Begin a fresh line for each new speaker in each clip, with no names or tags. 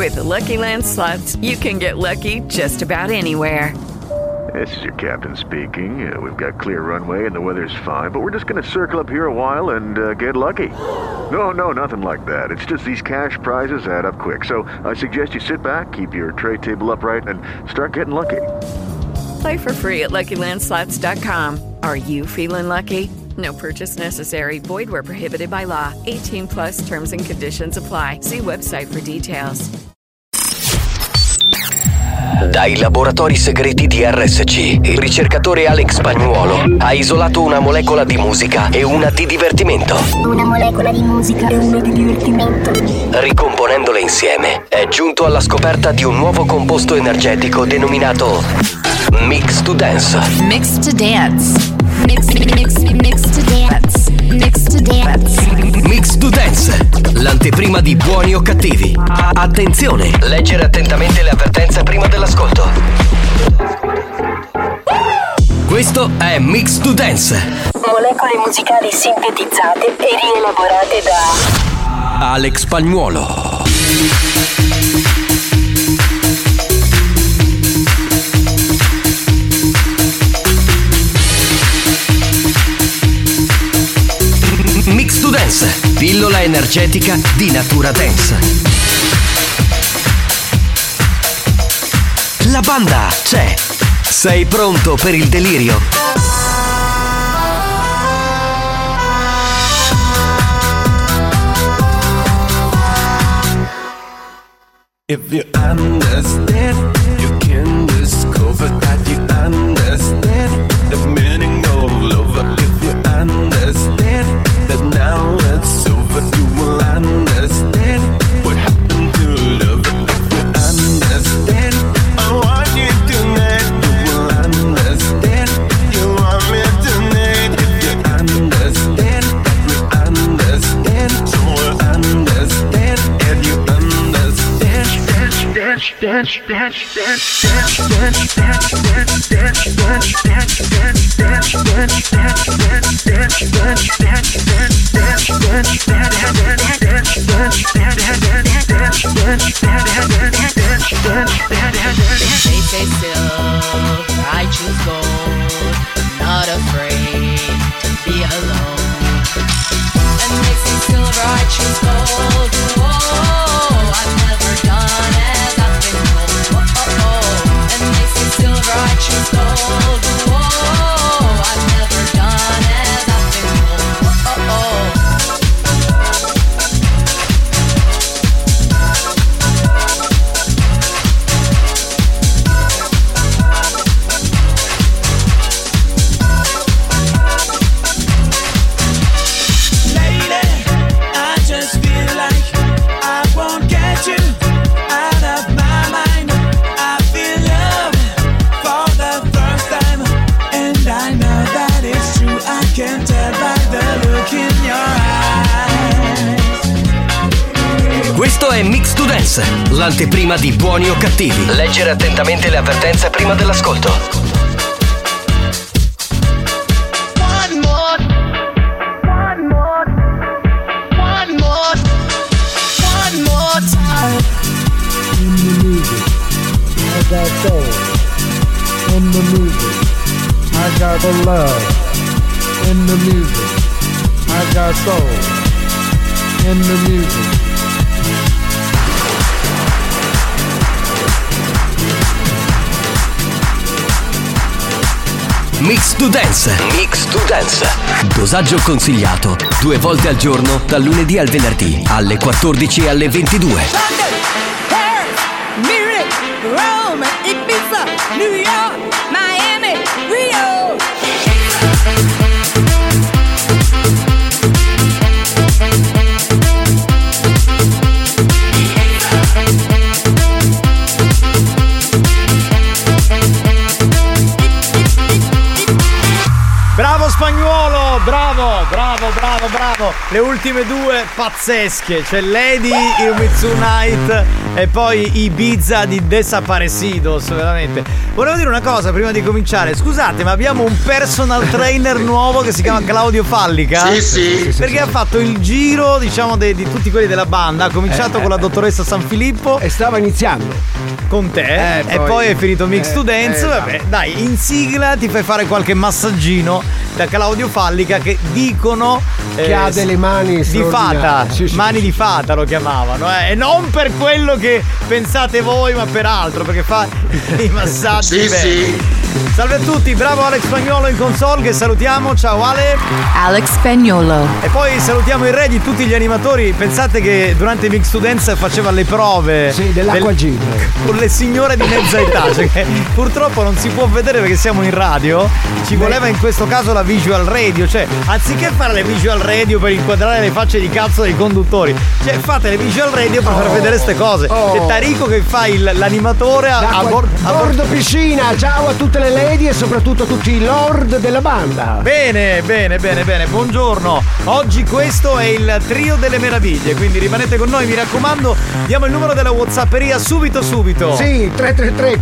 With the Lucky Land Slots, you can get lucky just about anywhere.
This is your captain speaking. We've got clear runway and the weather's fine, but we're just going to circle up here a while and get lucky. No, nothing like that. It's just these cash prizes add up quick. So I suggest you sit back, keep your tray table upright, and start getting lucky.
Play for free at LuckyLandSlots.com. Are you feeling lucky? No purchase necessary. Void where prohibited by law. 18 plus terms and conditions apply. See website for details.
Dai laboratori segreti di RSC, il ricercatore Alex Spagnuolo ha isolato una molecola di musica e una di divertimento.
Una molecola di musica e una di divertimento.
Ricomponendole insieme, è giunto alla scoperta di un nuovo composto energetico denominato Mix to Dance.
Mix to Dance. Mix to Dance. Mix to Dance.
Mix to Dance, l'anteprima di Buoni o Cattivi. Attenzione, leggere attentamente le avvertenze prima dell'ascolto. Questo è Mix to Dance.
Molecole musicali sintetizzate e rielaborate da
Alex Spagnuolo. Mix to Dance, pillola energetica di natura dance. La banda c'è. Sei pronto per il delirio?
If you understand, you can discover that you understand the meaning of love. If you understand that now it's over, you will understand what happened to love. If you understand, I want you tonight. You will understand, you want me tonight. If you understand, we understand, so we'll understand, and you understand. Dance, dance, dance, dance, dance, dance, dance, dance, dance, dance, dance, dance, dance, dance, dance,
They say silk, I choose gold. I'm not afraid to be alone. And they say silver, I choose gold. Oh, I've never done as I've been told. Oh, and they say silver, I choose gold. Oh, I've never done as I've been told. Oh.
Questo è Mix to Dance, l'anteprima di Buoni o Cattivi. Leggere attentamente le avvertenze prima dell'ascolto.
One more time.
In the music, I got soul. In the music, I got the love. In the music, I got soul. In the music.
Mix to Dance. Mix to Dance. Dosaggio consigliato 2 volte al giorno dal lunedì al venerdì alle 14 e alle 22.
London, Paris, Munich, Rome, Ibiza, New York, Miami, Rio.
Bravo Spagnuolo, bravo. Le ultime due pazzesche. C'è Lady Uematsu Night e poi Ibiza di Desaparecidos, veramente. Volevo dire una cosa prima di cominciare, scusate, ma abbiamo un personal trainer nuovo che si chiama Claudio Fallica.
Sì.
Perché ha fatto il giro, diciamo, di tutti quelli della banda. Ha cominciato con la dottoressa Sanfilippo
e stava iniziando
con te e poi è finito Mix to Dance. Vabbè, dai, in sigla ti fai fare qualche massaggino da Claudio Fallica, che dicono
che ha delle mani
di fata, mani di fata lo chiamavano, e non per quello che pensate voi, ma per altro, perché fa i massaggi belli. Salve a tutti, bravo Alex Spagnuolo in console, che salutiamo. Ciao Ale.
Alex Spagnuolo.
E poi salutiamo il re di tutti gli animatori. Pensate che durante Mix to Dance faceva le prove
dell'acqua gin
con le signore di mezza età, cioè che purtroppo non si può vedere perché siamo in radio. Ci voleva in questo caso la visual radio, cioè anziché fare le visual radio per inquadrare le facce di cazzo dei conduttori, cioè fate le visual radio per far vedere ste cose. C'è Tarico che fa l'animatore a bordo
piscina. Ciao a tutte le lady e soprattutto a tutti i lord della banda.
Bene, buongiorno. Oggi questo è il trio delle meraviglie, quindi rimanete con noi, mi raccomando. Diamo il numero della WhatsApperia subito.
Sì, 333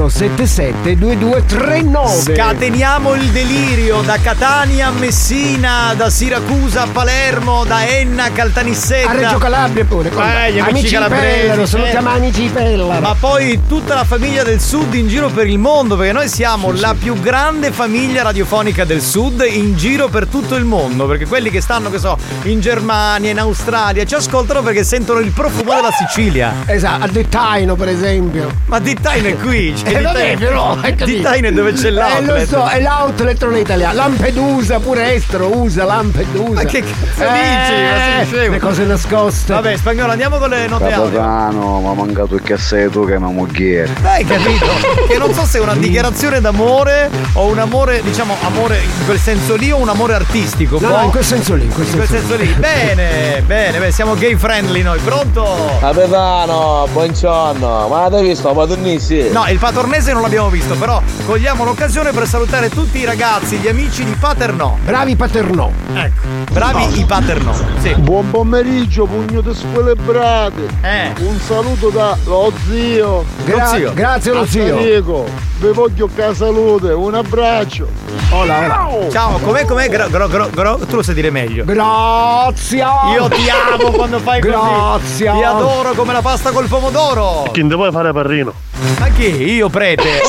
477 2239.
Scateniamo il delirio da Catania a Messina, da Siracusa a Palermo, da Enna a Caltanissetta,
a Reggio Calabria pure.
Gli amici calabresi,
salutiamo amici Pellaro.
Ma poi tutta la famiglia del Sud in giro per il mondo, perché noi siamo la più grande famiglia radiofonica del Sud in giro per tutto il mondo, perché quelli che stanno, che so, in Germania, in Australia, ci ascoltano perché sentono il profumo della Sicilia.
Esatto, a Dettaino per esempio.
Ma Dettaino è qui,
vabbè, però
Dettaino è dove c'è l'outlet.
Lo so, è l'outlet non è italiano. Lampedusa pure estero usa Lampedusa.
Ma che cazzo dici? Ma
le cose nascoste.
Vabbè, Spagnolo, andiamo con le note audio.
Capitano, mi ha mancato il cassetto che mi moghiere.
Hai capito? Che non so se è una dichiarazione d'amore o un amore, diciamo, amore in quel senso lì o un amore artistico.
No, in quel senso lì.
Bene, siamo gay friendly noi. Pronto?
Capitano, buongiorno. Ma l'hai visto? Patornese?
No, il Patornese non l'abbiamo visto, però cogliamo l'occasione per salutare tutti i ragazzi, gli amici di Paternò.
Bravi Paternò.
Ecco, bravi i Paternò. Sì.
Buon pomeriggio, pugno di squelebrate. Un saluto da lo zio.
Grazie lo zio.
Diego, vi voglio che salute, un abbraccio.
Hola.
Ciao, com'è? Tu lo sai dire meglio.
Grazie.
Io ti amo quando fai così.
Grazie.
Ti adoro come la pasta col pomodoro.
Chi ne vuoi fare parrino?
Ma chi? Io prete?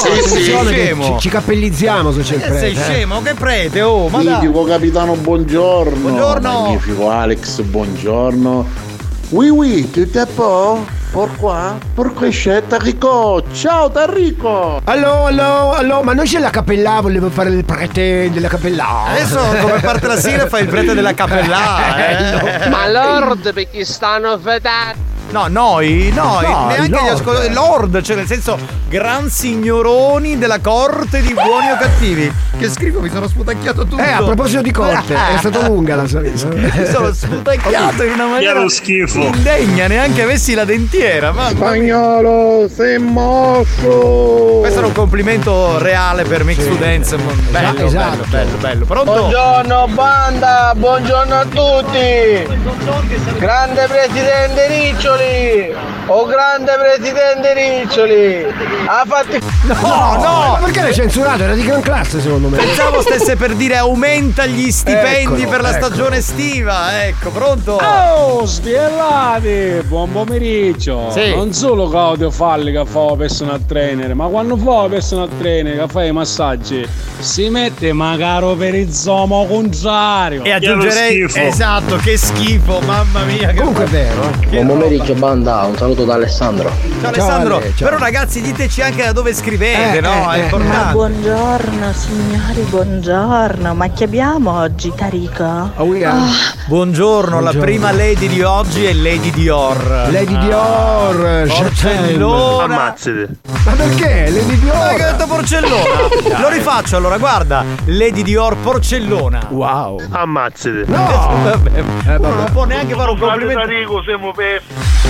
Ci cappellizziamo se c'è il prete.
Sei scemo? Che prete? Oh, ma
dai. Dico capitano, buongiorno.
Buongiorno.
Magnifico Alex, buongiorno. Oui, tutto a po'? Por qua? Per questo Tarico. Ciao Tarico.
Allo, ma noi c'è la cappellà, volevo fare il prete della cappellà.
Adesso come parte la sigla fai il prete della cappellà.
Ma lord perché stanno fedati?
No, noi neanche gli ascoltatori. Lord, cioè nel senso gran signoroni della corte di buoni o cattivi. Che schifo, mi sono sputacchiato tutto.
A proposito di corte, è stata lunga la salita.
Mi sono sputacchiato in una maniera
schifo
indegna, neanche avessi la dentiera. Ma
Spagnolo, sei mosso.
questo era un complimento reale per Mix to Dance. Bello,
esatto.
bello. Pronto?
Buongiorno banda, buongiorno a tutti. Grande presidente Riccioli. Grande presidente Riccioli. Ha fatto.
No.
Ma perché l'hai censurato? Era di gran classe secondo me.
Pensavo stesse per dire aumenta gli stipendi per la stagione estiva. Ecco, pronto?
Oh, spiellati! Buon pomeriggio!
Sì.
Non solo Claudio Fallica fa personal trainer, ma quando fa personal trainer che fa i massaggi si mette magari per il zomo contrario.
E aggiungerei esatto, che schifo, mamma mia.
Comunque è vero.
Buon pomeriggio banda, un saluto da Alessandro.
Ciao Alessandro.
Ciao.
Però ragazzi diteci anche da dove scrivete, no? È importante.
Ma buongiorno signori, buongiorno. Ma che abbiamo oggi, Tarico?
Buongiorno, la prima lady di oggi è Lady Dior.
Lady Dior,
Porcellona.
Ammazzate.
Ma perché? Lady Dior?
Ma che ho detto porcellona? Lo rifaccio allora, guarda. Lady Dior porcellona.
Wow.
Ammazzate.
No.
Non può neanche fare un complimento.
Tarico, siamo per.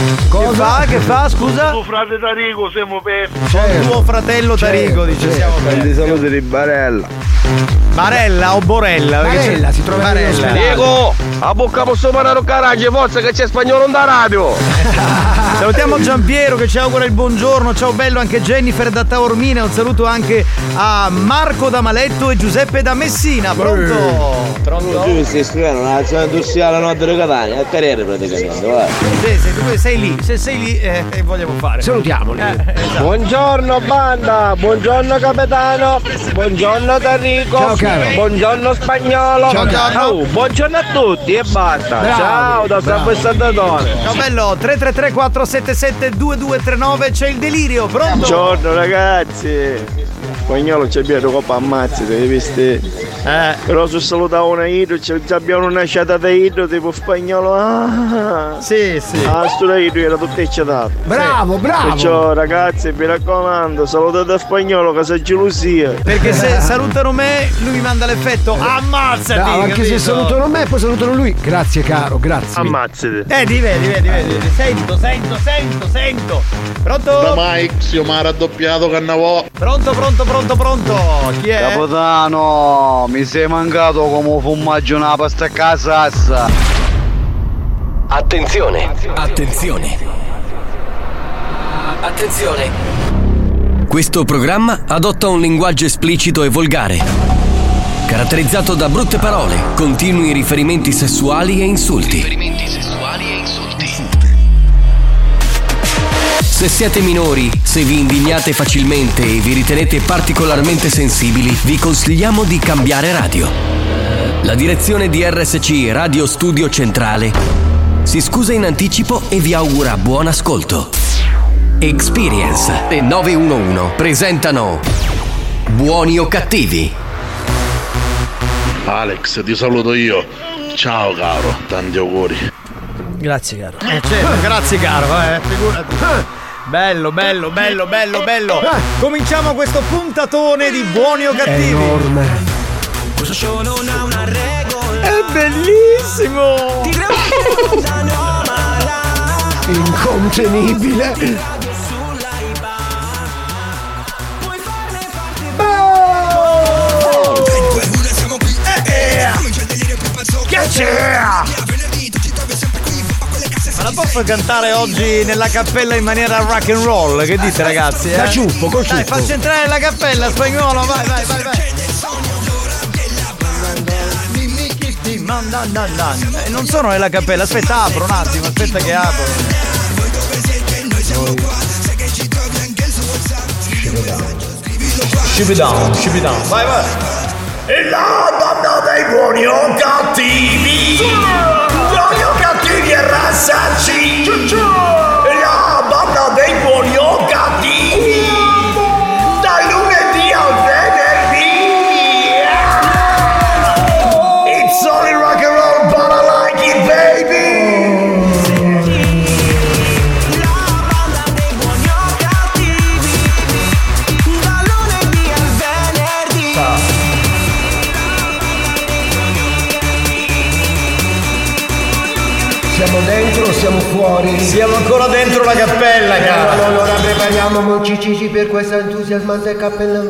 Che fa, scusa?
Tuo frate Tarico, siamo per.
Tuo fratello Tarico, dice siamo
Tanti saluti di Barella.
Barella o Borella?
Barella, si trova
Barella.
Diego, a bocca posso parlare un caraggio, forza che c'è spagnolo da radio.
Salutiamo Giampiero che ci augura il buongiorno. Ciao bello, anche Jennifer da Taormina. Un saluto anche a Marco da Maletto e Giuseppe da Messina. Pronto? Pronto?
Tu stai scrivendo una nazione industriale Nord di Catania, a carriere praticamente, guarda.
Se sei lì, se sei lì che vogliamo fare?
Salutiamoli.
Esatto.
Buongiorno banda, buongiorno capitano, buongiorno Enrico.
Ciao caro.
Buongiorno spagnolo.
Ciao caro.
Buongiorno a tutti e basta.
Bravo,
Ciao da San Salvatore.
Ciao bello, 333 477 2239, c'è il delirio, pronto?
Buongiorno ragazzi. Spagnolo c'è abbiamo coppa ammazzi, devi vestire. Però se salutavo una idro, abbiamo una sciatata idro tipo spagnolo.
Sì.
Sto idro era tutto eccitato.
Bravo.
Perciò ragazzi mi raccomando, salutate spagnolo che sei gelosia.
Perché se salutano me, lui mi manda l'effetto ammazzati.
No, anche se
capito?
salutano me, poi salutano lui. Grazie caro, grazie.
Ammazzati.
Vedi. Sento. Pronto?
Da Mike, si mi ha raddoppiato Cannavò.
Pronto. Chi è?
Capitano, mi sei mancato come formaggio una pasta a casa.
Attenzione. Questo programma adotta un linguaggio esplicito e volgare, caratterizzato da brutte parole, continui riferimenti sessuali e insulti. Se siete minori, se vi indignate facilmente e vi ritenete particolarmente sensibili, vi consigliamo di cambiare radio. La direzione di RSC Radio Studio Centrale si scusa in anticipo e vi augura buon ascolto. Experience e 911 presentano Buoni o Cattivi.
Alex, ti saluto io. Ciao caro, tanti auguri.
Grazie caro. Certo, grazie caro, figurati. Bello. Cominciamo questo puntatone di Buoni o Cattivi.
Enorme.
Questo show non ha una regola.
È bellissimo.
Incontenibile.
Che c'è? Ma la posso cantare oggi nella cappella in maniera rock and roll? Che dite ragazzi?
Da ciuffo, con
Dai,
ciuffo.
faccio entrare nella cappella, spagnolo, vai. E non sono nella cappella, aspetta, apro un attimo, aspetta che apro. Ship it down, vai. E la banda dei buoni o cattivi. Buoni o cattivi e razza C. E la banda dei buoni o cattivi. Dal lunedì al venerdì. It's only rock and roll, but I like it, baby.
Siamo dentro o siamo fuori?
Siamo ancora dentro la cappella, cara.
Allora prepariamo Cici per questa entusiasmante cappella.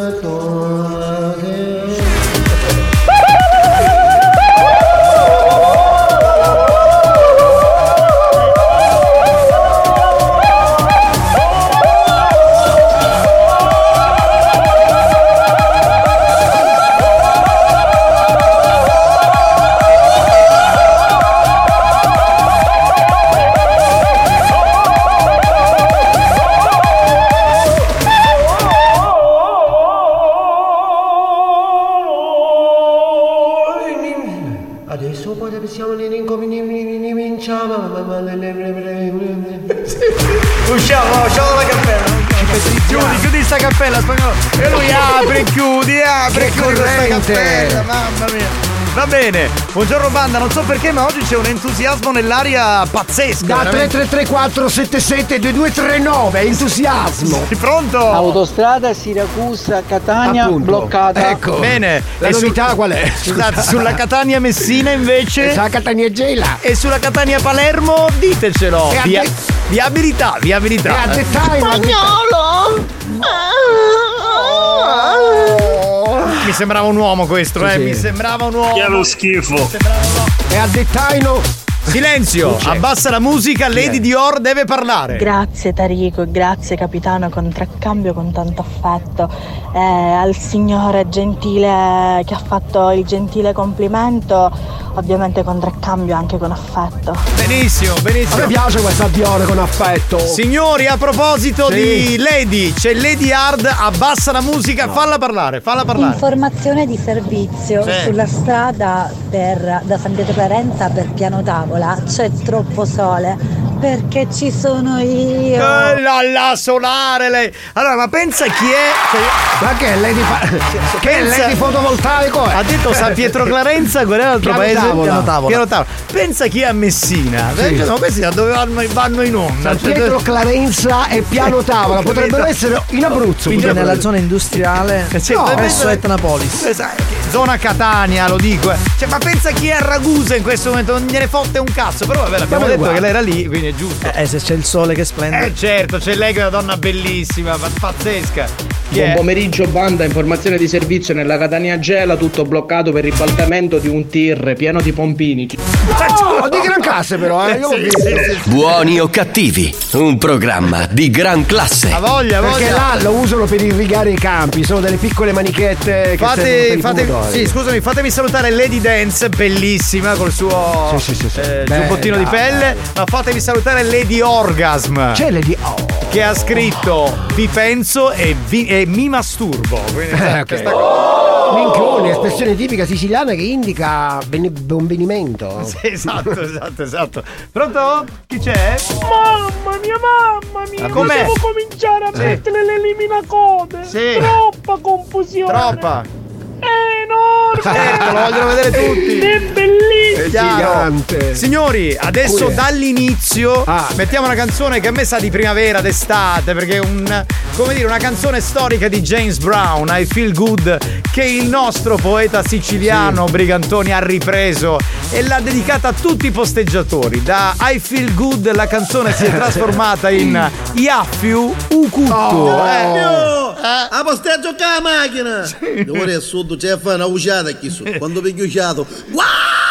Adesso poi siamo
Usciamo dalla cappella. Chiudi sta cappella, spagnolo. E lui apre e chiudi questa cappella, mamma mia. Va bene, buongiorno banda, non so perché ma oggi c'è un entusiasmo nell'aria pazzesco.
Da
veramente.
3334 77 2239, entusiasmo.
Pronto?
Autostrada Siracusa Catania bloccata.
Ecco.
Bene.
La
E
novità qual è?
Scusate, sulla Catania Messina invece.
Sulla Catania Gela.
E sulla Catania Palermo ditecelo. Viabilità.
E a dettaglio.
Spagnolo!
Mi sembrava un uomo questo,
Sì.
mi sembrava un uomo.
Che è lo schifo.
E a dettaino.
Silenzio, abbassa la musica, Lady Dior deve parlare.
Grazie Tarico, grazie capitano, contraccambio con tanto affetto. Al signore gentile che ha fatto il gentile complimento, ovviamente contraccambio anche con affetto.
Benissimo, benissimo.
A me piace questa Dior con affetto.
Signori, a proposito di Lady, c'è Lady Hard, abbassa la musica, falla parlare.
Informazione di servizio sulla strada da San Pietro Clarenza per Piano Tavola c'è troppo sole perché ci sono io.
La solare lei. Allora, ma pensa chi è?
Ma che è Lady che è Lady fotovoltaico?
Ha detto San Pietro Clarenza, qual è l'altro paese? Piano Tavola. Pensa chi è a Messina. Ma questi da dove vanno in onda?
San Pietro Clarenza e Piano Tavola potrebbero essere in Abruzzo.
Quindi nella zona industriale presso Etnapolis.
Zona Catania, lo dico. Ma pensa chi è a Ragusa in questo momento, non gliene fotte un cazzo. Però vabbè, abbiamo detto che lei era lì, quindi è giusto.
Se c'è il sole che splende.
Certo, c'è lei che è una donna bellissima, pazzesca.
Buon pomeriggio banda, informazione di servizio nella Catania Gela, tutto bloccato per ribaltamento di un tir pieno di pompini.
Di gran classe però, io l'ho visto.
Buoni o cattivi, un programma di gran classe.
A voglia.
Perché là lo usano per irrigare i campi, sono delle piccole manichette che
fatemi salutare Lady Dance, bellissima col suo giubbottino di pelle, ma fatemi salutare Lady Orgasm.
C'è Lady
che ha scritto vi penso e mi masturbo. Quindi questa cosa.
Minchione, espressione tipica siciliana che indica benvenimento.
Sì, esatto. Pronto? Chi c'è?
Mamma mia.
Com'è?
Devo cominciare a mettere l'eliminacode.
Sì.
Troppa confusione.
Troppa.
È enorme.
Lo vogliono vedere tutti.
È bellissimo.
È gigante.
Signori, adesso dall'inizio mettiamo una canzone che a me sa di primavera, d'estate, perché è una canzone storica di James Brown, I Feel Good, che il nostro poeta siciliano Brigantoni ha ripreso e l'ha dedicata a tutti i posteggiatori. Da I Feel Good la canzone si è trasformata in Iaffiu Ucuttu.
A posteggio con la macchina. Ora è sotto c'è una usciata qui su. Quando vi chiudiato. Wow!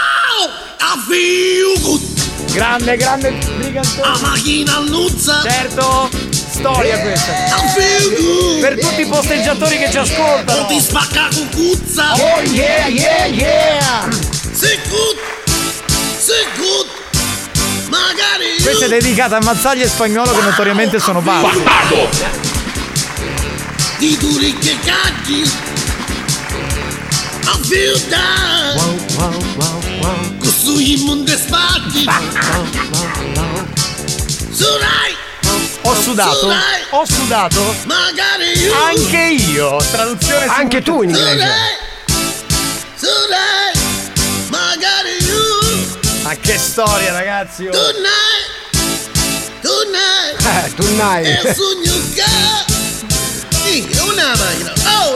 I feel good.
Grande Brigantoni.
La macchina alluzza.
Certo. Storia questa.
I feel good.
Per tutti i posteggiatori che ci ascoltano.
Non ti spacca con cuzza.
Oh yeah.
Sei good. Magari.
Questa è dedicata a Mazzaglia e Spagnolo che notoriamente sono bassi.
Di duri che cacchi. I feel down. Questo immonde spacchi. Surai.
Ho sudato.
Magari io.
Anche io. Traduzione.
Anche tu in inglese.
Surai. Magari io.
Ma che storia, ragazzi.
Tonight.
E sogno che. Una macchina. Oh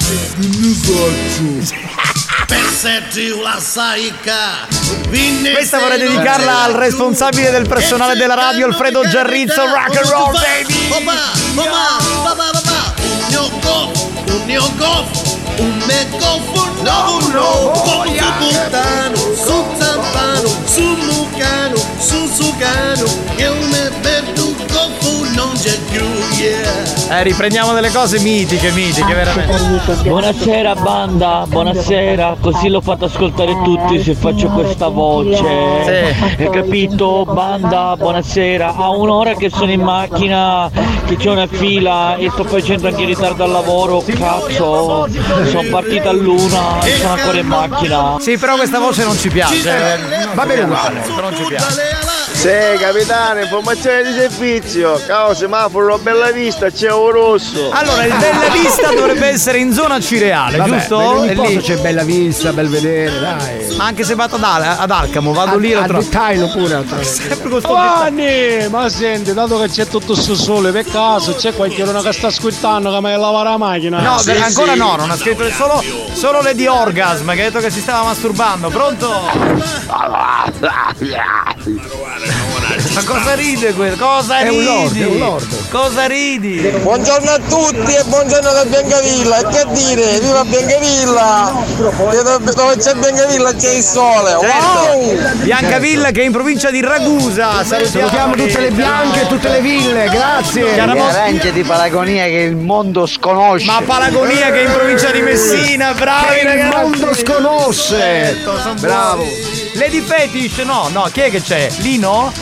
yeah. Pensetti la saica.
Questa vorrei dedicarla al responsabile del personale della radio, Alfredo Giarrizzo. Rock and roll baby.
Papà. Un mio goffo. Un mecofono nuovo. Puttano. Su zampano. Su mucano. Su sucano. Io me perdo goffo. Non c'è più, yeah.
Riprendiamo delle cose mitiche, veramente.
Buonasera banda, buonasera. Così l'ho fatto ascoltare tutti se faccio questa voce. Hai capito banda? Buonasera. A un'ora che sono in macchina, che c'è una fila e sto facendo anche in ritardo al lavoro. Cazzo, sono partita all'una e sono ancora in macchina.
Sì, però questa voce non ci piace. Va bene uguale, non ci piace.
Sì, capitano, informazione di servizio. Ciao, semaforo Bella Vista, c'è un rosso.
Allora, il Bella Vista dovrebbe essere in zona Cireale, giusto?
E lì c'è Bella Vista, Belvedere, dai.
Ma anche se vado ad Alcamo, vado lì
a dettaglio pure.
Sempre con sto
ma senti, dato che c'è tutto sto sole, per caso c'è qualcuno che sta squittando che mi lavora la macchina?
No, ancora no, non ha scritto solo Lady Orgasm che ha detto che si stava masturbando. Pronto? Ma cosa ride quello? Cosa
È un
ridi?
lord, è un lord.
Cosa ridi?
Buongiorno a tutti e buongiorno da Biancavilla. E che dire, viva Biancavilla! Dove c'è Biancavilla c'è il sole. Wow!
Biancavilla che è in provincia di Ragusa.
Salutiamo tutte le bianche e tutte le ville, grazie.
Arrange di Palagonia che il mondo sconosce.
Ma Palagonia che è in provincia di Messina, bravi
che
ragazzi.
il mondo sconosce.
Bravo. Lady Fetish, no, chi è che c'è? Lino?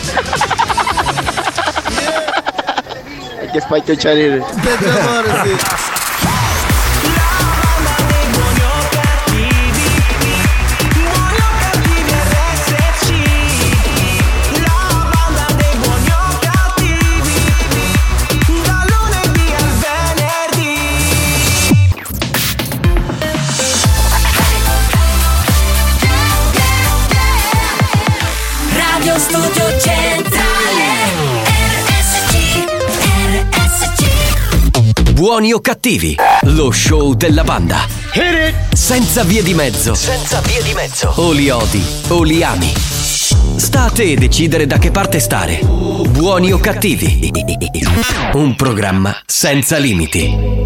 Che fai che c'è?
Radio Studio Centrale RSC.
Buoni o cattivi, lo show della banda. Senza vie di mezzo. Senza vie di mezzo. O li odi o li ami. Sta a te decidere da che parte stare. Buoni o cattivi. Un programma senza limiti.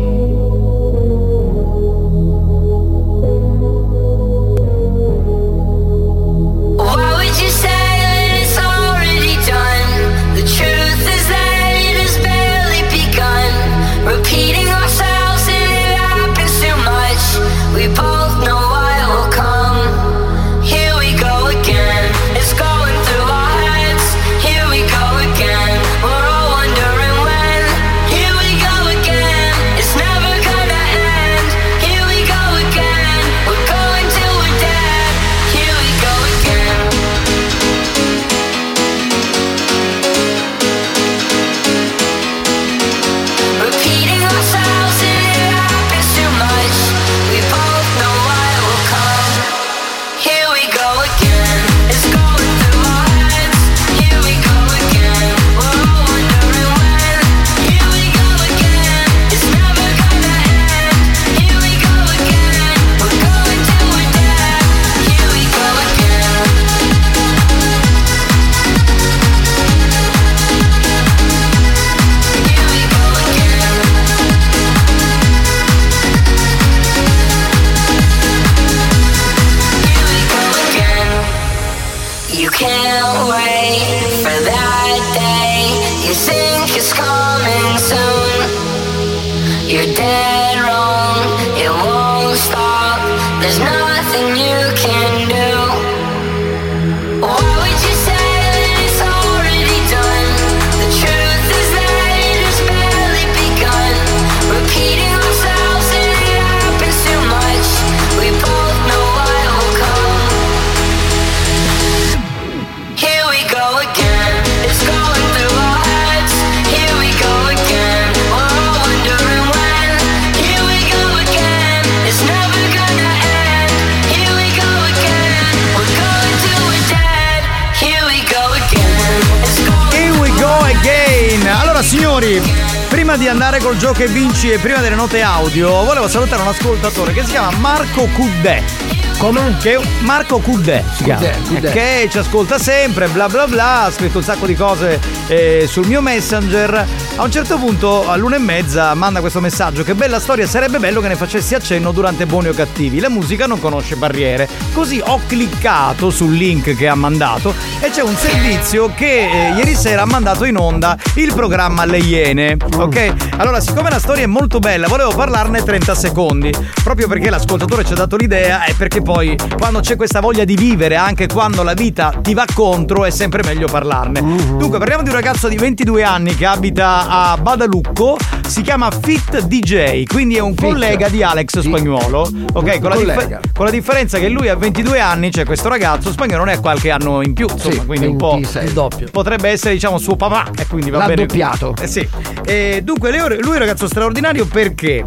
Signori, prima di andare col gioco e vinci e prima delle note audio, volevo salutare un ascoltatore che si chiama Marco Cuddè.
Come?
Marco Cuddè si chiama. Che ci ascolta sempre, bla bla bla, ha scritto un sacco di cose sul mio Messenger. A un certo punto, all'1:30, manda questo messaggio: che bella storia, sarebbe bello che ne facessi accenno durante Buoni o Cattivi. La musica non conosce barriere. Così ho cliccato sul link che ha mandato e c'è un servizio che ieri sera ha mandato in onda il programma Le Iene. Ok? Allora, siccome la storia è molto bella, volevo parlarne 30 secondi. Proprio perché l'ascoltatore ci ha dato l'idea e perché poi quando c'è questa voglia di vivere, anche quando la vita ti va contro, è sempre meglio parlarne. Dunque, parliamo di un ragazzo di 22 anni che abita a Badalucco, si chiama Fit DJ, quindi è un collega di Alex Spagnuolo. Ok, con la differenza che lui ha 22 anni, cioè questo ragazzo Spagnuolo ne ha qualche anno in più, insomma, quindi 26, un po' il doppio. Potrebbe essere, diciamo, suo papà e quindi va bene.
Doppiato.
Sì. Dunque lui è un ragazzo straordinario perché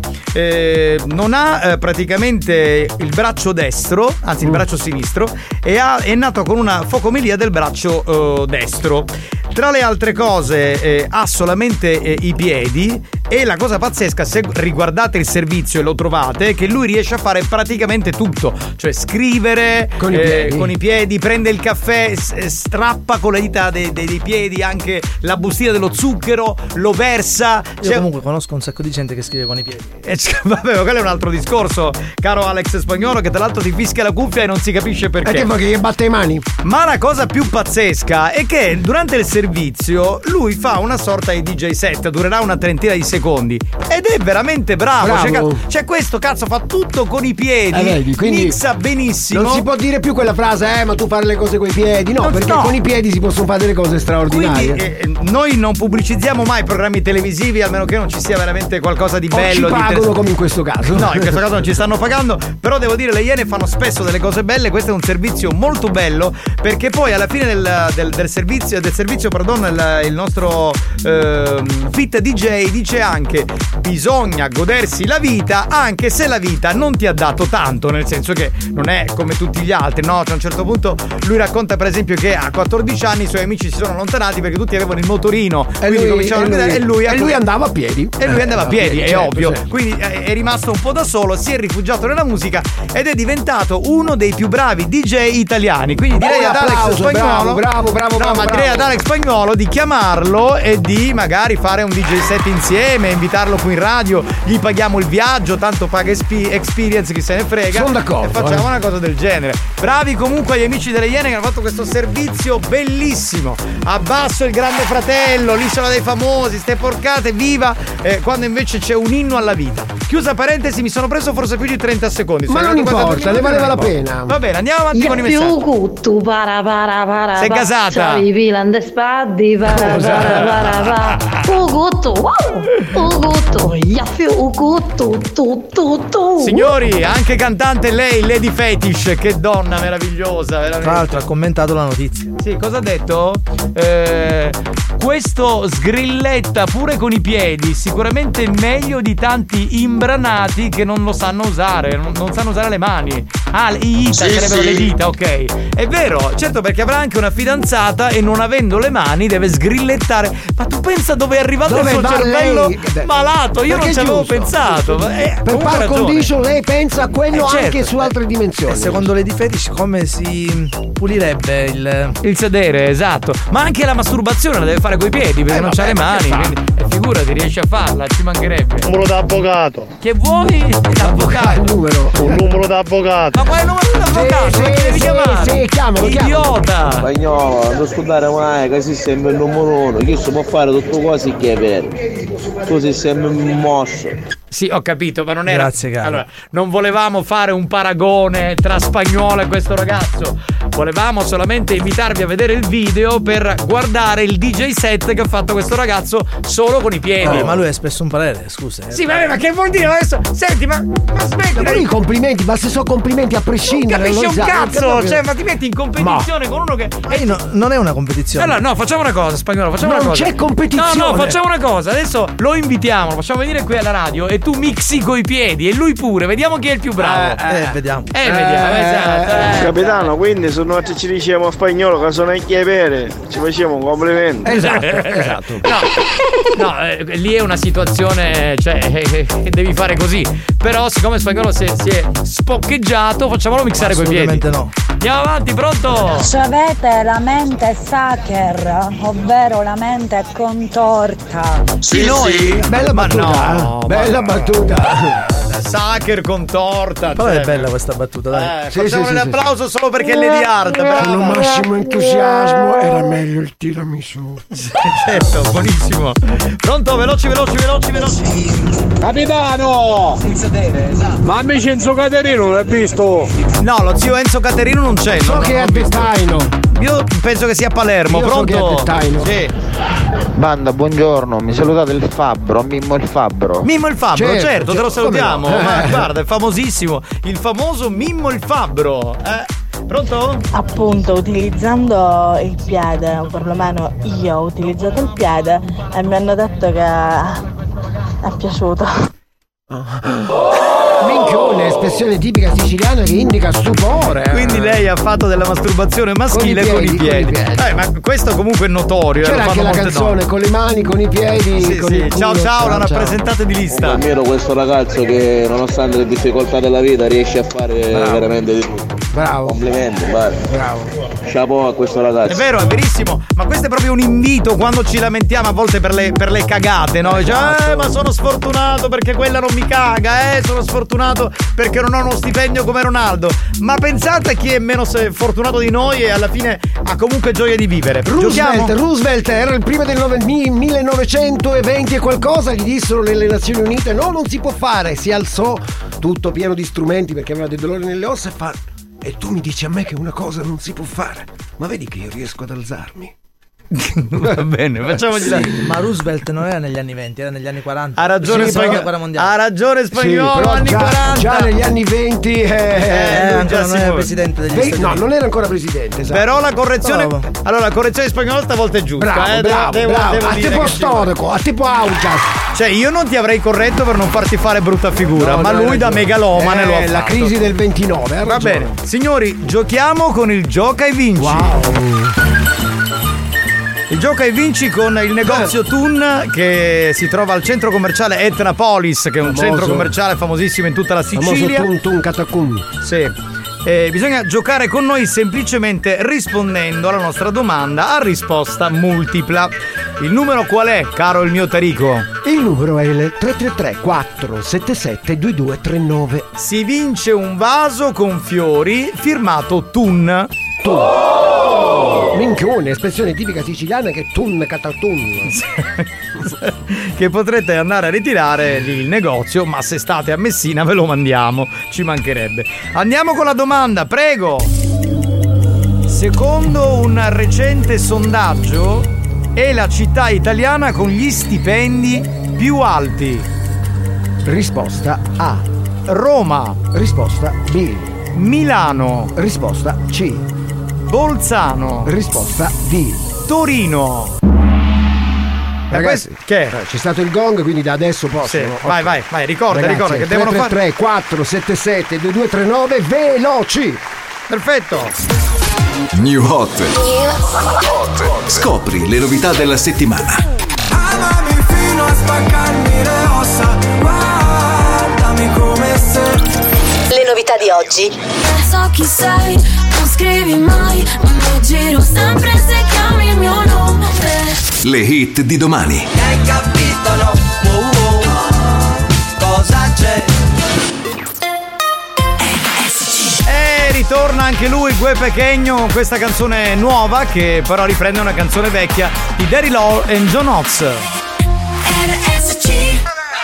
non ha praticamente il braccio destro, anzi il braccio sinistro, e è nato con una focomelia del braccio destro. Tra le altre cose ha solamente i piedi E la cosa pazzesca, se riguardate il servizio e lo trovate, è che lui riesce a fare praticamente tutto, cioè scrivere con i piedi, prende il caffè, strappa con le dita dei piedi anche la bustina dello zucchero, lo versa.
Io comunque conosco un sacco di gente che scrive con i piedi.
Vabbè, ma quello è un altro discorso, caro Alex Spagnuolo, che tra l'altro ti fischia la cuffia e non si capisce perché.
Perché che batte le mani.
Ma la cosa più pazzesca è che durante il servizio lui fa una sorta di DJ set, durerà una trentina di secondi ed è veramente bravo. Cioè questo cazzo fa tutto con i piedi,
vedi, quindi
mixa benissimo.
Non si può dire più quella frase, ma tu fai le cose con i piedi. No, perché con i piedi si possono fare delle cose straordinarie.
Quindi noi non pubblicizziamo mai programmi televisivi, almeno che non ci sia veramente qualcosa di bello.
Ci pagano come in questo caso.
No, in questo caso non ci stanno pagando, però devo dire le Iene fanno spesso delle cose belle. Questo è un servizio molto bello, perché poi alla fine del servizio, il nostro Fit DJ dice anche: bisogna godersi la vita, anche se la vita non ti ha dato tanto, nel senso che non è come tutti gli altri, no? Cioè, a un certo punto lui racconta per esempio che a 14 anni i suoi amici si sono allontanati perché tutti avevano il motorino e quindi cominciavano a guidare, e lui andava a piedi. E lui andava a piedi, è
certo,
ovvio.
certo.
Quindi è rimasto un po' da solo, si è rifugiato nella musica ed è diventato uno dei più bravi DJ italiani. Quindi direi ad Alex Spagnuolo, direi ad Alex Spagnuolo di chiamarlo e di magari fare un DJ set insieme, invitarlo qui in radio, gli paghiamo il viaggio, tanto paga Experience, chi se ne frega.
Sono d'accordo.
E facciamo una cosa del genere. Bravi comunque gli amici delle Iene che hanno fatto questo servizio bellissimo. Abbasso il Grande Fratello, l'Isola dei Famosi, ste porcate, viva, quando invece c'è un inno alla vita. Chiusa parentesi, mi sono preso forse più di 30 secondi.
Ma non importa, ne valeva la pena.
Va bene, andiamo avanti con i messaggi.
Tu para.
Sei gasata?
C'hai Vilan spadi para. Uguttu, tu.
Signori, anche cantante lei, Lady Fetish, che donna meravigliosa, veramente.
Tra l'altro ha commentato la notizia.
Sì, cosa ha detto? Questo sgrilletta pure con i piedi, sicuramente meglio di tanti imbranati che non lo sanno usare, non sanno usare le mani. I dita, sarebbero le dita, ok. È vero, certo, perché avrà anche una fidanzata e non avendo le mani deve sgrillettare. Ma tu pensa dove è arrivato il suo cervello malato? Io non ci avevo pensato.
Per par condicio lei pensa a quello anche su altre dimensioni.
E secondo Lady Fetish come si pulirebbe
il sedere, esatto. Ma anche la masturbazione la deve fare coi piedi perché non c'ha le mani, quindi figurati, riesce a farla, ci mancherebbe.
Un numero d'avvocato.
Che vuoi? L'avvocato.
Un numero d'avvocato.
Ma quale numero d'avvocato? Ma che devi chiamare?
Sì, chiamalo.
Idiota.
Spagnolo, non scordare mai che si sembra il numero uno. Chi si può fare tutto cose che è vero. Tu sei sempre un mosso.
Sì, ho capito, ma non era.
Grazie, caro.
Allora, non volevamo fare un paragone tra Spagnolo e questo ragazzo. Volevamo solamente invitarvi a vedere il video per guardare il DJ set che ha fatto questo ragazzo solo con i piedi.
Ma lui ha espresso un parere, scusa.
Sì, vabbè, ma che vuol dire adesso? Senti, ma smetti.
Ma i complimenti, ma se sono complimenti a prescindere.
Non capisci un cazzo, cioè, ma ti metti in competizione con uno che.
Non è una competizione.
Allora, no, facciamo una cosa, Spagnolo, facciamo una cosa.
Non c'è competizione.
No, facciamo una cosa. Adesso lo invitiamo, lo facciamo venire qui alla radio e tu mixi coi piedi e lui pure, vediamo chi è il più bravo.
Vediamo.
Vediamo, esatto.
Capitano, quindi se noi ci diciamo a Spagnolo che sono anche bere, ci facciamo un complimento.
Esatto. No, lì è una situazione, cioè, che devi fare così. Però siccome Spagnolo si è spoccheggiato, facciamolo mixare coi piedi.
Assolutamente no.
Andiamo avanti, pronto?
Avete la mente sacher, ovvero la mente contorta.
Sì, noi?
Bella battuta.
No,
bella battuta.
Sacher con torta.
Però è bella questa battuta, dai.
Facciamo un applauso solo perché è Lady Art.
Con il massimo entusiasmo era meglio il tiramisù.
Certo, buonissimo. Pronto, veloci.
Capitano!
Senza deve, esatto.
Ma amici Enzo Caterino l'hai visto?
No, lo zio Enzo Caterino non c'è.
So che è a Dettaino.
Io penso che sia a Palermo.
Io
Pronto?
So che è a Dettaino.
Sì.
Banda, buongiorno, mi salutate il Fabbro, Mimmo il Fabbro.
Mimmo il Fabbro, certo, te lo salutiamo.
No?
Ma guarda, è famosissimo. Il famoso Mimmo il Fabbro. Pronto?
Appunto, utilizzando il piede, o perlomeno io ho utilizzato il piede e mi hanno detto che è piaciuto.
Minchione, espressione tipica siciliana che indica stupore.
Quindi lei ha fatto della masturbazione maschile con i piedi. Ma questo comunque è notorio.
C'era anche la canzone con le mani, con i piedi.
Sì,
con
sì.
il culo.
Ciao, la rappresentante di lista.
Ammiro questo ragazzo che nonostante le difficoltà della vita riesce a fare veramente di tutto.
Bravo.
Complimenti, bravo. Chapeau a questo ragazzo.
È vero, è verissimo. Ma questo è proprio un invito quando ci lamentiamo a volte per le cagate, no? Dice, ma sono sfortunato perché quella non mi caga, sono sfortunato perché non ho uno stipendio come Ronaldo. Ma pensate a chi è meno fortunato di noi e alla fine ha comunque gioia di vivere.
Roosevelt era il primo del 1920 e qualcosa, gli dissero nelle Nazioni Unite no, non si può fare, si alzò tutto pieno di strumenti perché aveva dei dolori nelle ossa e tu mi dici a me che una cosa non si può fare, ma vedi che io riesco ad alzarmi.
Va bene, facciamoci la...
Ma Roosevelt non era negli anni 20, era negli anni 40.
Ha ragione Spagnolo,
anni
40.
Già negli anni 20
non era presidente degli Stati Uniti.
No, non era ancora presidente, esatto.
Però la correzione allora la correzione spagnola stavolta è giusta.
Bravo. A tipo storico, a tipo Aucas.
Cioè io non ti avrei corretto per non farti fare brutta figura, ma lui da megalomane lo ha fatto.
La crisi del 29,
va bene. Signori, giochiamo con il Gioca e Vinci.
Wow.
Il Gioca e Vinci con il negozio Thun che si trova al centro commerciale Etnapolis, che è un centro commerciale famosissimo in tutta la Sicilia.
Thun Catacum.
Sì. Bisogna giocare con noi semplicemente rispondendo alla nostra domanda a risposta multipla. Il numero qual è, caro il mio Tarico?
Il numero è il 333-477-2239.
Si vince un vaso con fiori firmato Thun.
Minchione, espressione tipica siciliana che Thun Catatun.
Che potrete andare a ritirare lì il negozio, ma se state a Messina ve lo mandiamo, ci mancherebbe. Andiamo con la domanda, prego. Secondo un recente sondaggio è la città italiana con gli stipendi più alti.
Risposta A.
Roma.
Risposta B.
Milano.
Risposta C.
Bolzano.
Risposta D.
Torino.
Ragazzi,
che?
C'è stato il gong, quindi da adesso possono.
Sì, vai, ricorda che devono fare
3 477 2239 veloci.
Perfetto.
New Hot. Scopri le novità della settimana.
Amami fino a spaccarmi le ossa. Guardami come sei.
Le novità di oggi.
Non so chi sei, non scrivi mai, ma mi giro sempre se chiami il mio nome.
Le hit di domani.
Hai capito, no? Cosa c'è?
E ritorna anche lui, Gue Pequeño, con questa canzone nuova che però riprende una canzone vecchia di Daddy Law e John Oates.
RSC.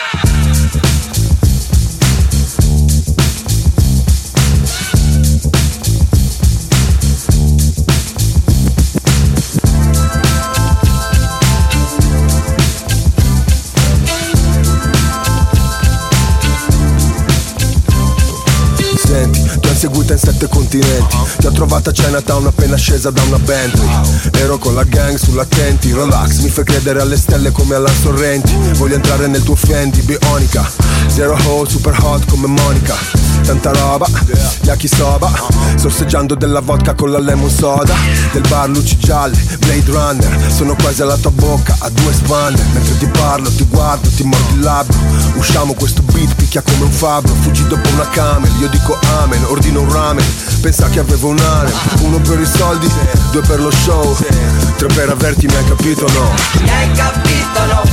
Seguita in 7 continenti. Ti ho trovata a Chinatown appena scesa da una Bentley. Ero con la gang sull'attenti. Relax, mi fai credere alle stelle come alla Sorrenti. Voglio entrare nel tuo Fendi, bionica. Zero hole, super hot come Monica. Tanta roba, yakisoba. Sorseggiando della vodka con la lemon soda. Del bar luci gialle, Blade Runner. Sono quasi alla tua bocca, a 2 spanne. Mentre ti parlo, ti guardo, ti mordi il labbro. Usciamo questo beat, picchia come un fabbro. Fuggi dopo una camel, io dico amen. Ordino un ramen, pensa che avevo un harem. 1 per i soldi, 2 per lo show, 3 per averti, mi hai capito no?
Mi hai capito no?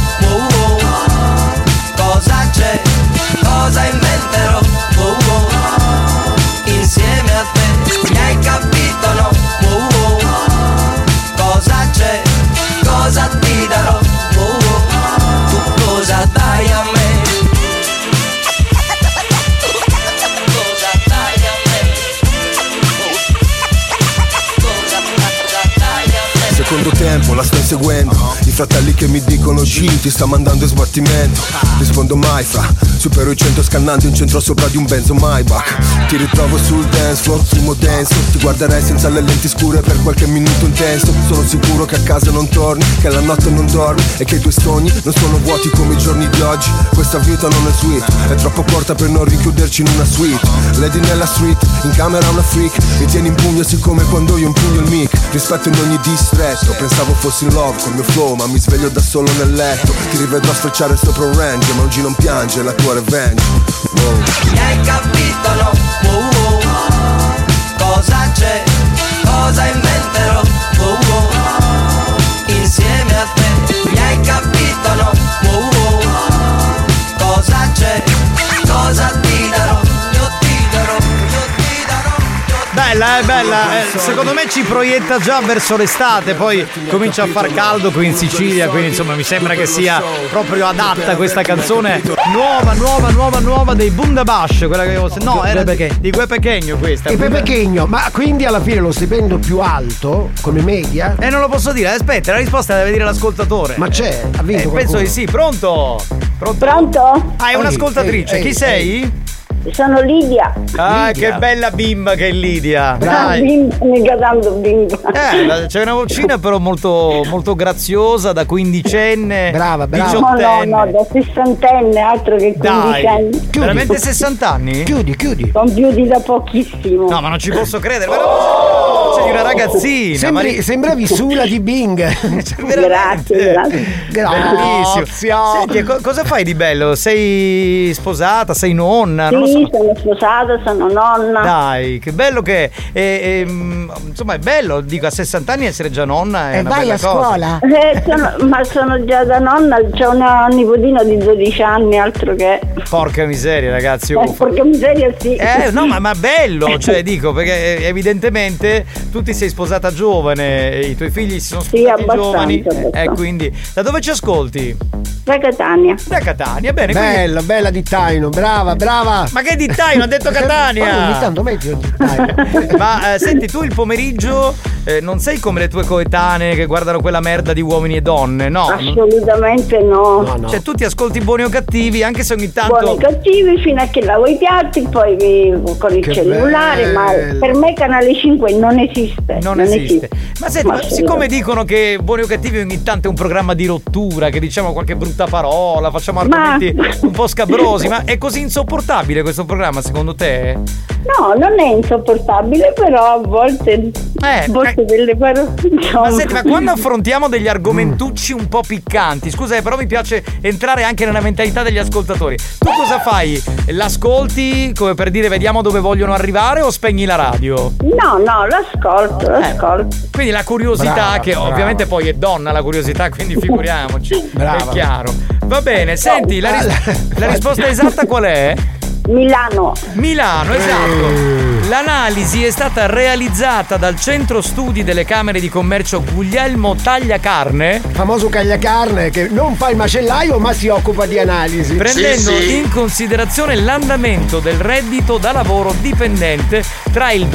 Cosa c'è? Cosa inventerò? Insieme a te. Mi hai capito no? Cosa c'è? Cosa ti darò? Tu cosa dai a me?
Secondo tempo la sto inseguendo. I fratelli che mi dicono G, ti sta mandando in sbattimento. Rispondo mai fra, supero i 100 scannando in centro sopra di un benzo Maybach. Ti ritrovo sul dance floor, fumo denso, ti guarderei senza le lenti scure per qualche minuto intenso. Sono sicuro che a casa non torni, che la notte non dormi e che i tuoi sogni non sono vuoti come i giorni di oggi. Questa vita non è sweet, è troppo corta per non rinchiuderci in una suite. Lady nella street, in camera una freak, mi tieni in pugno siccome quando io impugno il mic. Rispetto in ogni distretto, pensavo fossi in love col mio flow, ma mi sveglio da solo nel letto. Ti rivedrò sfrecciare sopra un range, ma oggi non piange la tua revenge. Wow.
Mi hai capito, no? Cosa c'è? Cosa inventerò? Insieme a te. Mi hai capito, no? Cosa c'è? Cosa ti darò? Io ti darò.
Bella, bella. Secondo me ci proietta già verso l'estate, poi comincia a far caldo qui in Sicilia, quindi insomma mi sembra che sia proprio adatta questa canzone nuova dei Bundabash, quella che avevo no, era di Gue Pequeño questa.
Di Gue Pequeño, ma quindi alla fine lo stipendio più alto come media?
Non lo posso dire, aspetta, la risposta la deve dire l'ascoltatore.
Ma c'è, ha vinto
penso di sì, pronto?
Pronto?
Ah, è un'ascoltatrice, chi sei?
Sono Lidia.
Ah, Lidia. Che bella bimba che è Lidia. Dai.
Bimba, mica tanto bimba.
C'è una vocina però molto, molto graziosa, da quindicenne.
Brava.
No, da sessantenne, altro che quindicenne.
Chiudi. Veramente 60 anni?
Chiudi.
Sono più da pochissimo.
No, ma non ci posso credere. Sei una ragazzina.
Sembravi Sula di Bing.
Grazie.
Bellissimo. Senti, cosa fai di bello? Sei sposata? Sei nonna?
Sì, sono sposata, sono nonna.
Dai, che bello che è. Insomma, è bello, dico, a 60 anni essere già nonna è una
vai
bella
a scuola.
Ma sono già da nonna, c'ho una nipotino di 12 anni, altro che.
Porca miseria, ragazzi.
Porca miseria, sì.
No, ma bello, cioè dico, perché evidentemente tu ti sei sposata giovane, i tuoi figli si sono sposati giovani. Quindi da dove ci ascolti?
Da Catania.
Da Catania, bene.
Bella di Taino, brava.
Ma che di Taino? Ha detto Catania.
Ogni tanto meglio di Taino.
Ma senti, tu il pomeriggio non sei come le tue coetanee che guardano quella merda di Uomini e Donne, no?
Assolutamente no.
Cioè tu ti ascolti Buoni o Cattivi, anche se ogni tanto.
Buoni o Cattivi fino a che lavo i piatti, poi con il cellulare, bello. Ma per me Canale 5 non esiste.
Non esiste. Ma senti, siccome dicono che Buoni o Cattivi ogni tanto è un programma di rottura, che diciamo qualche brutta parola, facciamo argomenti un po' scabrosi, ma è così insopportabile questo programma secondo te?
No, non è insopportabile, però a volte delle parole.
Ma senti, ma quando affrontiamo degli argomentucci un po' piccanti, scusa, però mi piace entrare anche nella mentalità degli ascoltatori. Tu cosa fai? L'ascolti come per dire vediamo dove vogliono arrivare o spegni la radio?
No, l'ascolto.
Quindi la curiosità, ovviamente poi è donna la curiosità, quindi figuriamoci. È chiaro. Va bene, senti, la risposta esatta qual è?
Milano,
esatto. L'analisi è stata realizzata dal Centro Studi delle Camere di Commercio Guglielmo Tagliacarne,
famoso Tagliacarne, che non fa il macellaio ma si occupa di analisi,
prendendo in considerazione l'andamento del reddito da lavoro dipendente tra il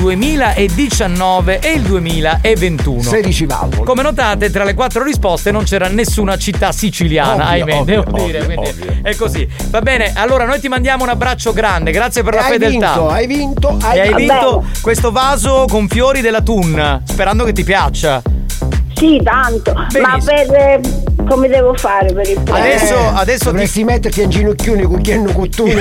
2019 e il 2021.
16 valvole.
Come notate, tra le 4 risposte non c'era nessuna città siciliana, ahimè, devo dire, quindi è così. Va bene, allora noi ti mandiamo un abbraccio grande, grazie per la fedeltà.
Hai vinto
questo vaso con fiori della Thun, sperando che ti piaccia.
Sì, tanto. Benissimo. Ma per come devo fare per il premio?
Adesso dovresti metterti in ginocchioni con chi hanno cottuni.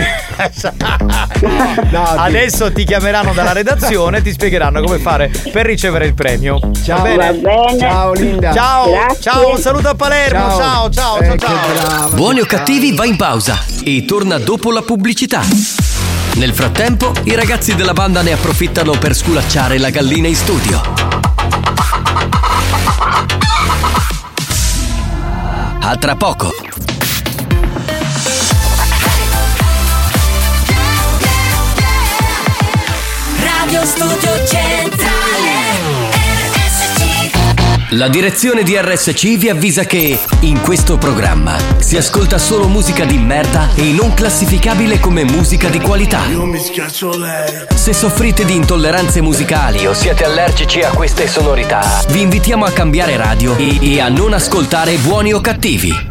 Adesso ti chiameranno dalla redazione e ti spiegheranno come fare per ricevere il premio.
Ciao,
va bene.
Ciao Linda.
Ciao, un saluto a Palermo. Ciao.
Buoni o Cattivi va in pausa e torna dopo la pubblicità. Nel frattempo, i ragazzi della banda ne approfittano per sculacciare la gallina in studio. A tra poco.
Radio Studio Centrale RSC.
La direzione di RSC vi avvisa che in questo programma si ascolta solo musica di merda e non classificabile come musica di qualità.
Io mi schiaccio lei.
Se soffrite di intolleranze musicali o siete allergici a queste sonorità, vi invitiamo a cambiare radio e a non ascoltare Buoni o Cattivi.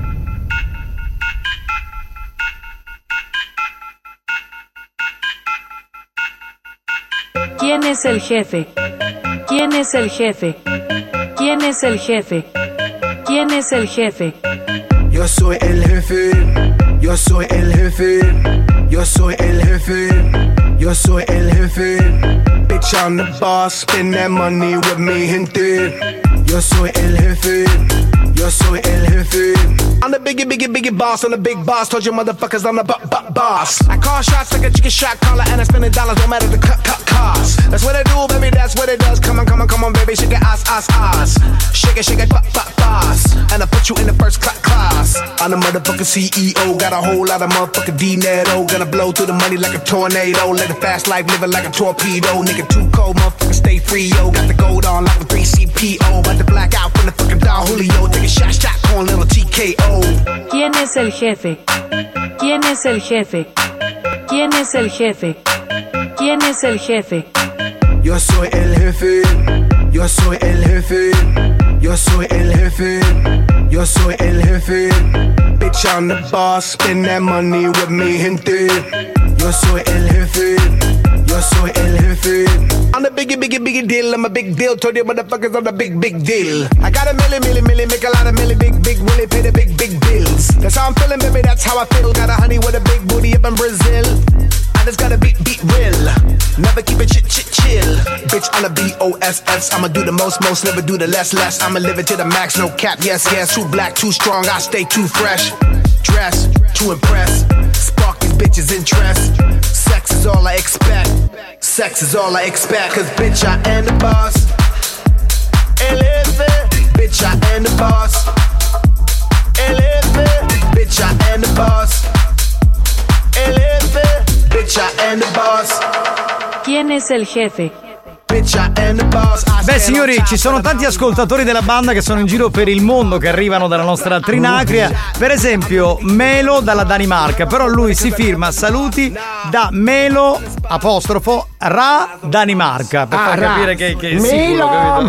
¿Quién es el jefe? ¿Quién es el jefe? ¿Quién es el jefe? ¿Quién es el jefe?
Yo soy el jefe, yo soy el jefe, yo soy el jefe, yo soy el jefe. Bitch, I'm the boss, spend that money with me, gente. Yo soy el jefe, yo soy el jefe. I'm the biggie boss, I'm the big boss. Told you motherfuckers I'm the boss. I call shots like a chicken shot caller, and I spend $1, no matter the cut cost. That's what I do, baby, that's what it does. Come on, baby, shake it, ass. Shake it, boss. And I put you in the first class. I'm the motherfucking CEO, got a whole lot of motherfucking dinero. Gonna blow through the money like a tornado. Live a fast life, living like a torpedo. Nigga too cold, motherfucker stay free, yo. Got the gold on like a 3CPO. About to black out from the fucking Don Julio. Take a shot, corn, little TKO.
¿Quién es el jefe? ¿Quién es el jefe? ¿Quién es el jefe? ¿Quién es el jefe?
Yo soy el jefe, yo soy el jefe, yo soy el jefe, yo soy el jefe. Bitch, I'm the boss, spend that money with me, gente. Yo soy el jefe, yo soy el jefe. I'm the biggie deal, I'm a big deal. Told you motherfuckers I'm the big deal. I got a milli, make a lot of milli, big willie, pay the big bills. That's how I'm feeling, baby, that's how I feel. Got a honey with a big booty up in Brazil. I just gotta beat real. Never keep it chill. Bitch, I'm the BOSS. I'ma do the most, never do the less. I'ma live it to the max, no cap, yes. Too black, too strong, I stay too fresh. Dress, to impress. Spark these bitches' interest. Sex is all I expect. Sex is all I expect. Cause bitch, I am the boss. Bitch, I am the boss. Bitch, I am the boss. Bitch, I am the boss.
¿Quién es el jefe?
Beh signori, ci sono tanti ascoltatori della banda che sono in giro per il mondo, che arrivano dalla nostra Trinacria. Per esempio Melo dalla Danimarca, però lui si firma saluti da Melo apostrofo Ra Danimarca, per far capire che è sicuro.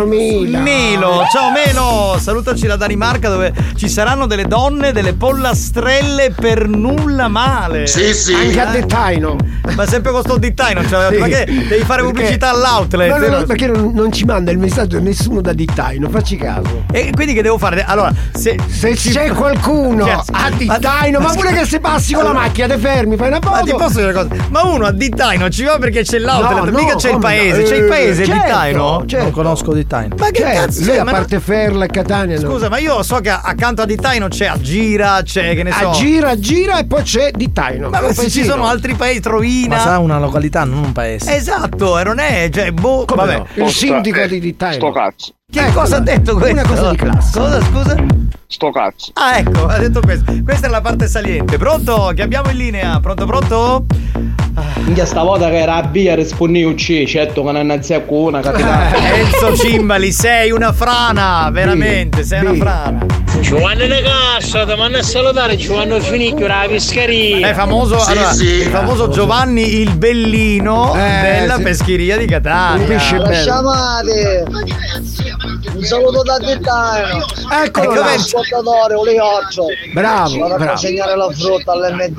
Melo, ciao Melo, salutaci la Danimarca, dove ci saranno delle donne, delle pollastrelle per nulla male.
Sì. Anche a Dittaino.
Ma sempre con sto Dittaino, cioè, ma che devi fare pubblicità all'outlet?
No, perché non ci manda il messaggio nessuno da Dittaino, facci caso.
E quindi che devo fare? Allora, se
c'è qualcuno a Dittaino, ma pure che se passi con la macchina te fermi, fai una foto.
Ma ti posso dire una cosa? Ma uno a Dittaino ci va perché c'è l'outlet, mica c'è il paese. C'è il paese Dittaino?
Non conosco Dittaino.
Ma che cazzo?
Lei a parte Ferla e Catania.
Scusa, ma io so che accanto a Dittaino c'è Agira, c'è che ne so.
Agira e poi c'è Dittaino.
Ma se ci sono altri paesi, Trovina.
Ma sarà una località, non un paese.
Esatto, non è, cioè, vabbè.
No? Il sindaco di Dittaino.
Sto cazzo.
Che cosa ha detto questo?
Una cosa di classe.
Cosa, scusa?
Sto cazzo.
Ah, ecco, ha detto questo. Questa è la parte saliente. Pronto? Che abbiamo in linea? Pronto?
Minchia, stavolta che era a via rispondi UC, certo che non è una capitale.
Enzo Cimbali, sei una frana, veramente, sei una frana.
Ci vanno le cassa, ti vanno a salutare, ci vanno finito la pescheria.
È famoso, il famoso Giovanni il Bellino della pescheria di Catania.
Lasciamate. Un saluto da Dittaino.
Eccolo là.
Ascoltatore, Olioccio.
Bravo.
Vado a consegnare la frutta all'MD.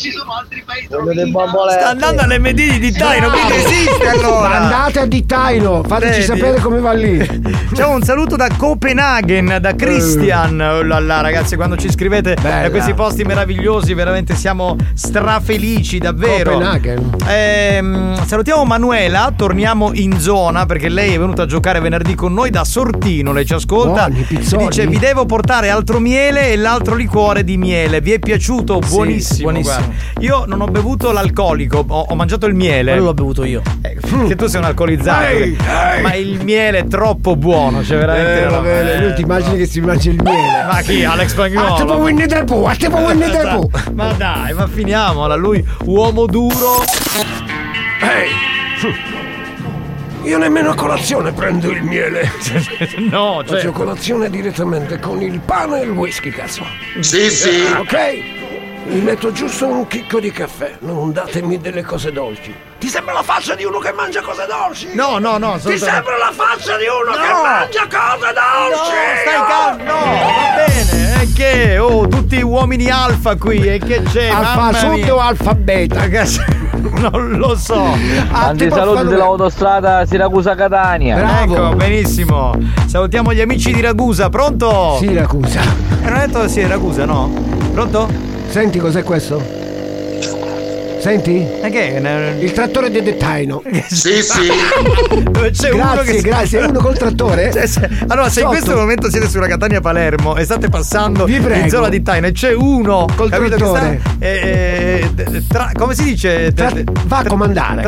Voglio dei bambolette.
Sta andando all'MD di Dittaino, quindi esiste allora.
Andate a Dittaino, fateci sapere come va lì.
C'è un saluto da Copenaghen, da Christian. Oh là là, ragazzi, quando ci scrivete da questi posti meravigliosi, veramente siamo strafelici, davvero.
Copenaghen.
Salutiamo Manuela, torniamo in zona perché lei è venuta a giocare venerdì con noi da Sortino, lei ci ascolta. Dice: vi devo portare altro miele e l'altro liquore di miele. Vi è piaciuto? Buonissimo. Io non ho bevuto l'alcolico, ho mangiato il miele.
Quello l'ho bevuto io.
Che tu sei un alcolizzato. Ma il miele è troppo buono, cioè veramente.
Lui ti immagini che si mangia il miele.
Ma chi? Alex Spagnuolo?
A te può venire dopo.
Ma dai, ma finiamola, lui uomo duro.
Io nemmeno a colazione prendo il miele.
No, cioè.
Faccio colazione direttamente con il pane e il whisky, cazzo.
Sì.
Ok? Mi metto giusto un chicco di caffè. Non datemi delle cose dolci. Ti sembra la faccia di uno che mangia cose dolci?
No.
Ti sembra la faccia di uno che mangia cose dolci?
Stai calmo, no, va bene. E che? Tutti uomini alfa qui, e che c'è?
Alfa sud o alfa beta?
Non lo so.
Tanti saluti dell'autostrada Siracusa-Catania.
Bravo.
Ecco, benissimo. Salutiamo gli amici di Ragusa, pronto?
Siracusa.
Non hai detto Siracusa, no? Pronto?
Senti cos'è questo? Senti?
E che?
Il trattore di Dettaino.
Sì.
Dove c'è uno che
grazie, uno col trattore?
Allora, se in questo momento siete sulla Catania-Palermo e state passando in zona di Taino e c'è uno
col trattore
come si dice?
Va a comandare.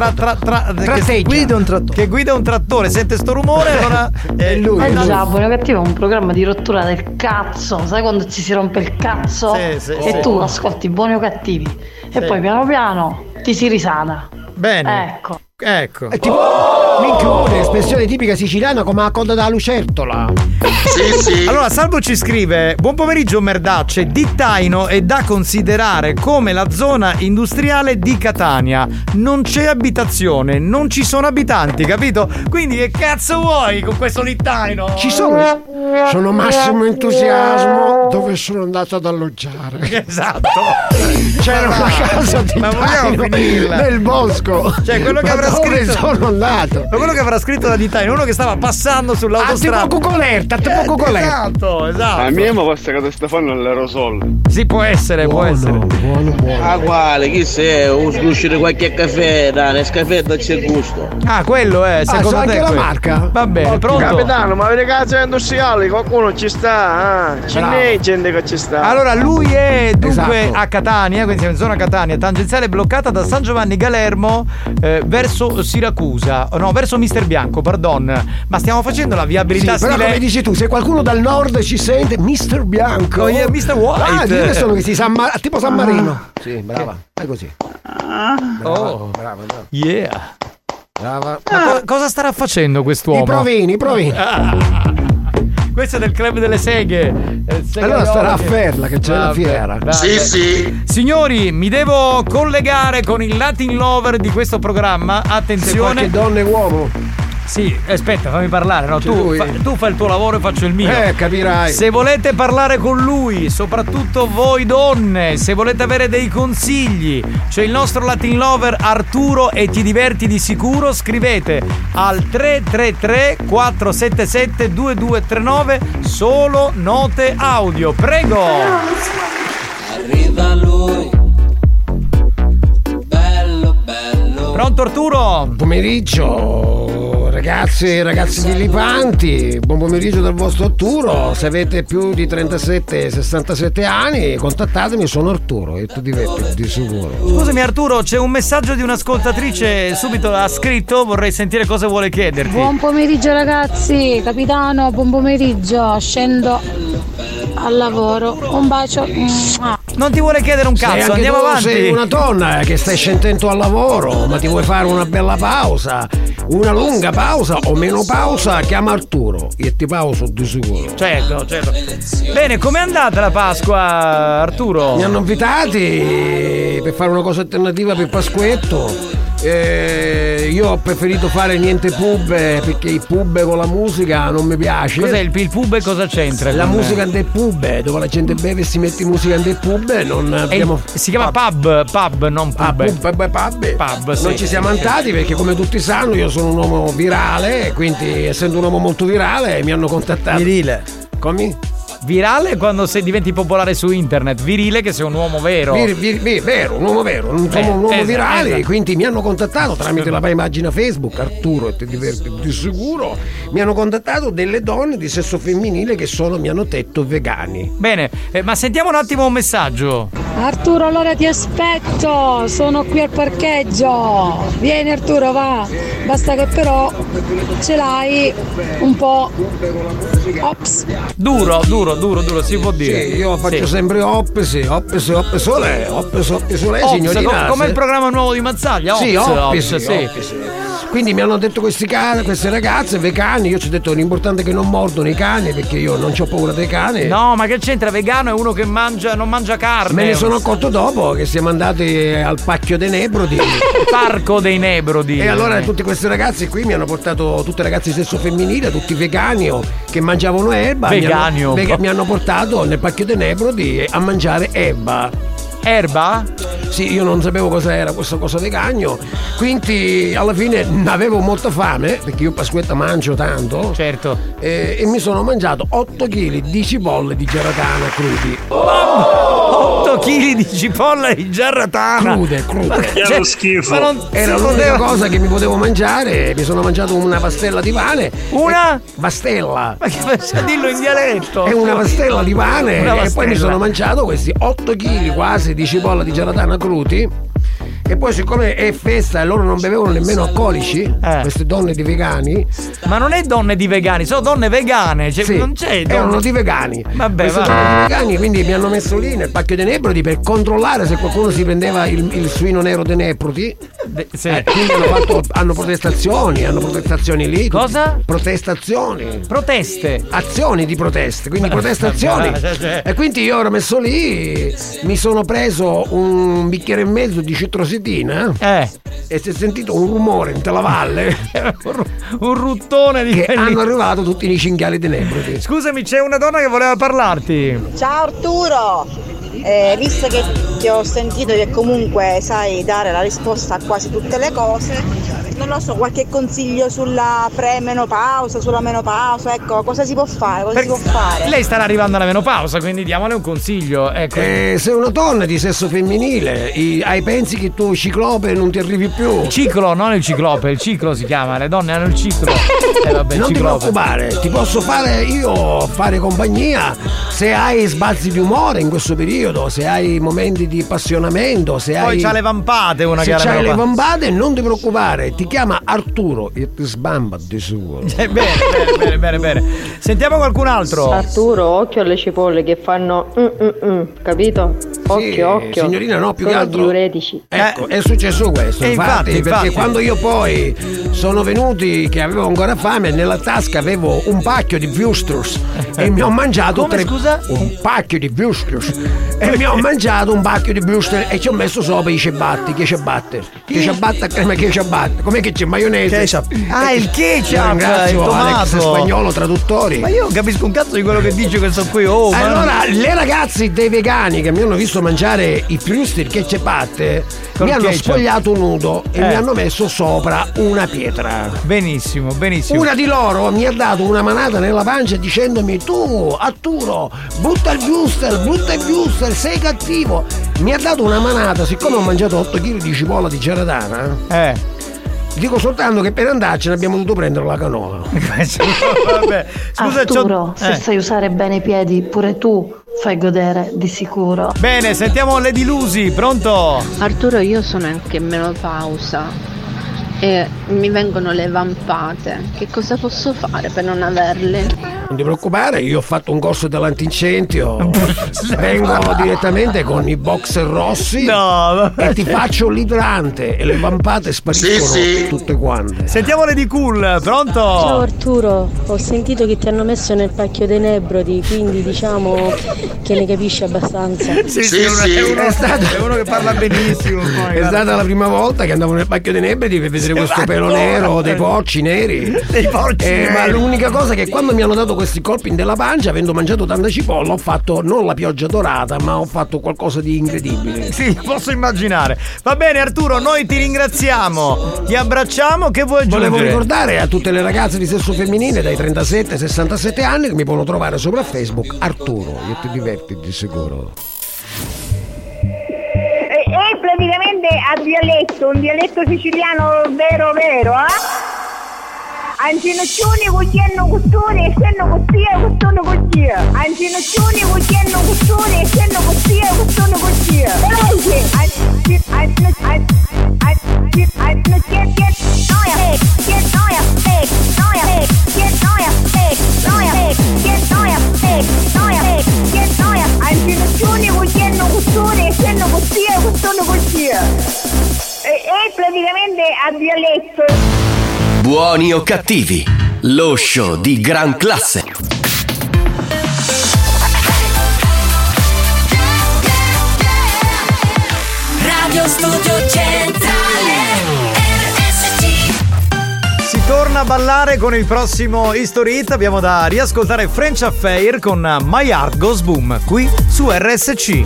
Che guida un trattore, sente sto rumore, allora
è lui.
Già, Buono Cattivo è un programma di rottura del cazzo. Sai quando ci si rompe il cazzo?
Sì.
Tu ascolti Buoni o Cattivi e poi piano piano ti si risana.
Bene. Ecco.
È tipo minchione, espressione tipica siciliana come la coda da lucertola.
Sì.
Allora Salvo ci scrive: buon pomeriggio merdacce, di Taino è da considerare come la zona industriale di Catania. Non c'è abitazione, non ci sono abitanti, capito? Quindi che cazzo vuoi con questo di Taino?
Ci sono. Sono massimo entusiasmo dove sono andato ad alloggiare.
Esatto.
C'era una casa di Taino nel bosco.
Cioè quello che avrà scritto
sono andato.
Ma quello che avrà scritto da Ditaino, uno che stava passando sull'autostrada.
Tipo Cucolerta.
Esatto.
A me mi passa che Stefano all'aerosol.
Sì, può essere.
Buono.
Ah, quale? Chi sei? Uscire qualche caffè, da Nescafè c'è il gusto.
Ah, quello è, secondo te
anche la marca?
Va bene, pronto?
Capitano, ma avete casa industriale? Qualcuno ci sta? Ce n'è gente che ci sta.
Allora, lui è dunque a Catania, quindi siamo in zona Catania, tangenziale bloccata da San Giovanni Galermo verso Siracusa. No, verso Mister Bianco, pardon. Ma stiamo facendo la viabilità
però come dici tu, se qualcuno dal nord ci sente, Mister Bianco.
Mister White.
Ah, di adesso che si tipo San Marino. Sì, brava. È così. Brava.
Yeah.
Brava.
Ma cosa starà facendo quest'uomo?
I provini.
Questo è del club delle seghe.
Allora starà a Ferla che c'è la fiera.
Sì.
Signori, mi devo collegare con il Latin Lover di questo programma. Attenzione.
Qualche donna e uomo.
Sì, aspetta, fammi parlare, no? Tu fai il tuo lavoro e faccio il mio.
Capirai.
Se volete parlare con lui, soprattutto voi donne, se volete avere dei consigli, c'è il nostro Latin Lover Arturo e ti diverti di sicuro, scrivete al 333 477 2239, solo note audio. Prego.
Arriva lui. Bello.
Pronto Arturo?
Buon pomeriggio. Ragazzi filipanti, buon pomeriggio dal vostro Arturo. Se avete più di 37-67 anni, contattatemi, sono Arturo e tu diverti di sicuro.
Scusami Arturo, c'è un messaggio di un'ascoltatrice, subito ha scritto, vorrei sentire cosa vuole chiederti.
Buon pomeriggio ragazzi, capitano, buon pomeriggio, scendo al lavoro, un bacio.
Non ti vuole chiedere un cazzo, andiamo avanti.
Sei una donna che stai scendendo al lavoro, ma ti vuoi fare una bella pausa, una lunga pausa o meno pausa, chiama Arturo e ti pauso di sicuro.
Certo. Bene, com'è andata la Pasqua, Arturo?
Mi hanno invitati per fare una cosa alternativa per Pasquetto. Io ho preferito fare niente pub perché i pub con la musica non mi piace.
Cos'è il pub e cosa c'entra?
La musica del pub, dove la gente beve e si mette musica del pub, non abbiamo.
Si chiama pub, non pub.
Pub,
sì.
Non ci siamo andati perché come tutti sanno io sono un uomo virale e quindi essendo un uomo molto virale mi hanno contattato.
Virile.
Come?
Virale quando diventi popolare su internet, virile che sei un uomo vero.
Vero, un uomo vero, non sono un uomo virale, quindi mi hanno contattato tramite la pagina Facebook Arturo e ti diverti di sicuro. Mi hanno contattato delle donne di sesso femminile che mi hanno detto vegani.
Bene, ma sentiamo un attimo un messaggio.
Arturo, allora ti aspetto, sono qui al parcheggio. Vieni Arturo, va. Basta che però ce l'hai un po'. Ops.
Duro, si può dire.
Sì, io faccio sempre oppese, signorina.
Come il programma nuovo di Mazzaglia,
Oppese. Quindi mi hanno detto queste ragazze, vegani, io ci ho detto l'importante è che non mordono i cani perché io non ho paura dei cani.
No, ma che c'entra? Vegano è uno che non mangia carne.
Me ne sono accorto dopo che siamo andati al Pacchio dei Nebrodi.
Parco dei Nebrodi.
E allora tutte queste ragazze qui mi hanno portato, tutte ragazze di sesso femminile, tutti vegani che mangiavano erba. Mi hanno portato nel Pacchio dei Nebrodi a mangiare erba.
Erba?
Sì, io non sapevo cosa era questa cosa vegano, quindi alla fine avevo molta fame perché io Pasquetta mangio tanto.
Certo.
E mi sono mangiato 8 kg di cipolle di geratana crudi.
8 kg di cipolle di geratana
crude.
Che lo schifo.
Era l'unica cosa che mi potevo mangiare. Mi sono mangiato una pastella di pane.
Una?
Pastella.
Ma che faccia dillo in dialetto?
È una pastella di pane. E poi mi sono mangiato questi 8 kg quasi di cipolla di geratana cruti. E poi siccome è festa e loro non bevevano nemmeno alcolici, queste donne di vegani.
Ma non è donne di vegani, sono donne vegane, cioè
sì,
non c'è donne.
Erano di vegani.
Vabbè,
queste donne di vegani, quindi mi hanno messo lì nel Pacchio dei Nebrodi per controllare se qualcuno si prendeva il suino nero dei Nebrodi.
Sì.
Quindi hanno protestazioni lì.
Cosa?
Protestazioni.
Proteste.
Azioni di proteste, quindi protestazioni. E quindi io ero messo lì, mi sono preso un bicchiere e mezzo di citrosetina. E si è sentito un rumore in tutta la valle.
Un ruttone di
che
quelli.
Hanno arrivato tutti i cinghiali dei Nebrodi.
Scusami, c'è una donna che voleva parlarti.
Ciao Arturo, visto che ti ho sentito che comunque sai dare la risposta a quasi tutte le cose, non lo so, qualche consiglio sulla premenopausa, sulla menopausa, ecco, cosa si può fare? Cosa si può fare?
Lei starà arrivando alla menopausa, quindi diamole un consiglio. Ecco.
Se una donna di sesso femminile hai pensi che tu ciclope non ti arrivi più.
Ciclo, non il ciclope, il ciclo si chiama, le donne hanno il ciclo. Vabbè,
non
ciclope.
Ti preoccupare, ti posso fare compagnia se hai sbalzi di umore in questo periodo, se hai momenti di appassionamento, se
poi
hai.
C'ha le vampate una
se
che
c'hai le vampate, non ti preoccupare, ti chiama Arturo e ti sbamba di suo.
Bene. Sentiamo qualcun altro.
Arturo, occhio alle cipolle che fanno capito? Occhio.
Signorina, no, più che altro.
Diuretici.
Ecco, è successo questo, infatti, perché quando io poi sono venuti che avevo ancora fame, nella tasca avevo un pacchio di Wustrus e mi ho mangiato un pacchio di Wustrus e mi ho mangiato un pacchio di Wustrus e ci ho messo sopra i ciabatte, che ciabatte a crema, che ciabatte, com'è che c'è maionese?
Ketchup. Il ketchup,
ringrazio
il
Alex Spagnolo, traduttori.
Ma io capisco un cazzo di quello che dice questo qui.
Allora, le ragazze dei vegani che mi hanno visto mangiare i Wustrus, che ciabatte, mi hanno spogliato nudo e mi hanno messo sopra una pietra.
Benissimo.
Una di loro mi ha dato una manata nella pancia dicendomi: tu, Arturo, butta il wuster, sei cattivo. Mi ha dato una manata, siccome ho mangiato 8 kg di cipolla di geratana. Dico soltanto che per andarcene abbiamo dovuto prendere la canoa.
Vabbè. Scusa,
Arturo, se sai usare bene i piedi, pure tu fai godere di sicuro.
Bene, sentiamo Lady Lucy, pronto?
Arturo, io sono anche in menopausa e mi vengono le vampate. Che cosa posso fare per non averle?
Non ti preoccupare, io ho fatto un corso dell'antincendio. Vengo direttamente con i boxer rossi e ti faccio l'idrante e le vampate spariscono tutte quante.
Sentiamo Lady Cool, pronto?
Ciao Arturo, ho sentito che ti hanno messo nel Pacchio dei Nebrodi, quindi diciamo che ne capisci abbastanza.
È uno che parla benissimo. Poi,
è stata la prima volta che andavo nel Pacchio dei Nebrodi per vedere questo pelo nero, dei porci neri. Ma l'unica cosa è che quando mi hanno dato questi colpi della pancia, avendo mangiato tanta cipolla, ho fatto non la pioggia dorata, ma ho fatto qualcosa di incredibile.
Sì, posso immaginare. Va bene Arturo, noi ti ringraziamo, ti abbracciamo, che vuoi aggiungere?
Volevo ricordare a tutte le ragazze di sesso femminile dai 37 ai 67 anni che mi possono trovare sopra Facebook Arturo, io ti diverti di sicuro.
È praticamente un dialetto siciliano vero, Ancinoccioni cucchiano costone e senno costia e costone costia. Ancinoccioni cucchiano costone e senno costia e costone costia. Ancinoccioni cucchiano costone e senno costia e costone costia. E praticamente a violetto.
Buoni o cattivi, lo show di gran classe.
Radio Studio Centrale RSC.
Si torna a ballare con il prossimo History Hit. Abbiamo da riascoltare French Affair con My Heart Goes Boom qui su RSC.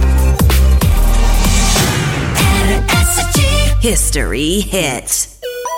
RSC History Hit.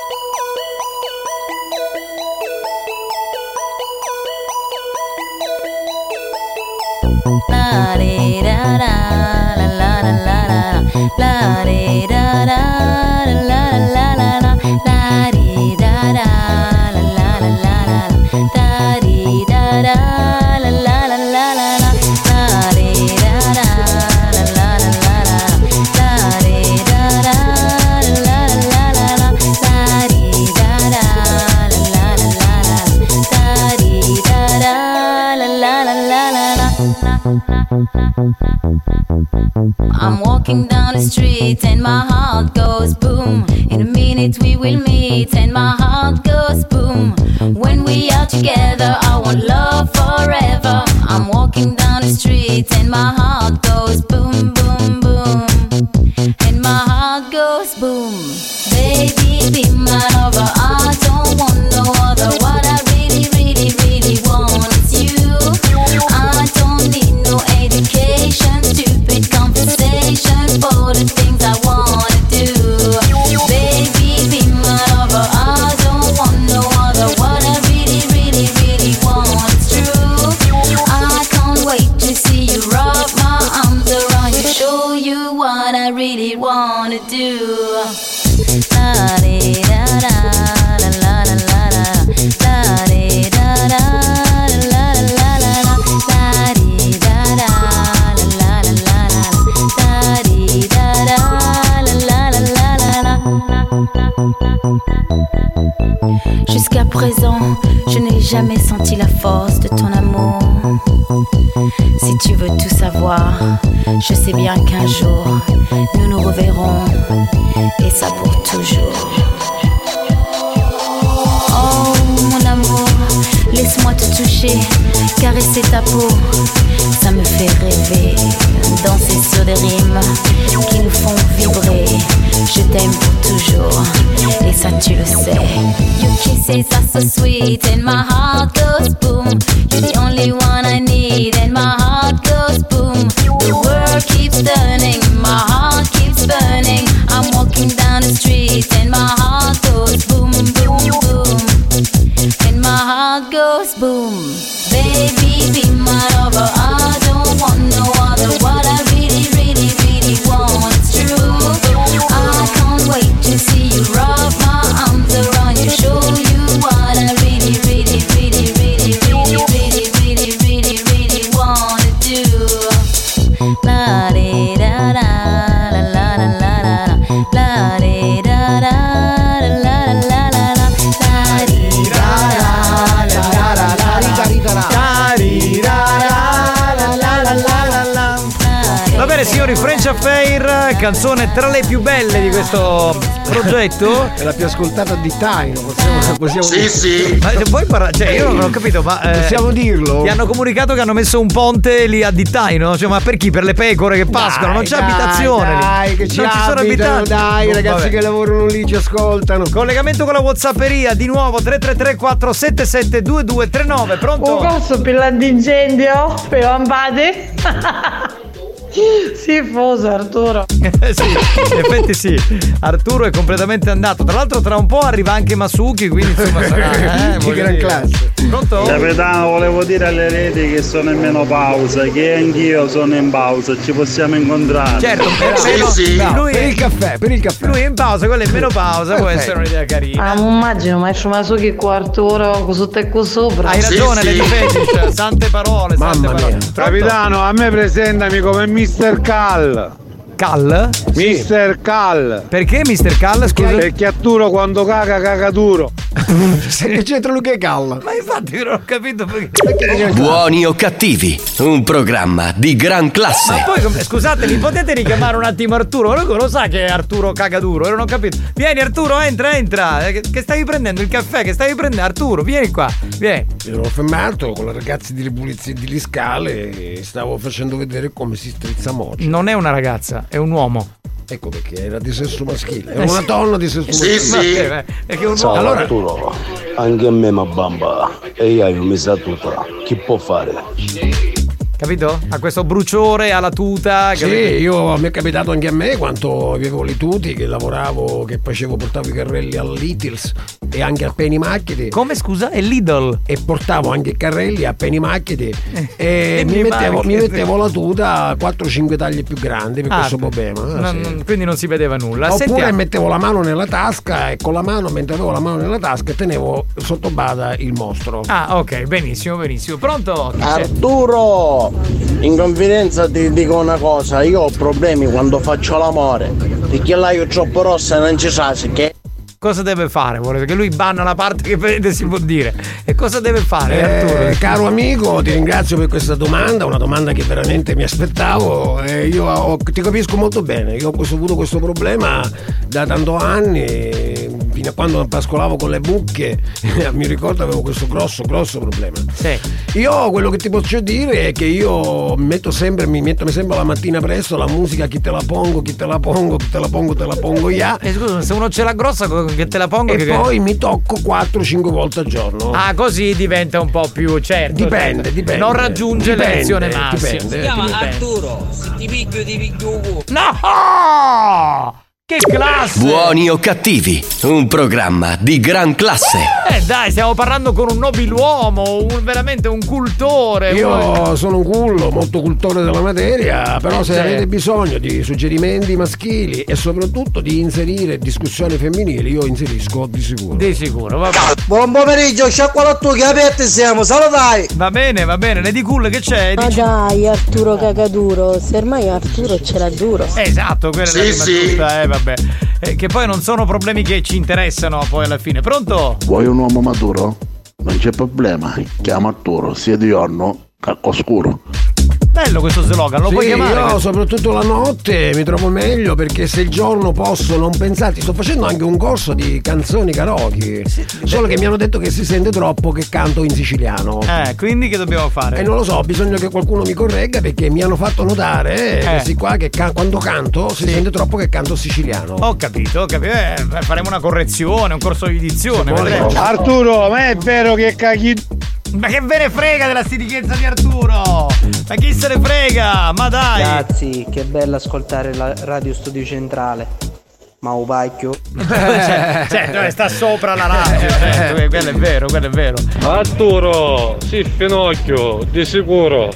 La re da da la la la la la re da da la la la la la la re da da la la la la la re da da la la la la la la re da da la la la la la re da da la la la la la re da da la la la la re da da la la la la la. I'm walking down the street and my heart goes boom. In a minute we will meet and my heart goes boom. When we are together I want love forever. I'm walking down the street and my heart goes boom, boom, boom. And my heart goes boom. Baby, be my lover, I don't want no other. What I really, really, really want is you. I don't need no education, stupid conversation for the things I wanna do. Baby, be my lover, I don't want no other. What I really, really, really want is true. I can't wait to see you wrap my arms around you, show you what I really wanna do. La re da da la la la la la la re da da la la la la la la re da da la la la la la re da da la la la la la. Jusqu'à présent, je n'ai jamais senti la force de ton amour. Si tu veux tout savoir, je sais bien qu'un jour, nous nous reverrons, et ça pour toujours. Oh mon amour, laisse-moi te toucher, caresser ta peau, ça me fait rêver, danser sur des rimes qui nous font vibrer. Je t'aime pour toujours, et ça tu le sais. Your kisses are so sweet and my heart goes boom. You're the only one I need and my heart goes boom. The world keeps turning, my heart keeps burning. I'm walking down the street and my heart goes boom, boom, boom. And my heart goes boom. Baby, be my lover, I don't want no other. What I really, really, really want is true. I can't wait to see you wrap my arms around you, show you what I really, really, really, really, really, really, really, really, really wanna do. La re da da la la la la la la re da da la la la la la la re da da la la la la.
Va bene signori, French Affair, canzone tra le più belle di questo progetto.
È la più ascoltata di Taino, possiamo
Sì,
dire.
sì.
Ma poi cioè io non ho capito, ma
possiamo dirlo?
Ti hanno comunicato che hanno messo un ponte lì a Dittaino? Cioè, ma per chi? Per le pecore che pascolano? Non c'è abitazione lì.
Dai, che ci
non ci sono
abitano,
abitanti.
dai, ragazzi
Vabbè.
che lavorano lì ci ascoltano.
Collegamento con la WhatsApperia, di nuovo 333 477 2239. Pronto?
Un corso per l'incendio, per lampade. Schifoso Arturo.
Sì, in effetti sì. Arturo è completamente andato. Tra l'altro tra un po' arriva anche Masuki, quindi insomma sarà
Che gran classe.
Pronto?
Capitano, volevo dire alle reti che sono in menopausa, che anch'io sono in pausa, ci possiamo incontrare.
Certo, lui
per il caffè, per il caffè.
Lui è in pausa, quello è in menopausa, può essere un'idea carina.
Ah, non immagino, ma faccio Masuki con Arturo con sotto e con sopra.
Hai ragione, le fetish, sante parole, sante parole.
Capitano, a me presentami come Mr. Cal.
Cal?
Mr. Cal.
Perché Mr. Cal, scusa?
Perché Arturo quando caga duro.
Che c'entra Luca e Calla?
Ma infatti non ho capito perché.
Buoni o cattivi, un programma di gran classe.
Ma poi, scusate, mi potete richiamare un attimo Arturo? Ma lui lo sa che è Arturo Cagaduro, io non ho capito. Vieni Arturo, entra. Che stavi prendendo il caffè? Che stavi prendendo? Arturo, vieni qua, vieni.
Mi ero fermato con la ragazza di pulizia di scale e stavo facendo vedere come si strizza moci.
Non è una ragazza, è un uomo.
Ecco perché era di sesso maschile, era una donna di sesso maschile.
Sì.
È che un
Ciao
uomo.
Allora-
Arturo, anche a me ma bamba e io mi sa tutta. Chi può fare?
Capito? Ha questo bruciore, ha la tuta.
Sì,
capito?
mi è capitato anche a me quando avevo le tuti, che lavoravo, che portavo i carrelli al Littles e anche a Penny Market.
Come scusa? È Lidl.
E portavo anche i carrelli a Penny Market e mi
Penny
mettevo la tuta 4-5 taglie più grandi per questo problema. Sì.
Quindi non si vedeva nulla.
Oppure
Sentiamo.
mettevo la mano nella tasca e con la mano, mentre avevo la mano nella tasca, tenevo sotto bada il mostro.
Ah, ok, benissimo. Pronto? Chi c'è?
Arturo, in confidenza ti dico una cosa, io ho problemi quando faccio l'amore, perché là io troppo rossa non ci sa che.
Cosa deve fare? Vuole che lui banna la parte che vedete si può dire. E cosa deve fare, Arturo?
Caro amico, ti ringrazio per questa domanda, una domanda che veramente mi aspettavo. Ti capisco molto bene. Io ho avuto questo problema da tanto anni, fino a quando pascolavo con le mucche. Mi ricordo avevo questo grosso problema.
Sì.
Io quello che ti posso dire è che io mi metto sempre la mattina presto la musica, chi te la pongo io.
Scusa, se uno ce l'ha grossa che te la pongo
e poi mi tocco 4-5 volte al giorno.
Ah, così diventa un po' più certo.
Dipende.
Non raggiunge l'elezione massima.
Dipende.
Si chiama Arturo, se ti piglio ti piglio.
No! Che classe!
Buoni o cattivi, un programma di gran classe.
Dai, stiamo parlando con un nobiluomo, veramente un cultore.
Io sono un cullo, molto cultore della materia, però se avete bisogno di suggerimenti maschili e soprattutto di inserire discussioni femminili, io inserisco di sicuro.
Di sicuro, va bene.
Buon pomeriggio, sciacqualattu che aperti siamo, salutai!
Va bene, Lady Cool, che c'è?
Ma dai, Arturo Cagaduro, se ormai Arturo ce l'ha duro.
Esatto, quella è la rima giusta, vabbè. Che poi non sono problemi che ci interessano poi alla fine. Pronto?
Vuoi un uomo maturo? Non c'è problema, chiama Arturo, sia di giorno che oscuro.
Bello questo slogan, lo puoi chiamare?
Io soprattutto la notte mi trovo meglio, perché se il giorno posso non pensarti. Sto facendo anche un corso di canzoni karaoke, solo che mi hanno detto che si sente troppo che canto in siciliano.
Quindi che dobbiamo fare?
E non lo so, bisogna che qualcuno mi corregga, perché mi hanno fatto notare questi qua che quando canto si sente troppo che canto siciliano.
Ho capito. Faremo una correzione, un corso di dizione.
Arturo, ma è vero che caghi.
Ma che ve ne frega della stitichezza di Arturo? Ma chi se ne frega? Ma dai!
Ragazzi, che bello ascoltare la Radio Studio Centrale. Ma un pacchio?
Certo, sta sopra la radio, certo, quello è vero.
Arturo, sì, Finocchio, di sicuro.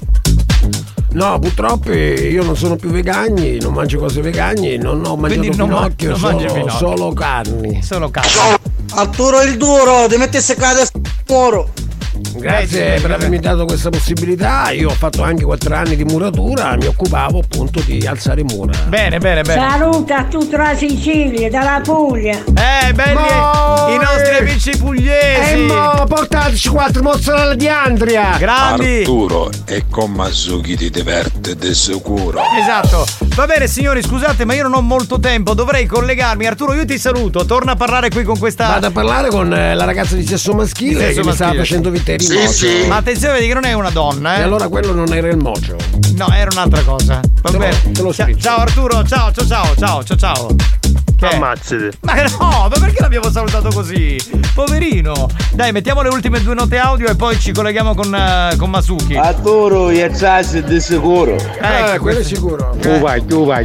No, purtroppo io non sono più vegani, non mangio cose vegane, non ho mangiato Pinocchio, solo carni.
Arturo il duro, ti metti a seccare muro.
Grazie per avermi dato questa possibilità. Io ho fatto anche 4 anni di muratura, mi occupavo appunto di alzare mura.
Bene.
Saluta a tutta la Sicilia, dalla Puglia.
Belli i nostri amici pugliesi.
Portateci 4 mozzarella di Andria.
Grandi.
Arturo e con Masuki ti diverte di sicuro.
Esatto. Va bene signori, scusate ma io non ho molto tempo, dovrei collegarmi. Arturo, io ti saluto, torna a parlare qui con questa.
Vado a parlare con la ragazza di sesso maschile che mi stava facendo viteri mocio.
Sì. Ma attenzione, vedi che non è una donna,
E allora quello non era il mocio.
No, era un'altra cosa. Va bene. Ciao Arturo, ciao.
Ammazzate.
Ma no, ma perché l'abbiamo salutato così? Poverino. Dai, mettiamo le ultime 2 note audio e poi ci colleghiamo con Masuki.
Arturo, io di sicuro.
Quello è sicuro.
Tu vai.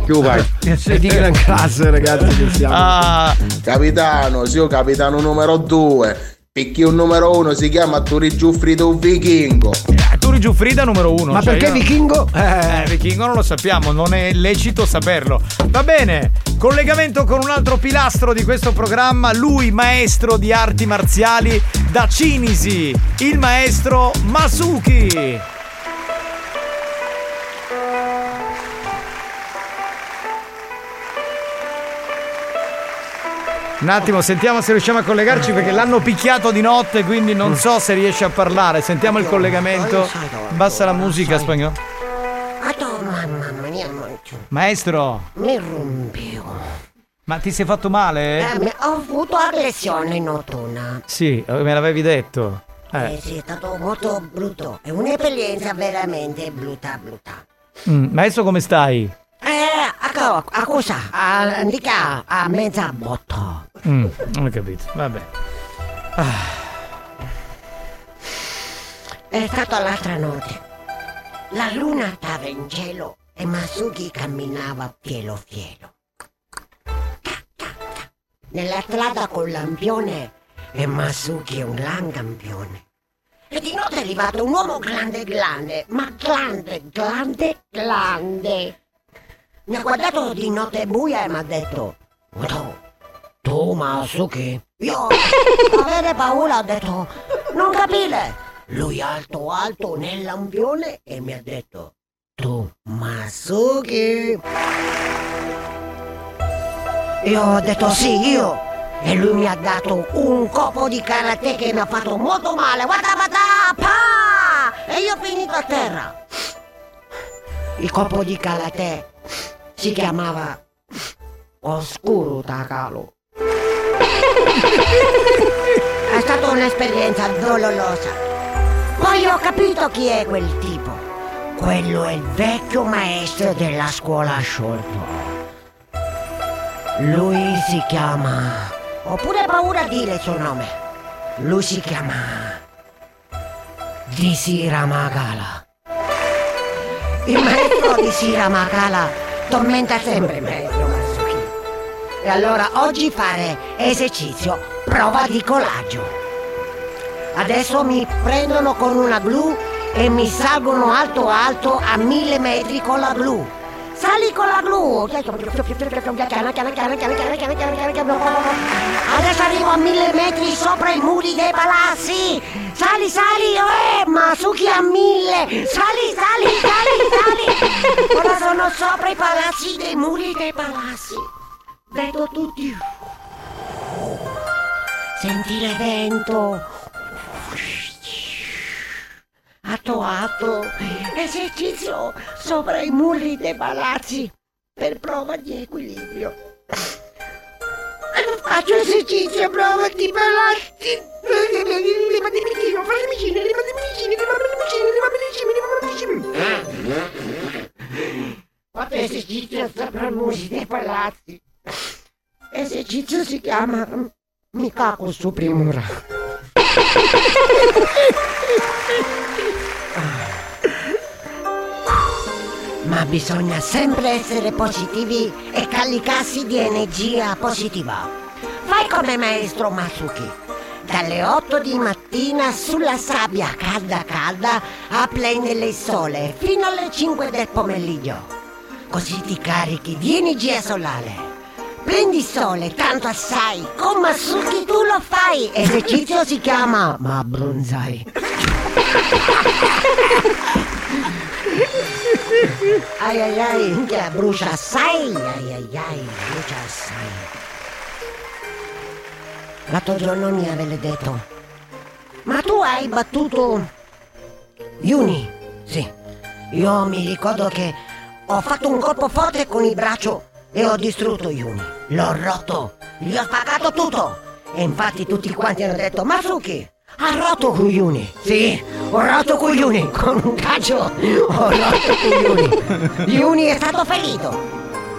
È di gran classe, ragazzi, che siamo.
Capitano, sì, io capitano numero 2. Perché un numero 1 si chiama Turi Giuffrida un vichingo.
Turi Giuffrida numero 1.
Ma perché vichingo?
Vichingo non lo sappiamo, non è lecito saperlo. Va bene, collegamento con un altro pilastro di questo programma, lui maestro di arti marziali da Cinisi, il maestro Masuki. Un attimo, sentiamo se riusciamo a collegarci perché l'hanno picchiato di notte, quindi non so se riesce a parlare. Sentiamo il collegamento. Basta la musica, spagnolo. Maestro.
Mi rompivo.
Ma ti sei fatto male?
Ho avuto aggressione notturna.
Sì, me l'avevi detto.
Sì, è stato molto brutto. È un'esperienza veramente brutta.
Maestro, come stai?
A cosa? A mezza botta.
Non ho capito, vabbè.
È stato l'altra notte. La luna stava in cielo e Masuki camminava fielo. Nella strada col lampione e Masuki è un gran campione. E di notte è arrivato un uomo grande, ma grande. Mi ha guardato di notte buia e mi ha detto: tu Masuki? Io avere paura ho detto: non capire. Lui alto nel lampione e mi ha detto: tu Masuki? Io ho detto sì, io. E lui mi ha dato un colpo di karate che mi ha fatto molto male. E io ho finito a terra. Il colpo di karate si chiamava Oscuro Takalo. È stata un'esperienza dolorosa. Poi ho capito chi è quel tipo. Quello è il vecchio maestro della scuola sciolto. Lui si chiama... Ho pure paura a dire il suo nome. Lui si chiama... Disiramagala. Il maestro Disiramagala tormenta sempre il maestro Masuki. E allora oggi fare esercizio prova di collaggio. Adesso mi prendono con una glu e mi salgono alto a 1000 metri con la glu. Sali con la glu. Adesso arrivo a 1000 metri sopra i muri dei palazzi. Sali, Masuki a 1000. Sali. Ora sono sopra i palazzi dei muri dei palazzi. Vedo tutti. Sentire vento. Atto, esercizio sopra i muri dei palazzi per prova di equilibrio. Faccio esercizio, prova di palazzi. Faccio esercizio sopra i muri dei palazzi. Esercizio si chiama Mikako Suprimura. Ma bisogna sempre essere positivi e caricarsi di energia positiva. Fai come maestro Masuki. Dalle 8 di mattina sulla sabbia calda a prendere il sole fino alle 5 del pomeriggio. Così ti carichi di energia solare. Prendi sole, tanto assai. Con Masuki tu lo fai. Esercizio si chiama ma bronzai. Ai, che brucia assai. Brucia assai. L'altro giorno mi avete detto: ma tu hai battuto Yuni? Sì. Io mi ricordo che ho fatto un colpo forte con il braccio e ho distrutto Yuni. L'ho rotto, gli ho spaccato tutto. E infatti tutti quanti hanno detto: Masuki, ha rotto Yuni. Sì, ho rotto Yuni con un calcio. Ho rotto Yuni. Yuni è stato ferito.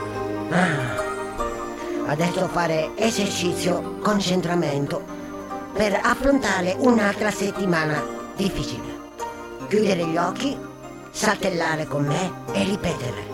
Adesso fare esercizio, concentramento per affrontare un'altra settimana difficile. Chiudere gli occhi, saltellare con me e ripetere.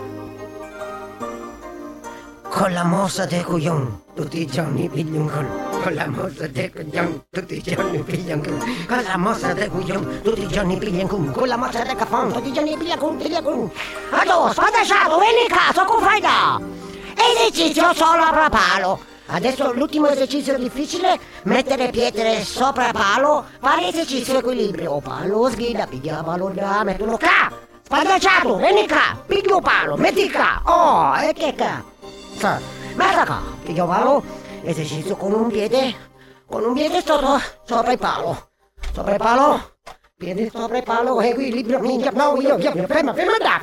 Con la mossa del coglion, tutti i giorni piglio un gol. Con la mossa del coglion, tutti i giorni piglio un gol. Con la mossa del coglion, tutti i giorni piglio un gol. Con la mossa del caffon, tutti i giorni piglio un gol. Allora, spadacciato, vieni in casa, come fai da? Esercizio solo a palo. Adesso l'ultimo esercizio difficile, mettere pietre sopra palo, fare esercizio equilibrio. Palo, sghida, piglia palo, metterlo qua. Spadacciato, vieni qua, piglio palo, metti qua. Oh, e che qua? Metti qua, piglio palo esercizio con un piede sopra il palo, piede sopra il palo, equilibrio, minchia, no, io, ferma là.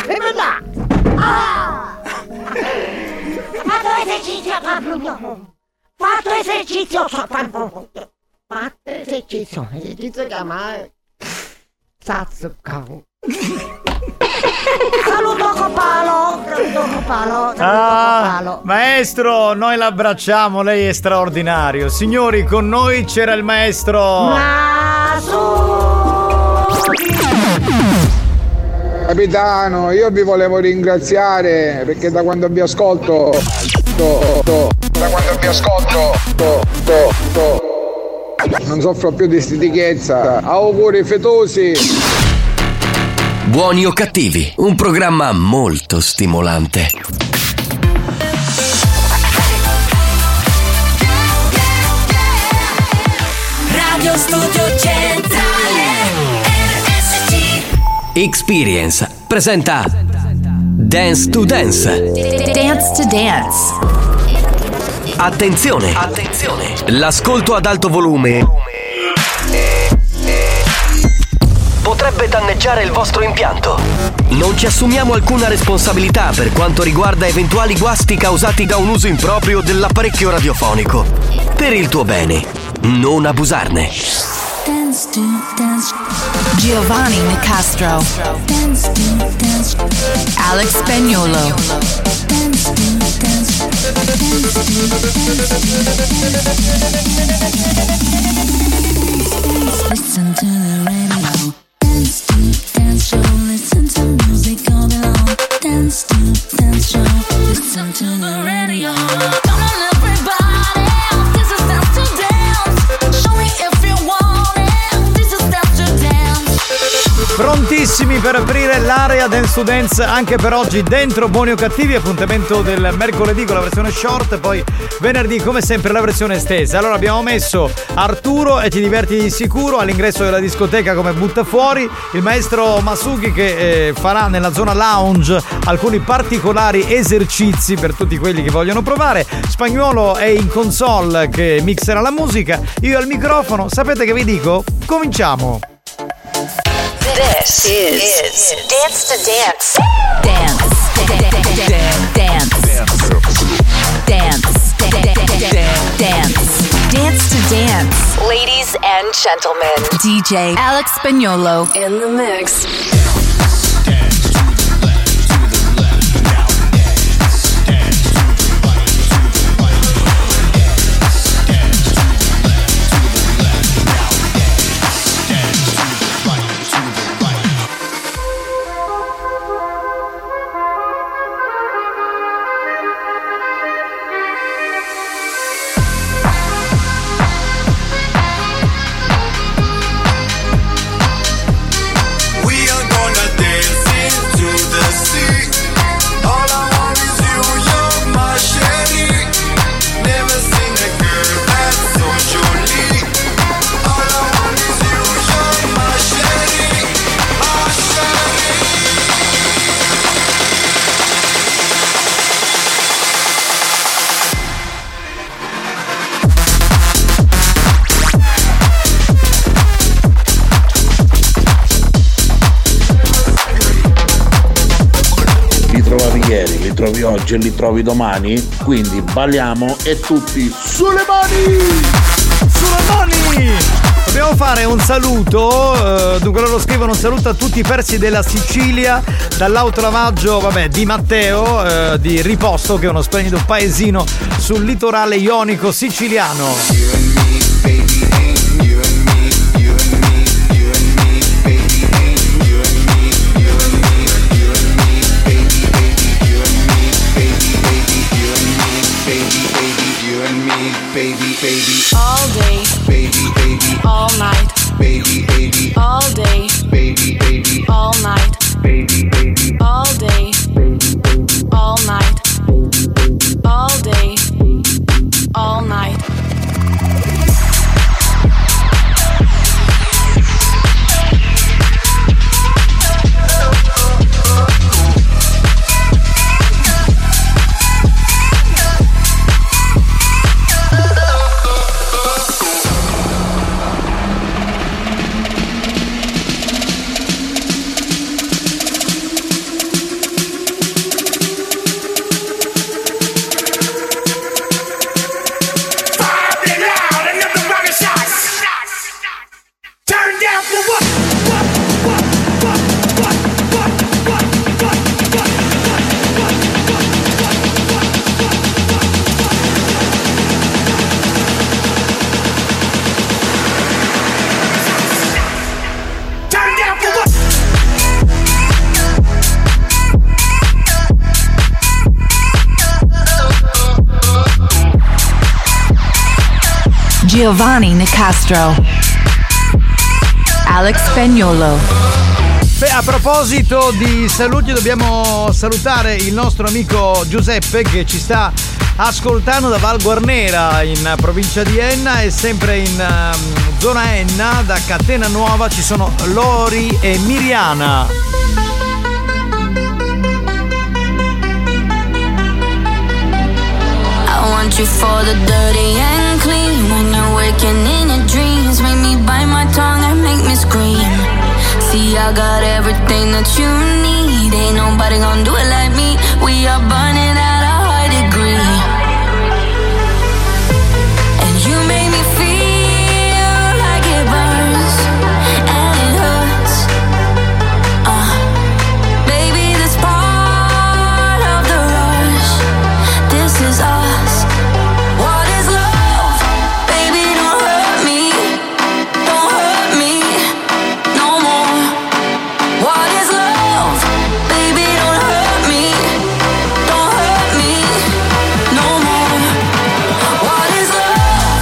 Fatto esercizio chiamare Sazzucco. Saluto Copalo.
Maestro, noi l'abbracciamo, lei è straordinario. Signori, con noi c'era il maestro
Capitano, io vi volevo ringraziare perché da quando vi ascolto non soffro più di stitichezza. Auguri fetosi.
Buoni o cattivi, un programma molto stimolante.
Radio Studio Centrale RSC.
Experience presenta Dance to Dance.
Dance to Dance.
Attenzione! L'ascolto ad alto volume potrebbe danneggiare il vostro impianto. Non ci assumiamo alcuna responsabilità per quanto riguarda eventuali guasti causati da un uso improprio dell'apparecchio radiofonico. Per il tuo bene, non abusarne.
Dance to Dance. Giovanni Nicastro. Dance to Dance. Alex Spagnuolo. Dance to Dance. Listen to the radio. Dance to Dance show. Listen to music all day long. Dance to Dance show. Listen to the radio. Come on everybody, this is Dance to Dance. Show me if you want it. This is Dance to Dance.
Prontissimi per aprire l'area Dance to Dance anche per oggi dentro Buoni o Cattivi, appuntamento del mercoledì con la versione short, poi venerdì come sempre la versione estesa. Allora abbiamo messo Arturo e Ti diverti di sicuro all'ingresso della discoteca come buttafuori, il maestro Masuki che farà nella zona lounge alcuni particolari esercizi per tutti quelli che vogliono provare. Spagnuolo è in console che mixerà la musica, io al microfono. Sapete che vi dico? Cominciamo!
This is Dance to Dance.
Dance. Dance to Dance.
Ladies and gentlemen,
DJ Alex Spagnuolo
in the mix.
Li trovi oggi e li trovi domani, quindi balliamo e tutti sulle mani!
Sulle mani! Dobbiamo fare un saluto, dunque loro scrivono un saluto a tutti i persi della Sicilia, dall'autolavaggio di Matteo di Riposto, che è uno splendido paesino sul litorale ionico siciliano.
Baby, all day, baby, all night, baby, all day, baby, all night, baby, all day, all night, all day, all night.
Giovanni Nicastro, Alex Spagnolo.
Beh, a proposito di saluti, dobbiamo salutare il nostro amico Giuseppe che ci sta ascoltando da Val Guarnera in provincia di Enna, e sempre in zona Enna da Catena Nuova ci sono Lori e Miriana.
I want you for the dirty and clean. When you're waking in your dreams, make me bite my tongue and make me scream. See, I got everything that you need. Ain't nobody gonna do it like me. We are burning at a high degree. And you make me feel like it burns and it hurts. Baby, this part of the rush. This is us. What is love? Baby, don't hurt me. Don't hurt me no more. What is love? Baby, don't hurt me. Don't hurt me no more. What is love?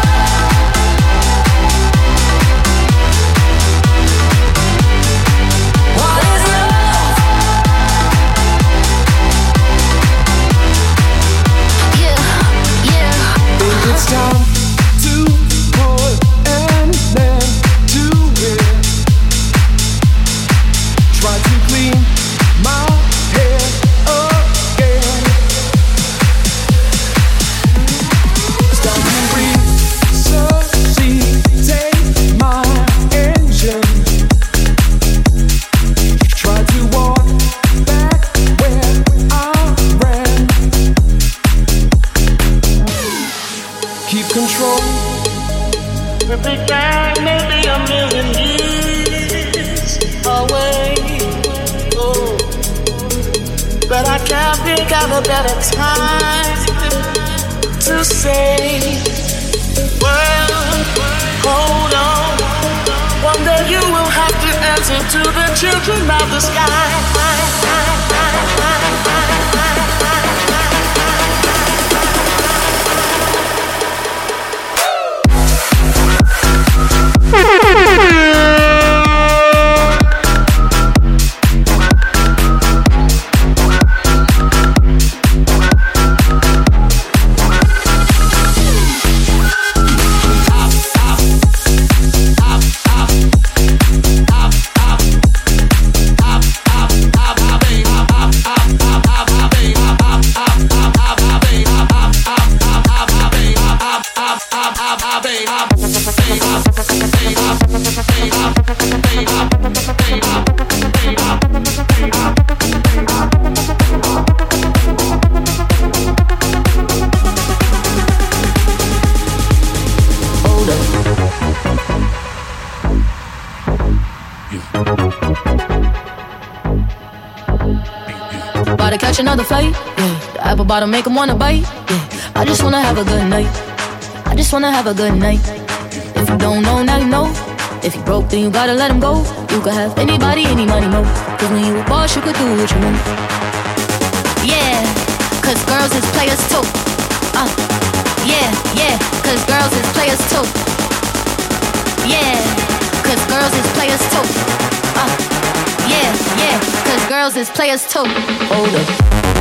What is love? Yeah, yeah.
Think it's time to put an end to it. Try to clean my head again. Start to resuscitate my engine. Try to walk back where I ran. Keep control.
The big bang may be a million years away. Oh, but I can't think of a better time to say, well, hold on. One day you will have to answer to the children of the sky.
About to catch another flight, yeah. The apple bottom make 'em wanna bite, yeah. I just wanna have a good night. I just wanna have a good night. If you don't know, now you know. If you broke, then you gotta let him go. You could have anybody, any money, no. Cause when you a boss, you could do what you want. Yeah, cause girls is players too. Yeah, yeah, cause girls is players too. Yeah, cause girls is players too. Yeah, yeah, cause girls is players too. Hold up.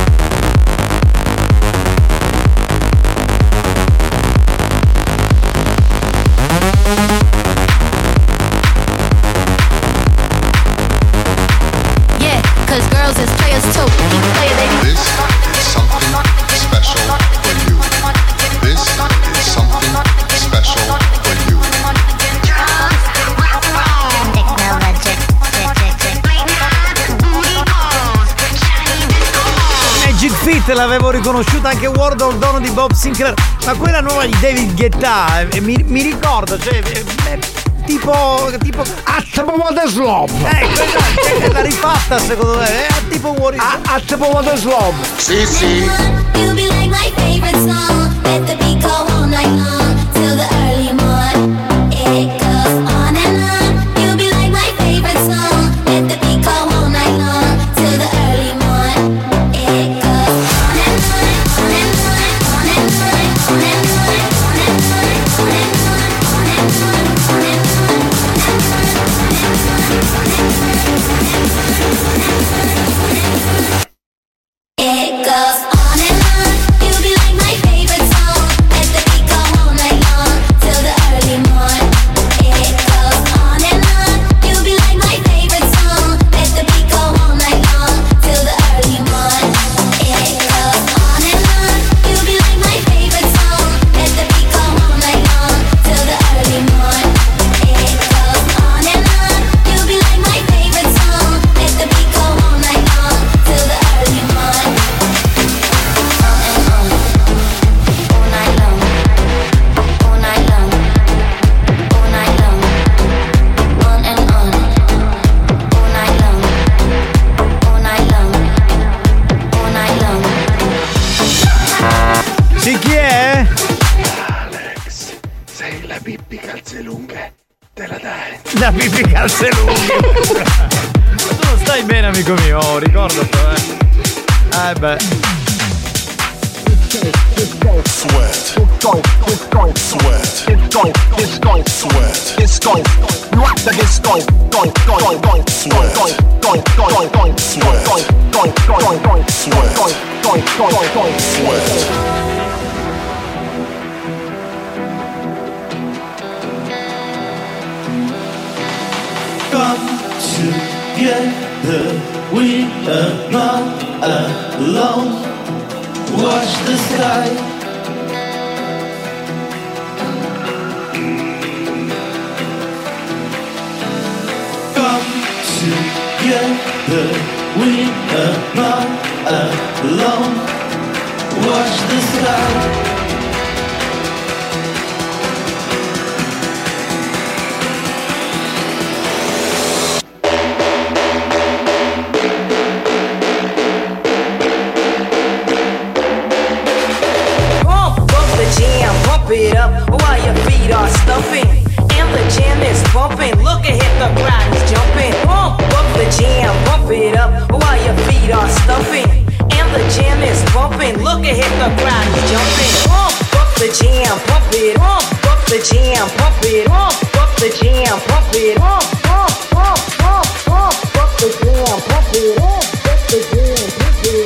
Yeah, cause girls is players too. Keep it playing, baby.
This is something special for you. This is something special for you.
Magic Fit l'avevo riconosciuta, anche World of Dawn di Bob Sinclair, ma quella nuova di David Guetta mi ricordo, cioè tipo
What the Slob.
È la rifatta secondo me, è tipo What
the Slob.
Sì, sì.
You'll be like my favorite song. Let the beat go all night long till the early morn. It goes on and on. You'll be like my favorite song. Let the beat go all night long till the early morn. It goes on and on, on and on, on and on, on and on, on and on, on and on.
te la dai.
Da pipì calze lunghe. Tu non stai bene, amico mio, ricordatelo, beh.
Sweat. Sweat. Sweat.
Come together, we are not alone. Watch the sky. Come together, we are not alone. Watch the sky.
Pump it up while your feet are stumping and the jam is pumping. Look ahead, the crowd is jumping. Pump up the jam, pump it up while your feet are stumping and the jam is pumping. Look ahead, the crowd is jumping. Pump up the jam, pump it. Pump up the jam, pump it. Pump up the jam, pump it. Pump up the jam, pump it. Pump up the jam, pump it.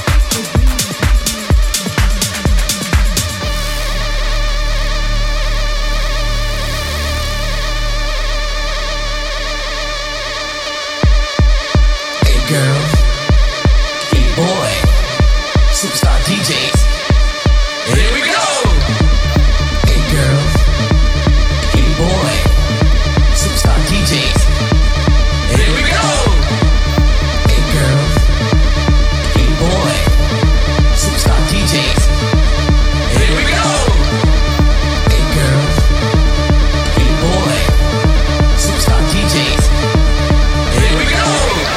Girl, hey boy, superstar DJs. Here we go. Hey girl, hey boy, superstar DJs. Here we go. Hey girl, hey boy, superstar DJs. Here we go. Hey girl, hey boy, superstar DJs. Here we go.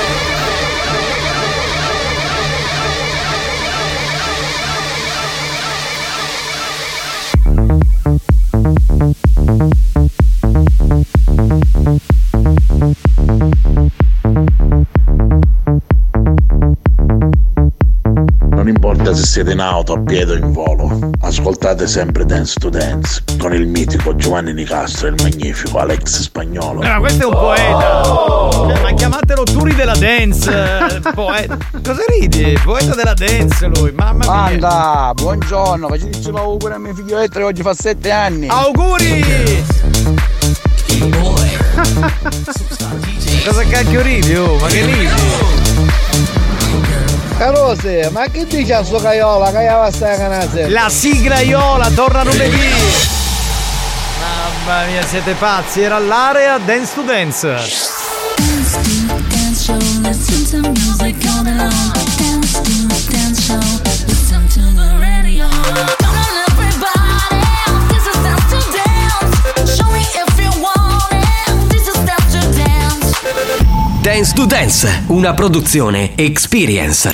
Non importa se siete in auto, a piedi o in volo, ascoltate sempre Dance to Dance con il mitico Giovanni Nicastro e il magnifico Alex Spagnolo.
Questo è un poeta. Cioè, ma chiamatelo Turi della Dance. Poeta. Cosa ridi? Poeta della dance lui, mamma mia.
Anda, buongiorno, facciamoci l'auguri a mio figlioletto che oggi fa 7 anni.
Auguri! Cosa cacchio ridi? Oh, ma che ridi?
Carose, ma che dici a sto caiola? Caiava sta canazze.
La sigraiola torna lunedì. Mamma mia, siete pazzi, era all'area Dance to Dance.
Dance show, listen to music all day long. Dance to dance show, listen to the radio. Come on everybody, this is Dance to Dance. Show me if you want it, this is Dance to Dance.
Dance to Dance, una produzione Experience.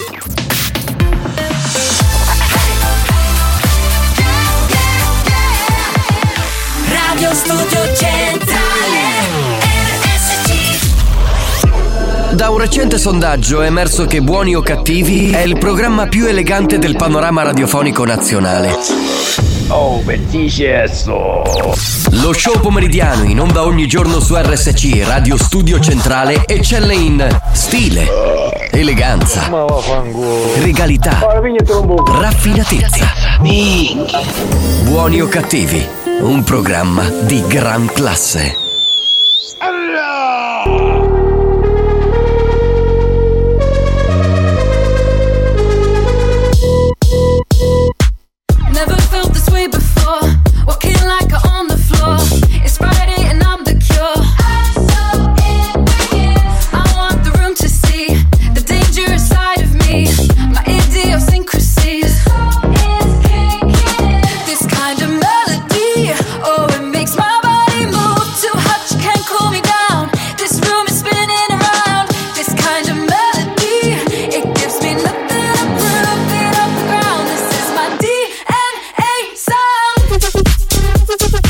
Radio Studio Centrale RSC.
Da un recente sondaggio è emerso che Buoni o Cattivi è il programma più elegante del panorama radiofonico nazionale.
Oh, bellissimo!
Lo show pomeridiano in onda ogni giorno su RSC Radio Studio Centrale eccelle in stile, eleganza, regalità, raffinatezza. Buoni o Cattivi, un programma di gran classe.
Never felt this way before. Walking like I'm on the floor. It's Friday and I'm the cure. I'm so in. I want the room to see the dangerous side of me. My idiosyncrasies. This kind of melody, oh, it makes my body move. Too hot, you can't cool me down. This room is spinning around. This kind of melody, it gives me nothing to prove. It off the ground. This is my DNA sound.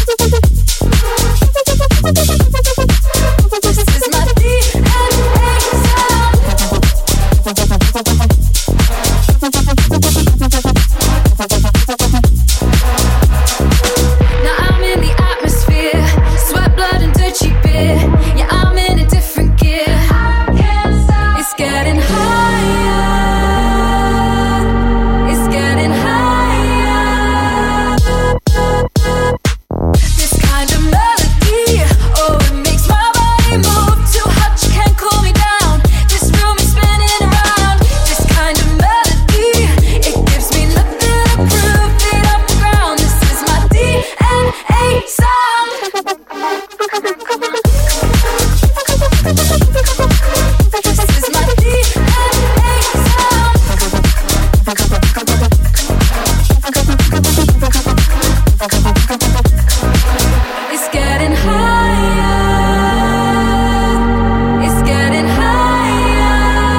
It's getting higher. It's getting higher.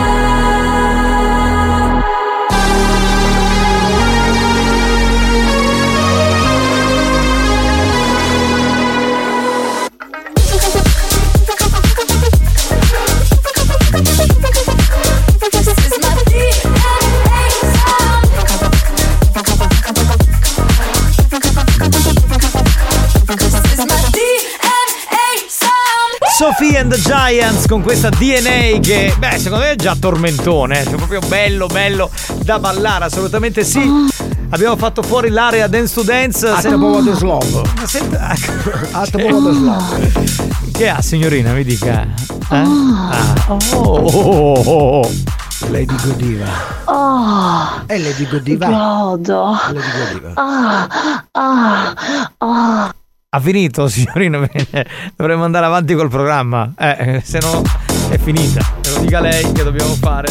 This is my DNA sound. This is my DNA sound.
Sophie and the Giants con questa DNA che, beh, secondo me è già tormentone, cioè proprio bello da ballare, assolutamente sì. Abbiamo fatto fuori l'area Dance to Dance. Che ha, signorina? Mi dica.
Lady Godiva. È Lady Godiva.
Godo.
Lady Godiva.
Ha finito, signorina? Dovremmo andare avanti col programma. Se no è finita. Me lo dica lei che dobbiamo fare.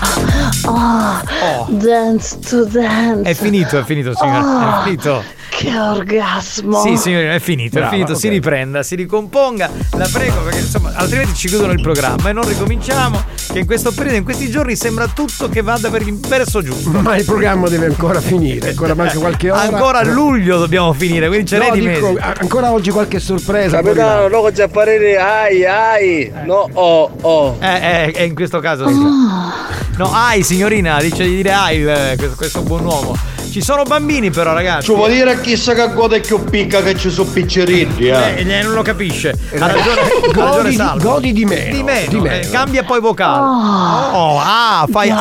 Dance to Dance.
È finito, signora. È finito.
Che orgasmo.
Sì, signorina, è finito.
Okay.
Si riprenda, si ricomponga. La prego, perché insomma, altrimenti ci chiudono il programma e non ricominciamo. Che in questo periodo, in questi giorni, sembra tutto che vada per il verso giusto.
Ma il programma deve ancora finire. Ancora manca qualche ora.
Ancora a luglio dobbiamo finire, quindi ce n'è di mesi.
Ancora oggi qualche sorpresa.
Capitano, no, c'è parere. Ai. No,
È in questo caso. No, signorina, dice di dire questo buon uomo. Ci sono bambini però, ragazzi.
Ci vuol dire a chi sa che goda è più picca che ci sono piccerini,
non lo capisce. Ha ragione Salvo.
Godi di meno.
Cambia poi vocale. Fai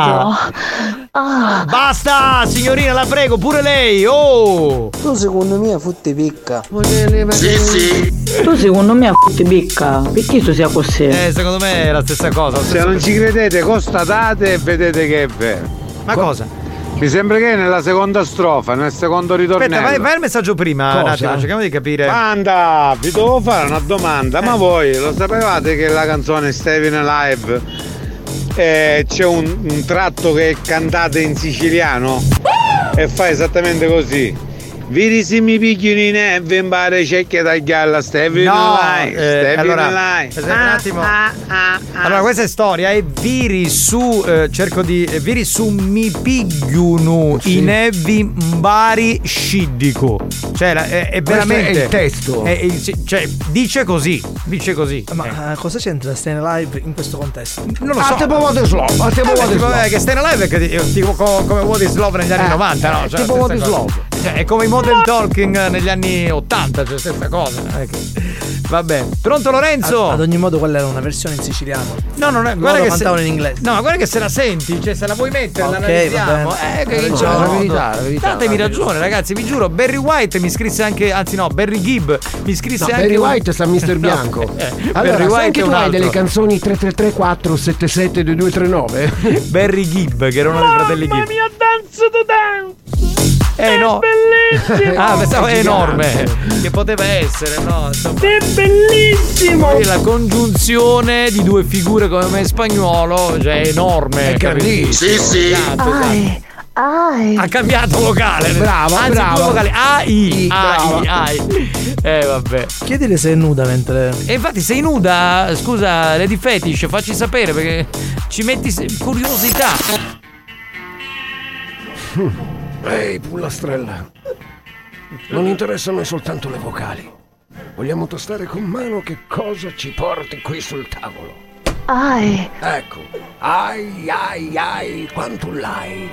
Basta, signorina, la prego, pure lei.
Tu secondo me fotte picca.
Sì.
Tu secondo me fotte picca. Perché tu sia così?
Secondo me è la stessa cosa.
Se non ci credete, constatate e vedete che è vero.
Ma cosa?
Mi sembra che nella seconda strofa, nel secondo ritornello.
Aspetta, vai il messaggio prima. Un attimo, cerchiamo di capire.
Panda, vi devo fare una domanda. Ma voi lo sapevate che la canzone Stevin Alive c'è un tratto che è cantato in siciliano? E fa esattamente così. Viri se mi picchiano in neve, impare cecchia taglialla, Stevin Alive.
Allora, un attimo. Allora, questa è storia. E viri su viri su mi pigliano i nevi mbari sciddico. Cioè è veramente
è il testo.
Cioè dice così.
Ma cosa c'entra Staying Alive in questo contesto?
Non lo so.
Tipo What is Love.
Che Staying Alive è tipo come What is Love negli anni 90, no? Cioè,
tipo What is Love.
È come i Modern Talking negli anni 80, cioè stessa cosa. Vabbè. Pronto Lorenzo?
Ad ogni modo quella era una versione in siciliano.
No, non è. Guarda che
cantavano in inglese.
No, ma guarda che se la senti, cioè se la vuoi mettere, la analizziamo.
La verità.
Datemi ragione, ragazzi, vi giuro. Barry White mi scrisse anche, anzi no, Barry Gibb mi scrisse anche.
Barry White sta Mister Bianco. Allora,
Barry White
anche tu hai delle canzoni 333-477-2239?
Barry Gibb, che era uno dei fratelli Gibb.
Mamma mia, Dance to Dance!
No.
Bellissimo!
Pensavo è enorme. Che poteva essere, no? Insomma.
È bellissimo!
La congiunzione di due figure come me in spagnolo, cioè è enorme.
È grandissimo.
Sì.
Ha cambiato vocale.
Bravo.
Due vocali. Ai. Vabbè.
Chiedile se è nuda mentre.
E infatti sei nuda, scusa, Lady Fetish, facci sapere perché ci metti curiosità.
Ehi, pullastrella. Non interessano soltanto le vocali. Vogliamo tostare con mano che cosa ci porti qui sul tavolo. Ecco. Ai, quanto l'hai.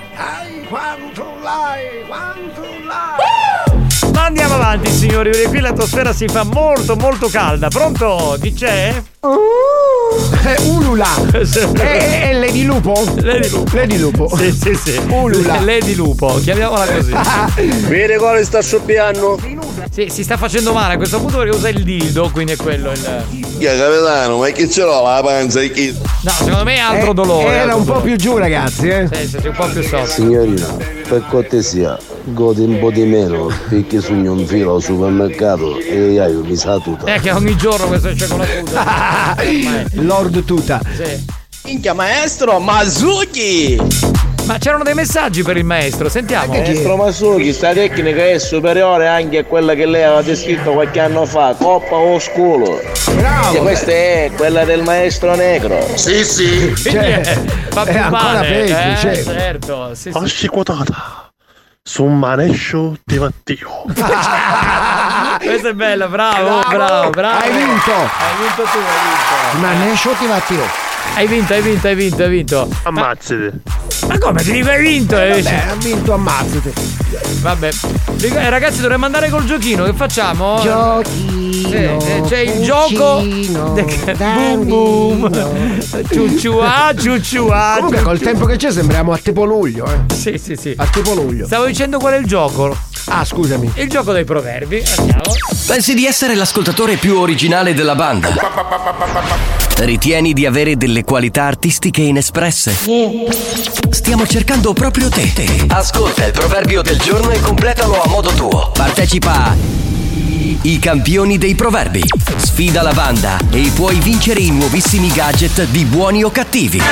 Ma andiamo avanti, signori, perché qui l'atmosfera si fa molto molto calda. Pronto? Chi c'è?
Ulula. È Lady Lupo? Lady Lupo.
Sì.
Ulula.
Lady Lupo, chiamiamola così.
Vedi quale sta soppiando?
Sì, si sta facendo male a questo punto perché usa il dildo, quindi è quello il.
Capitano, ma che ce l'ho la panza?
No, secondo me è altro dolore.
Era un po' più giù, ragazzi,
Sì, un po' più sotto.
Signorina, per cortesia, godi un po' di meno perché sogno un filo al supermercato e io mi sa tutto.
Che ogni giorno questo c'è con la tuta.
Lord Tuta.
Sì.
Minchia maestro, Mazuki!
Ma c'erano dei messaggi per il maestro, sentiamo.
Maestro Masuki, sta tecnica è superiore anche a quella che lei aveva descritto qualche anno fa, coppa o sculo.
Bravo.
Questa è quella del maestro negro.
Sì, sì.
Va più
ancora
male,
peggio,
certo. Sì, sì.
Asciquotata. Su un manescio di Mattio.
Questa è bella, bravo.
Hai vinto.
Hai vinto tu, hai vinto.
Ma ne scioti Matteo.
Hai vinto.
Ammazzate.
Ma come ti dico hai vinto?
Vabbè, ha vinto, ammazzate.
Vabbè. Ragazzi, dovremmo andare col giochino, che facciamo?
Giochino.
C'è il gioco. Boom boom. Ciucciua.
Comunque col tempo che c'è sembriamo a tipo luglio,
Sì.
A tipo luglio.
Stavo dicendo qual è il gioco.
Ah, scusami.
Il gioco dei proverbi. Andiamo.
Pensi di essere l'ascoltatore più originale della banda? Ritieni di avere delle qualità artistiche inespresse? Stiamo cercando proprio te. Ascolta il proverbio del giorno e completalo a modo tuo. Partecipa a I campioni dei proverbi. Sfida la banda e puoi vincere i nuovissimi gadget di Buoni o Cattivi.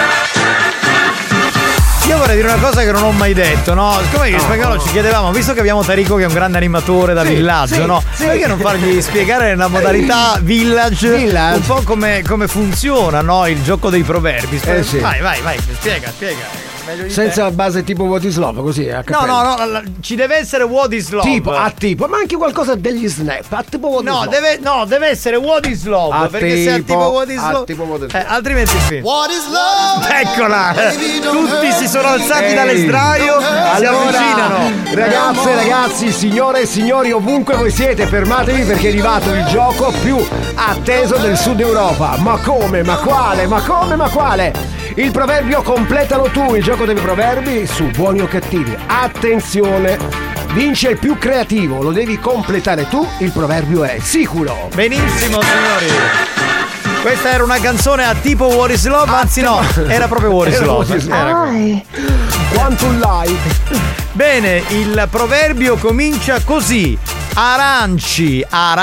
Io vorrei dire una cosa che non ho mai detto, no? Siccome in spagnolo ci chiedevamo, visto che abbiamo Tarico che è un grande animatore da villaggio, no? Perché non fargli spiegare nella modalità village un po' come funziona, no? Il gioco dei proverbi.
Sì.
Vai, spiega.
Senza base tipo Wodislav, così a
No, ci deve essere Wodislav.
Tipo, ma anche qualcosa degli snap, a tipo Wodislav.
Deve essere Wodislav, perché se è a tipo Wodislav, altrimenti il film. Eccola! Tutti si sono alzati dalle sdraio, si avvicinano.
Ragazzi, signore e signori, ovunque voi siete, fermatevi perché è arrivato il gioco più atteso del Sud Europa. Ma come? Ma quale? Il proverbio completalo tu, il gioco dei proverbi su Buoni o Cattivi. Attenzione, vince il più creativo, lo devi completare tu, il proverbio è sicuro.
Benissimo, signori. Questa era una canzone a tipo What is Love, anzi no, era proprio What is Love.
Quantum like.
Bene, il proverbio comincia così. Aranci.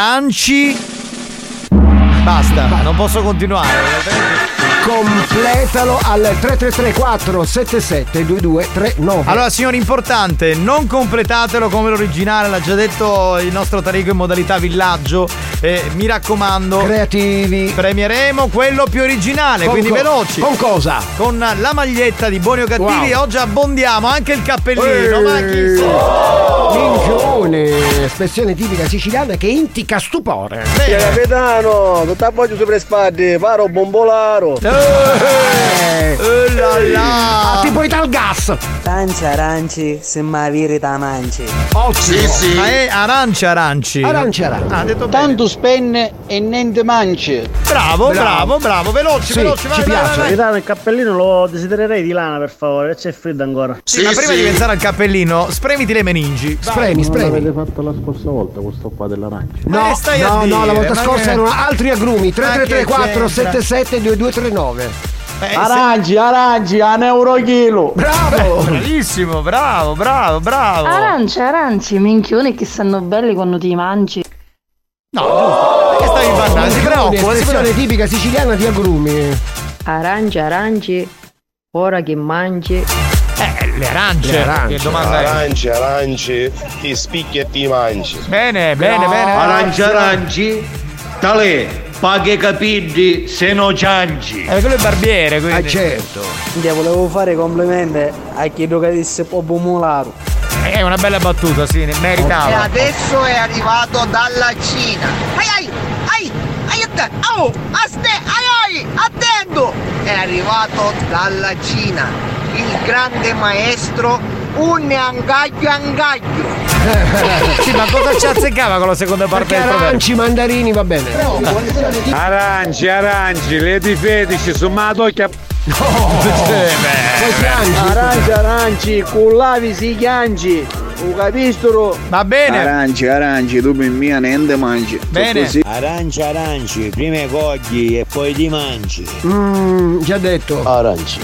Basta, non posso continuare.
Completalo al 3334 77 2239.
Allora, signori, importante, non completatelo come l'originale, l'ha già detto il nostro Tarico in modalità villaggio. Mi raccomando,
creativi,
premieremo quello più originale, quindi veloci.
Con cosa?
Con la maglietta di Buoni o Cattivi. Oggi abbondiamo anche il cappellino. Ma chi
minchione, espressione tipica siciliana che indica stupore.
Capitano, tutta voglio sopra le spalle, paro bombolaro.
Tipo Ital Gas.
Aranci, se mai viri ta manci.
Sì.
Ma è aranci.
Ha
detto tanto spenne e niente manci.
Bravo, veloci,
ci
vai,
piace.
vai.
Il cappellino lo desidererei di lana, per favore, c'è freddo ancora.
Sì, ma prima di pensare al cappellino, spremiti le meningi.
Spremi.
L'avete fatto la scorsa volta questo qua dell'arancia?
No, la volta scorsa erano altri agrumi. 3334 77 2239.
Aranci, a euro chilo.
Bravo!
Bravissimo, bravo.
Aranci, minchioni che stanno belli quando ti mangi.
No, giusto. Perché stavi parlando? Si preoccupa.
Espressione tipica siciliana di agrumi.
Aranci, ora che mangi.
Le arance. Che domanda è?
Aranci, ti spicchi e ti mangi.
Bene.
Aranci, tale. Paghe capiti se no cianci.
Quello è barbiere, quindi.
Certo.
Volevo fare complimenti a chi lo disse Popo Mularo.
È una bella battuta, sì, ne meritava.
E adesso è arrivato dalla Cina. Attento! È arrivato dalla Cina il grande maestro un angaglio.
Sì, ma cosa ci azzeccava con la seconda parte del proverbio?
Aranci, mandarini, va bene.
Aranci, le fetici su ma tocca.
Aranci, cullavi si chianci. Capistolo?
Va bene.
Aranci, tu per mia niente mangi.
Bene.
Aranci, prima cogli e poi ti mangi.
Già detto.
Aranci.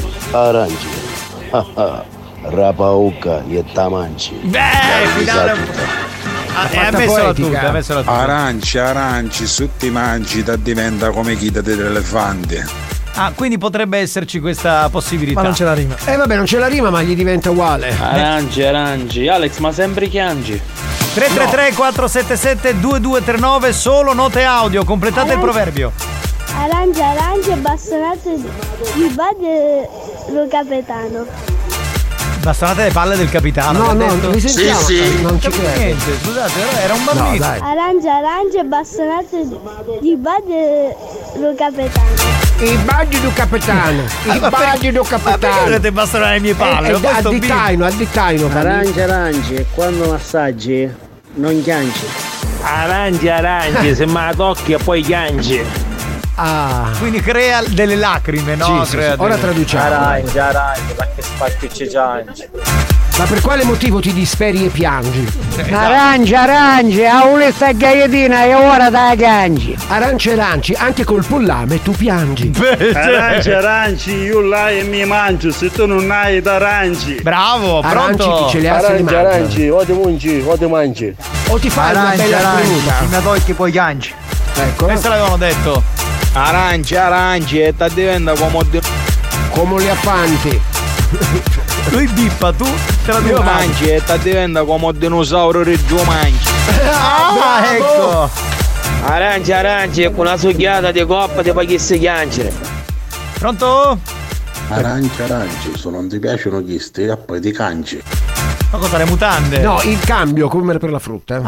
Rapauca e tamanci.
Finale un po'. Ha messo la tutta.
Aranci, su ti mangi, da diventa come chita dell'elefante.
Ah, quindi potrebbe esserci questa possibilità.
Ma non c'è la rima. Vabbè, non c'è la rima, ma gli diventa uguale.
Aranci. Alex, ma sempre chiangi.
333 477 2239, solo note audio, completate il proverbio.
Arancia, bastonate di bade lo capitano.
Bastonate le palle del capitano.
No, li sentiamo.
Sì.
Non ci
credo. Niente, scusate, era un bambino.
No, dai.
Arancia, bastonate di bade lo capitano.
I baggi del capitano.
Ma perché dovete bastonare le mie palle?
Additaino.
Aranci, e quando massaggi non chiangi.
Aranci, se me la tocchi e poi chiangi.
Quindi crea delle lacrime, no?
Sì. Ora traduciamo.
Aranci, perché spacchi ci ciangi.
Ma per quale motivo ti disperi e piangi?
Aranci, a una sta gaietina e ora da cangi.
Aranci, anche col pollame tu piangi.
Aranci, io là e mi mangio, se tu non hai d'aranci.
Bravo, pronto?
Aranci dice le altre
Aranci, o ti mangi.
O ti fai una bella spremuta.
Ti mi tocchi poi cangi.
Ecco.
Questo l'avevano detto.
Aranci, e ti diventa
come le affanti.
Lui bippa, tu te la devi
mangi e ti diventa come un dinosauro reggio mangi.
Ecco.
Aranci, con una succhiata di coppa ti paghi se chiangere.
Pronto?
Aranci, se non ti piacciono chi stai e poi ti cangi.
Ma cosa, le mutande?
No, il cambio come per la frutta.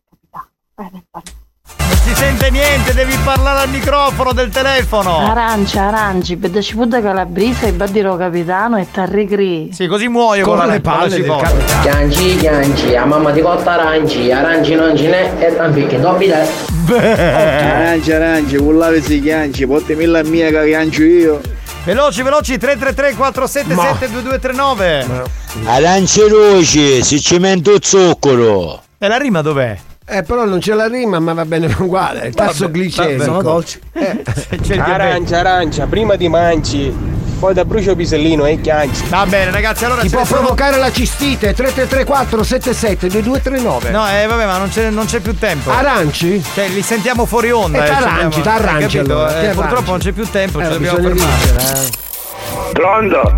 Non si sente niente, devi parlare al microfono del telefono.
Aranci, pedaci putta calabrisa e baddiro capitano e t'arricri.
Sì, così muoio con le palle del capitano.
Chiangi, a mamma ti cotta aranci non ce n'è e tanto doppi te.
Aranci, vuoi si chiangi, portami la mia che chiangio io.
Veloci, 333 477 2239.
Aranci roci, si cimento zucchero.
E la rima dov'è?
Però non c'è la rima, ma va bene uguale. Il tasso glicemico.
Sono dolci.
Arancia, prima ti mangi, poi da brucio pisellino e chiangi.
Va bene, ragazzi, allora
ti può provocare la cistite. 3334 477 2239.
No, vabbè, ma non c'è più tempo.
Aranci?
Cioè, li sentiamo fuori onda.
T'arrangi allora.
Purtroppo non c'è più tempo, ci dobbiamo fermare.
Pronto?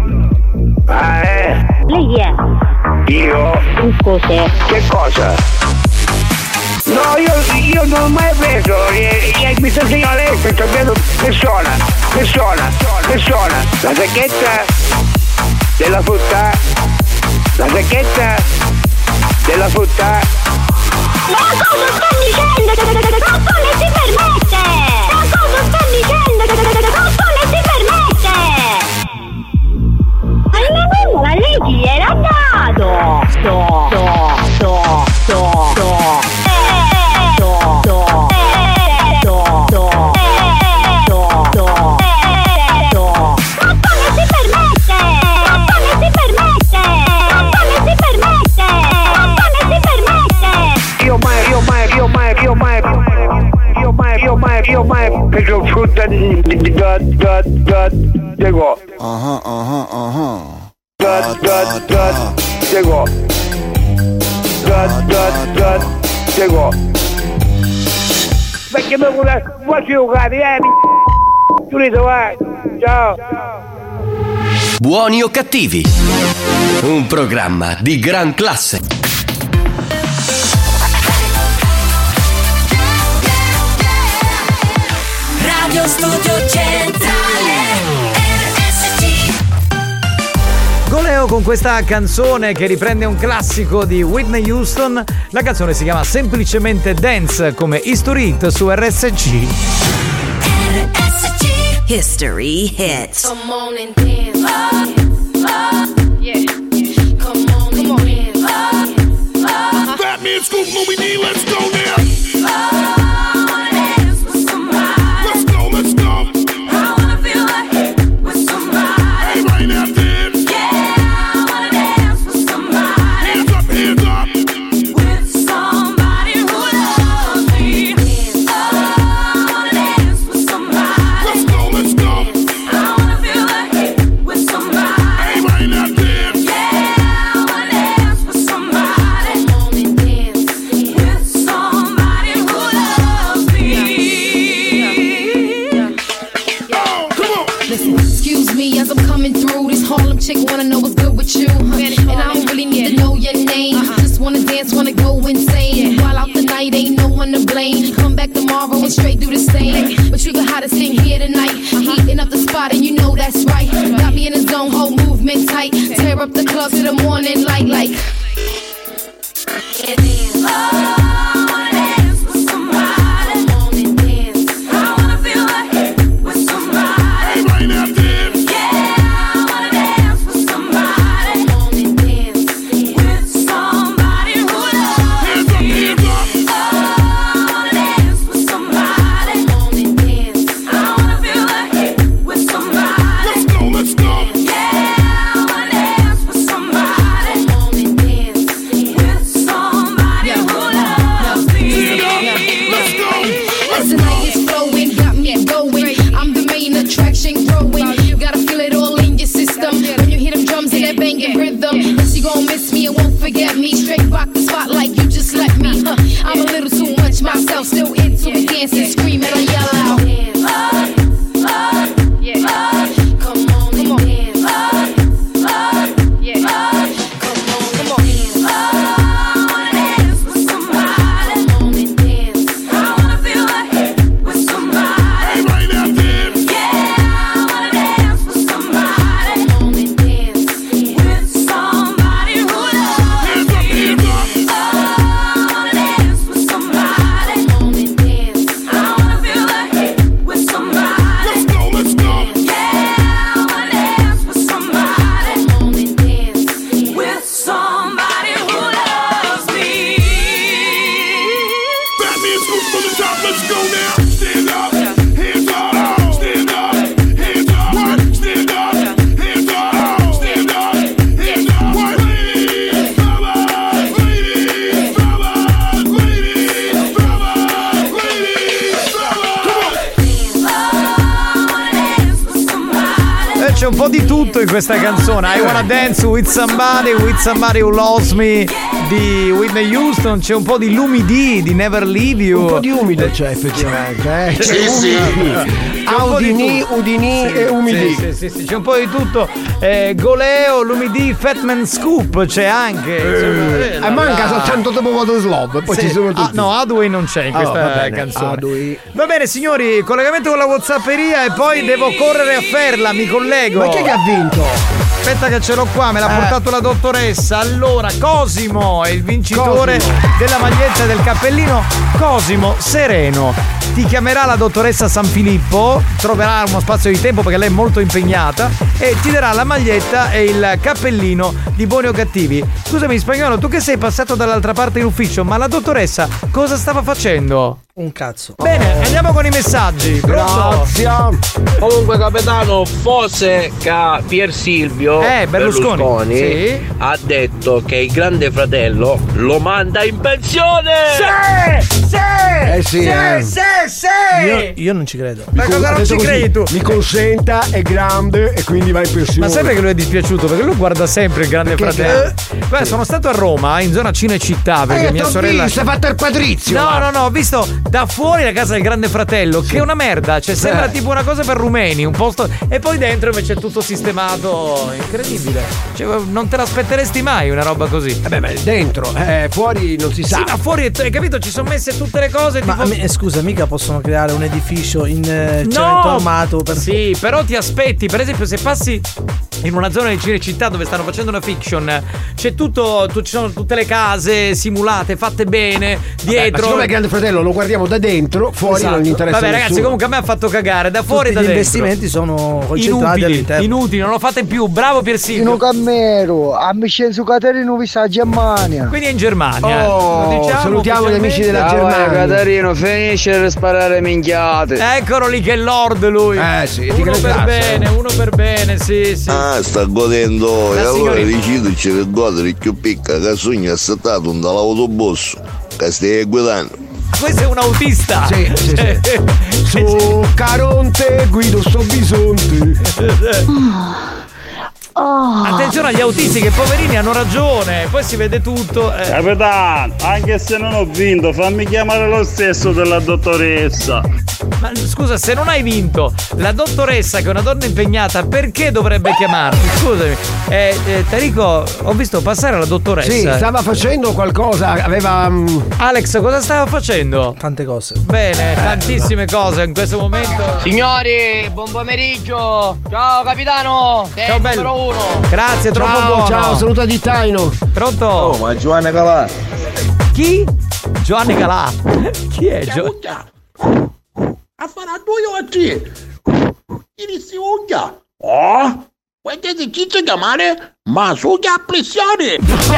Lei è?
Io?
Cos'è?
Che cosa? No, io non ho mai preso, mi sta segnando lei, sto vedendo persona, la sacchetta della frutta,
Ma cosa sta dicendo? Non si permette! Ma cosa sta dicendo? Non si permette! Ma lei chi era dato?
Io mai preso frutta di Diego. Diego. Perché mi vuoi giocare? Giulito, vai. Ciao.
Buoni o cattivi? Un programma di gran classe.
Radio Studio Centrale RSC.
Goleo con questa canzone che riprende un classico di Whitney Houston. La canzone si chiama semplicemente Dance, come History Hit su RSC.
RSC History Hits. Come on and dance. Yeah. Come on and dance.
That means Scoop Movie D, let's go now.
Song.
chick wanna know what's good with you. And I don't really need to know your name. Just wanna dance, wanna go insane. While out the night, ain't no one to blame. Come back tomorrow and straight do the same. But you the hottest thing here tonight. Heating up the spot and you know that's right. Got me in the zone, whole movement tight. Tear up the club to the morning light like. Forget me, straight rock the spot like you just let me. I'm a little too much myself, still into it, dancing, screaming, I yell out.
C'è un po' di tutto in questa canzone. I Wanna Dance with Somebody Who Loves Me di Whitney Houston. C'è un po' di Lumidì di Never Leave You.
Un po' di umido c'è effettivamente.
Sì, sì.
Udini e umidi.
Sì, c'è un po' di tutto. Goleo, Lumidì, Fatman Scoop c'è anche.
Manca soltanto dopo Voto Slob. Poi ci sono tutti.
No, Adway non c'è in questa canzone. Va bene signori, collegamento con la Whatsapperia e poi devo correre a Ferla, mi collego.
Ma chi è che ha vinto?
Aspetta che ce l'ho qua, me l'ha portato la dottoressa. Allora, Cosimo è il vincitore della maglietta del cappellino. Cosimo Sereno. Ti chiamerà la dottoressa San Filippo, troverà uno spazio di tempo perché lei è molto impegnata e ti darà la maglietta e il cappellino di Buoni o Cattivi. Scusami Spagnolo, tu che sei passato dall'altra parte in ufficio, ma la dottoressa cosa stava facendo?
Un cazzo.
Bene, andiamo con i messaggi. Pronto?
Grazie. Comunque capitano, forse che Pier Silvio Berlusconi
sì,
ha detto che il grande fratello lo manda in pensione.
Sì.
Io non ci credo.
Ma cosa non ci credi tu?
Mi consenta, è grande e quindi va in pensione.
Ma sai perché lui è dispiaciuto? Perché lui guarda sempre il grande fratello. Guarda, sono stato a Roma, in zona Cinecittà, perché mia sorella
si è fatta il patrizio.
No, ho visto da fuori la casa del grande fratello, che è una merda, cioè sembra tipo una cosa per rumeni, un posto, e poi dentro invece è tutto sistemato, incredibile. Cioè, non te l'aspetteresti mai una roba così.
Vabbè, ma dentro, fuori non si sa.
Sì, ma fuori, hai capito? Ci sono messe tutte le cose.
Ma scusa, mica possono creare un edificio in cemento armato per...
Sì, però ti aspetti, per esempio, se passi in una zona di Cinecittà dove stanno facendo una fiction, c'è tutto, ci sono tutte le case simulate, fatte bene, dietro.
Ma siccome il grande fratello lo guardiamo da dentro, fuori non gli interessa.
Vabbè, ragazzi,
nessuno.
comunque a me ha fatto cagare da fuori e da
gli
dentro.
investimenti sono concentrati all'interno.
Inutili, non lo fate più. Bravo Piersilvio.
In un cammero, a Vincenzo Caterino vi sa Germania.
Quindi è in Germania.
Salutiamo gli amici della Germania.
Caterino, finisce di sparare minchiate.
Eccolo lì che è Lord lui.
Sì,
uno per bene, sì.
Sta godendo e allora
signorina.
decidici che godere più picca che sogna assettato un dall'autobus che stai guidando.
Questo è un autista.
Sì. Su Caronte guido sto bisonte.
Attenzione agli autisti che poverini hanno ragione, poi si vede tutto.
Capitano, anche se non ho vinto, fammi chiamare lo stesso della dottoressa.
Ma scusa, se non hai vinto, la dottoressa che è una donna impegnata, perché dovrebbe chiamarti? Scusami. Tarico, ho visto passare la dottoressa.
Sì, stava facendo qualcosa, aveva...
Alex, cosa stava facendo?
Tante cose.
Bene, tantissime cose in questo momento.
Signori, buon pomeriggio. Ciao capitano.
Ciao bello. Grazie, troppo buono.
Ciao, saluta di Taino.
Pronto?
Oh, ma Giovanni Calà.
Chi? Giovanni Calà. Chi è Giovanni?
A fare a due oggi. Inizio unghia. Oh, potete chi ti chiamare? Ma su che a pressione.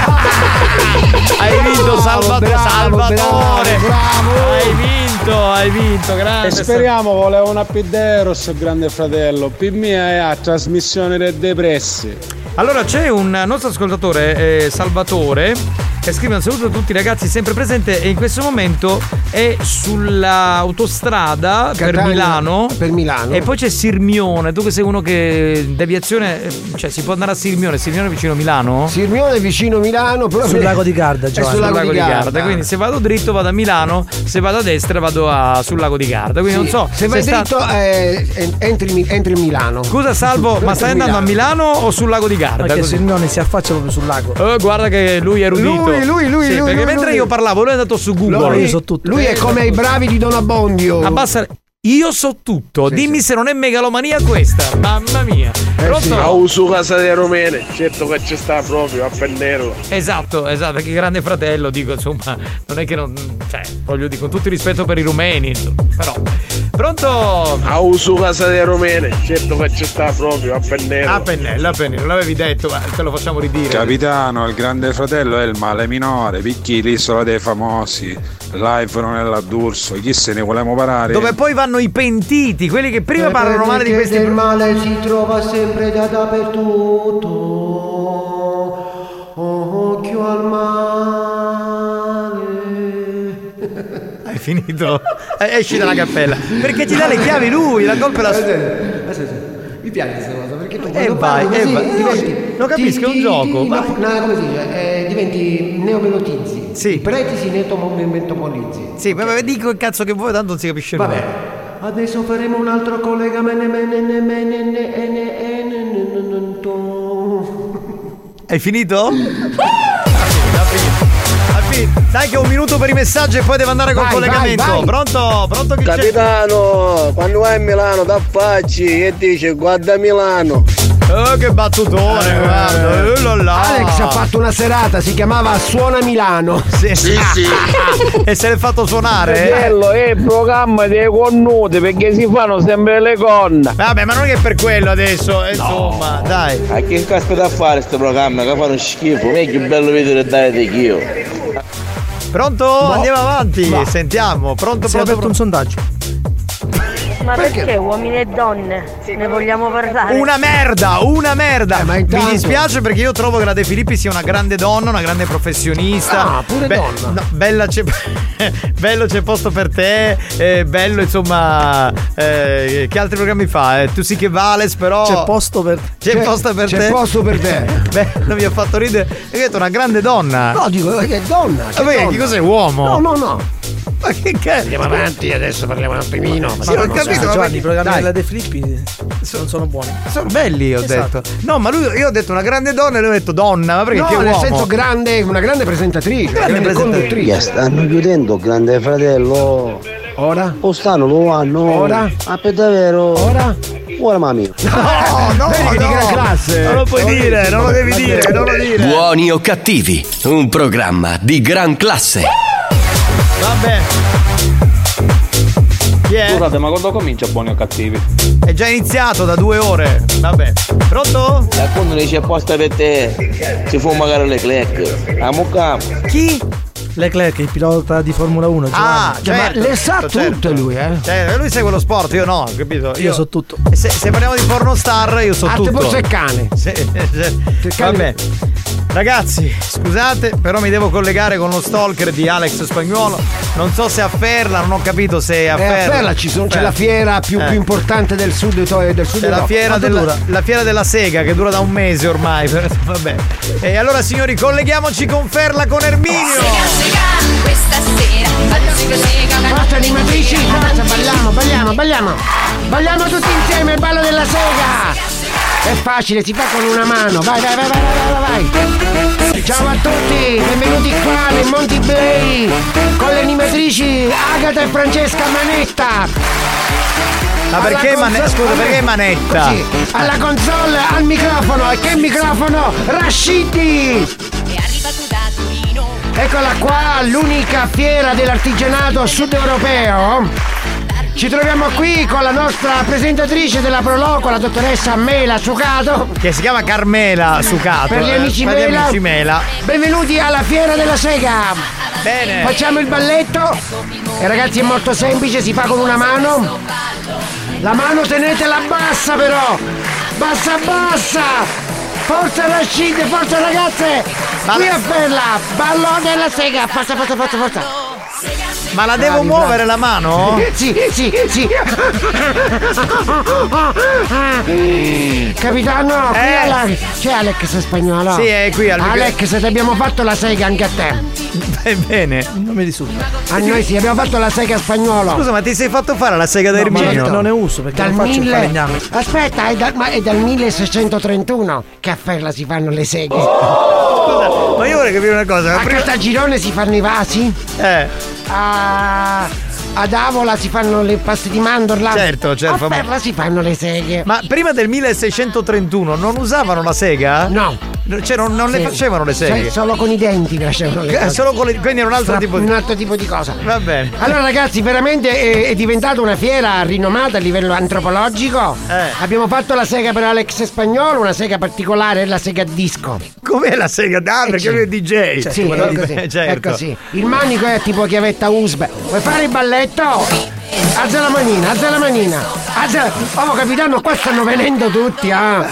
Hai vinto Salvatore.
Bravo.
Hai vinto, grande.
E speriamo voleva una Pideros, grande fratello. Per mia è a trasmissione del depressi.
Allora c'è un nostro ascoltatore, Salvatore, che scrive un saluto a tutti i ragazzi sempre presente e in questo momento è sull'autostrada per Milano. E poi c'è Sirmione, tu che sei uno che deviazione, cioè si può andare a Sirmione è vicino Milano?
Sirmione è vicino Milano, però
sul lago di Garda,
sul lago di Garda. Quindi se vado dritto vado a Milano, se vado a destra vado sul lago di Garda. Quindi
sì,
non so
se vai dritto entri in Milano.
Scusa Salvo, ma stai andando a Milano o sul lago di Garda?
Perché Sirmione si affaccia proprio sul lago.
Guarda che lui è erudito.
Lui,
sì, perché mentre io parlavo lui è andato su Google.
Io so tutto.
Lui è come i bravi di Don Abbondio.
Abbassa. Io so tutto, dimmi se non è megalomania questa, mamma mia. Pronto?
A uso casa dei romene, certo che ci sta proprio a prenderlo.
Esatto, perché grande fratello, dico, insomma, non è che non, cioè, voglio dire, con tutto il rispetto per i rumeni, però. Pronto?
A uso casa dei romene, certo che ci sta proprio a prenderlo.
A pennello, l'avevi detto, ma te lo facciamo ridire.
Capitano, il grande fratello è il male minore, picchi l'isola dei famosi, live non è la d'Urso, chi se ne volevamo parare?
Dove poi vanno i pentiti, quelli che prima parlano male di questi.
Il male si trova sempre dappertutto. Occhio al male.
Hai finito? Esci dalla cappella. Perché ti dà le chiavi lui, la colpa è la sua.
Mi piace questa cosa perché tu
vai.
diventi,
non capisco, è un gioco.
No, come si dice? Diventi neomelotizzi.
Sì.
Pretisi metabolizzi.
Sì, ma dico il cazzo che vuoi, tanto non si capisce nulla.
Vabbè. Adesso faremo un altro collegamento.
Hai finito? Dai che ho un minuto per i messaggi e poi devo andare col collegamento.
Vai.
Pronto chi c'è?
Capitano, quando vai a Milano t'affacci e dice guarda Milano.
Oh, che battutone, guarda.
Alex ha fatto una serata, si chiamava Suona Milano.
Sì. E se l'è fatto suonare?
Bello, è il programma dei connuti perché si fanno sempre le conne.
Vabbè, ma non è che per quello adesso, insomma, dai.
A che caspita a fare sto programma che fanno schifo? È che bello vedere dare di io.
Pronto? Andiamo avanti, sentiamo. Pronto?
Si è aperto un sondaggio.
Ma perché uomini e donne? Ne vogliamo parlare?
Una merda!
Ma intanto...
Mi dispiace perché io trovo che la De Filippi sia una grande donna, una grande professionista.
Pure donna.
No, bella bello c'è posto per te. Bello, insomma. Che altri programmi fa? Tu sì che vales, però.
C'è posto per te.
C'è posto per te.
C'è posto per te.
Bello, mi ha fatto ridere. Hai detto una grande donna.
No, dico che è donna.
Che cos'è uomo?
No.
Ma che cazzo?
Andiamo avanti, adesso parliamo un attimino.
Sì, ho capito,
Giovanni, i programmi della De Filippi non sono buoni.
Sono belli, ho detto. No, ma io ho detto una grande donna e lui ha detto donna, ma perché
no,
che
nel
uomo?
senso grande, una grande presentatrice, una grande conduttrice.
Stanno chiudendo Grande Fratello.
Ora?
O stanno, lo hanno. Ora? Per davvero? Ora mamma.
No,
di gran classe.
Non lo puoi dire, non lo devi dire, non lo dire.
Buoni o cattivi, un programma di gran classe.
Vabbè.
Scusate, ma quando comincia Buoni o Cattivi?
È già iniziato da 2 ore. Vabbè. Pronto?
E quando dice apposta per te, si può magari Leclerc. A Mucca.
Chi?
Leclerc, il pilota di Formula 1.
Ah, certo, ma le sa tutte lui,
lui segue lo sport, io no, capito?
Io so tutto.
Se parliamo di pornostar, io so tutto.
Forse è cane.
Vabbè. Ragazzi, scusate, però mi devo collegare con lo stalker di Alex Spagnuolo. Non so se a Ferla, non ho capito se a Ferla.
A Ferla c'è la fiera più importante del sud del sud.
C'è la fiera della sega che dura da un mese ormai. Vabbè. E allora signori, colleghiamoci con Ferla, con Erminio.
Questa sera
forza animatrici, forza, balliamo tutti insieme il ballo della sega. È facile, si fa con una mano. Vai. Ciao a tutti, benvenuti qua nel Monti Bay con le animatrici Agata e Francesca Manetta.
Ma perché perché Manetta?
Così, alla console, al microfono. E che microfono? Rashidi! Eccola qua, l'unica fiera dell'artigianato sud europeo. Ci troviamo qui con la nostra presentatrice della Proloco, la dottoressa Mela Sucato.
Che si chiama Carmela Sucato.
Per gli amici Mela. Benvenuti alla Fiera della Sega.
Bene.
Facciamo il balletto. E ragazzi è molto semplice, si fa con una mano. La mano tenetela bassa però. Bassa. Forza Rashid, forza ragazze. Qui a Ferla, ballo della Sega. Forza.
Ma la devo muovere la mano?
Sì. Capitano, qui c'è Alex Spagnuolo.
Sì, è qui
Alex, ti abbiamo fatto la sega anche a te.
Bene, non mi risulta.
A noi sì, abbiamo fatto la sega a Spagnuolo.
Scusa, ma ti sei fatto fare la sega da Erminio?
Non ne uso perché
dal
non faccio il falegname.
Aspetta, è dal 1631 che a Ferla si fanno le seghe.
Scusa, ma io vorrei capire una cosa.
A Caltagirone si fanno i vasi? Ad Avola si fanno le paste di mandorla.
Certo.
A Ferla si fanno le seghe.
Ma prima del 1631 non usavano la sega?
No.
Cioè non le facevano le seghe?
Solo con i denti facevano le cose.
Quindi era un altro
tipo di cosa.
Va bene.
Allora ragazzi, veramente è diventata una fiera rinomata a livello antropologico. Abbiamo fatto la sega per Alex Spagnuolo, una sega particolare, la sega disco.
Com'è la sega? Perché lui è DJ.
Sì, è così.
Certo.
È così. Il manico è tipo chiavetta USB. Vuoi fare il balletto? Alza la manina. Oh capitano, qua stanno venendo tutti, È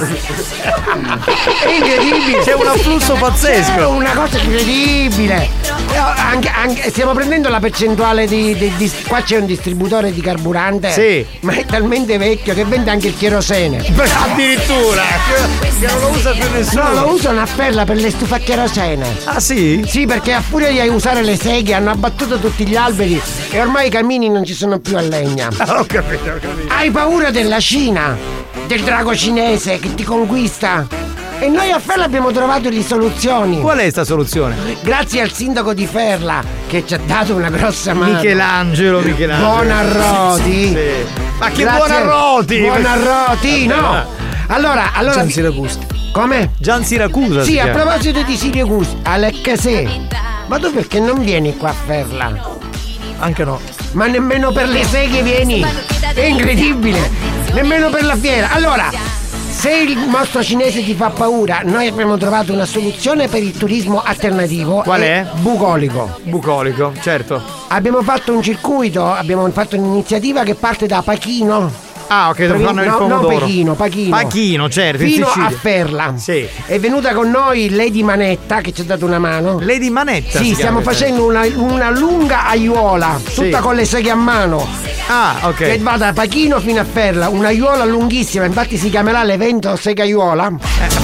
incredibile.
C'è un afflusso pazzesco.
C'è una cosa incredibile. Anche stiamo prendendo la percentuale di qua c'è un distributore di carburante.
Sì.
Ma è talmente vecchio che vende anche il cherosene.
Addirittura. Che non lo usa più nessuno.
No, lo usano a Ferla per le stufe a cherosene.
Ah sì?
Sì, perché a furia di usare le seghe hanno abbattuto tutti gli alberi e ormai i camini non ci sono più a legna.
Ho capito.
Hai paura della Cina? Del drago cinese che ti conquista? E noi a Ferla abbiamo trovato le soluzioni.
Qual è sta soluzione?
Grazie al sindaco di Ferla che ci ha dato una grossa mano.
Michelangelo.
Buonarroti.
Sì. Ma che Buonarroti?
Buonarroti, no. Allora
Gian Siracusa.
Come?
Gian Siracusa.
Sì, a proposito di Siracusa, Alex, ma tu perché non vieni qua a Ferla?
Anche no.
Ma nemmeno per le seghe vieni. È incredibile. Nemmeno per la fiera. Allora, se il mostro cinese ti fa paura, noi abbiamo trovato una soluzione per il turismo alternativo.
Qual è?
Bucolico,
certo.
Abbiamo fatto un circuito, abbiamo fatto un'iniziativa che parte da Pachino.
Ah, ok, dove fanno il pomodoro.
No,
Pachino, certo.
Fino a Ferla.
Sì.
È venuta con noi Lady Manetta che ci ha dato una mano.
Lady Manetta?
Sì, stiamo facendo una lunga aiuola, tutta con le seghe a mano.
Ah, ok.
Che va da Pachino fino a Ferla, un'aiuola lunghissima, infatti si chiamerà l'evento Segaiuola.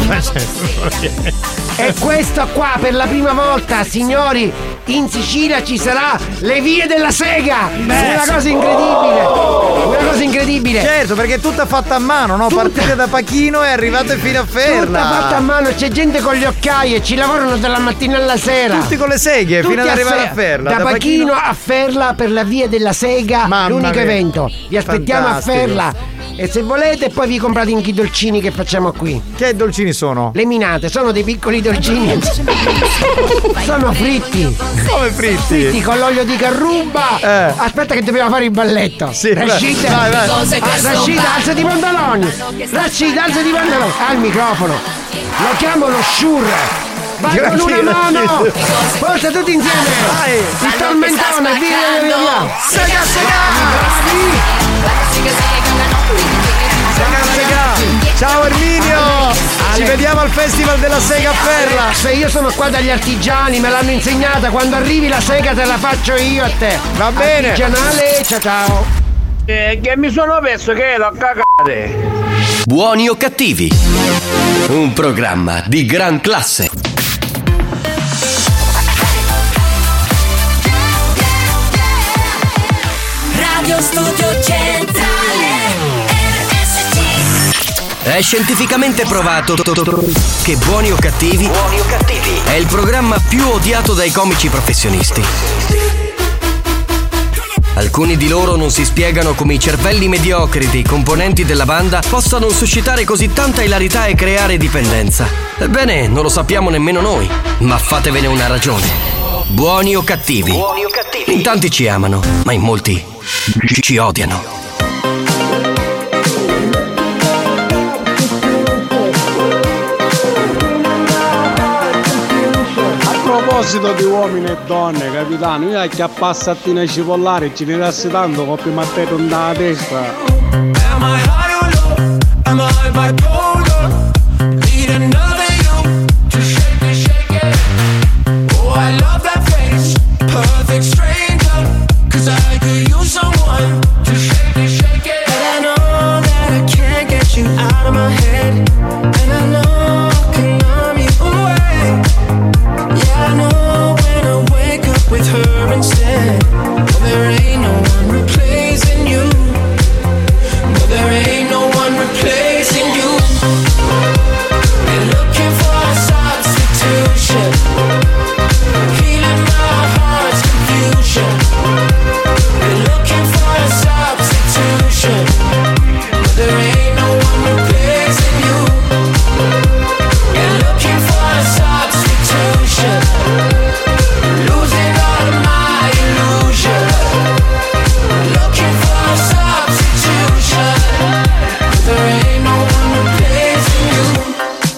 E questo qua per la prima volta, signori, in Sicilia ci sarà le vie della sega. Una cosa incredibile.
Certo, perché è tutta fatta a mano, no? Partite da Pachino e arrivate fino a Ferla.
Tutta fatta a mano, c'è gente con le occhiaie, ci lavorano dalla mattina alla sera.
Tutti con le seghe fino ad arrivare a Ferla.
Da Pachino a Ferla per la via della sega, l'unico evento. Vi aspettiamo
Fantastico.
a Ferla. E se volete poi vi comprate anche i dolcini che facciamo qui.
Che dolcini sono?
Le minate, sono dei piccoli dolcini. Sono fritti.
Come fritti?
Fritti con l'olio di carruba. Aspetta che dobbiamo fare il balletto.
Sì,
Rashid, Rashid, alzati i pantaloni. Rashid, alzati i pantaloni. Al microfono. Lo chiamano Shure. Vai con una mano. Forza tutti insieme.
Vai.
Il tormentone. Via.
Ciao Erminio. Ci vediamo al Festival della Sega a Ferla.
Se io sono qua dagli artigiani, me l'hanno insegnata. Quando arrivi la sega te la faccio io a te.
Va bene.
Artigianale, ciao.
Che mi sono perso che ero a cagare.
Buoni o cattivi? Un programma di gran classe.
Radio Studio Centrale RSC.
È scientificamente provato che Buoni o cattivi è il programma più odiato dai comici professionisti. Alcuni di loro non si spiegano come i cervelli mediocri dei componenti della banda possano suscitare così tanta ilarità e creare dipendenza. Ebbene, non lo sappiamo nemmeno noi, ma fatevene una ragione. Buoni o cattivi? In tanti ci amano, ma in molti ci odiano.
A proposito di uomini e donne, capitano, io a chiappassatina cipollare ci ne rassi tanto coppi mattetto nella testa.
Am I high or low? Am I bipolar? Need another you to shake it. Oh, I love that face, perfect stranger. 'Cause I could use someone to shake it. But I know that I can't get you out of my head. And I know I can numb you away. Yeah, I know when I wake up with her instead. Well, there ain't no one replacing you. No, there ain't no one replacing you. And looking for a substitution, healing my heart's confusion. And looking for a substitution, but there ain't no one replacing you. And looking for a substitution, losing all of my illusion. Looking for a substitution, but there ain't no one replacing you.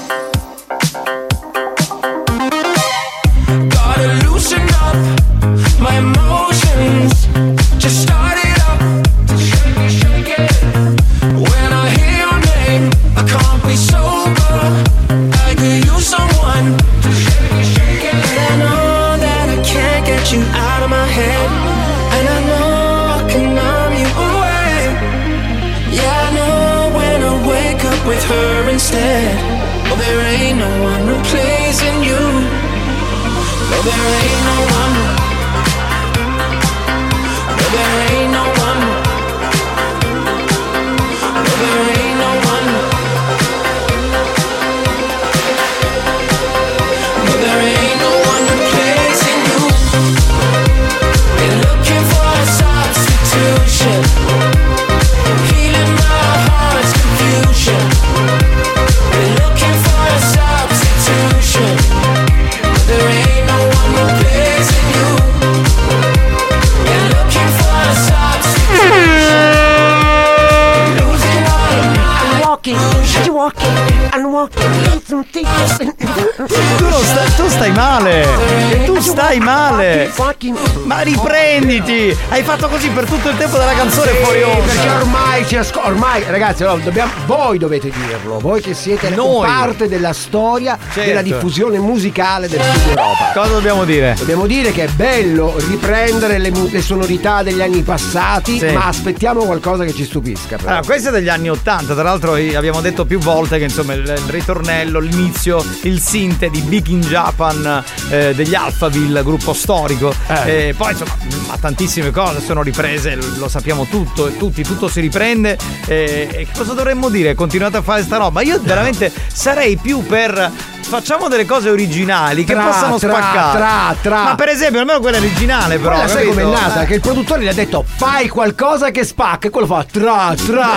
Gotta loosen up my emotions. Just start it up, shake it. When I hear your name, I can't be sober. I could use someone to shake it. But I know that I can't get you out of my head. And I know I can numb you away. Yeah, I know when I wake up with her instead. Oh, there ain't no one replacing you. No, there ain't no one. No, there ain't no one. No, there ain't no one. No, there ain't no one replacing you. Been looking for a substitution, healing my heart's confusion. Been looking for a substitution, but there ain't no one replacing you. Been looking for a substitution, losing all of my
Walking, you walking, and walking.
Tu stai male. Tu stai male. Ma riprenditi. Hai fatto così per tutto il tempo della canzone fuori onda.
Perché ormai ragazzi, no, voi dovete dirlo. Voi che siete parte della storia della diffusione musicale del Sud Europa.
Cosa dobbiamo dire?
Dobbiamo dire che è bello riprendere le sonorità degli anni passati,
Sì.
ma aspettiamo qualcosa che ci stupisca. Però.
Allora, questo è degli anni 80, tra l'altro abbiamo detto più volte che insomma il ritornello, l'inizio, il synth di Big in Japan degli Alphaville, gruppo storico, poi insomma ma tantissime cose sono riprese, lo sappiamo tutto si riprende, e cosa dovremmo dire? Continuate a fare sta roba? Io veramente sarei più per facciamo delle cose originali che possano spaccare. Ma per esempio almeno quella originale, però
quella sai
capito?
com'è nata? Che il produttore gli ha detto fai qualcosa che spacca e quello fa tra.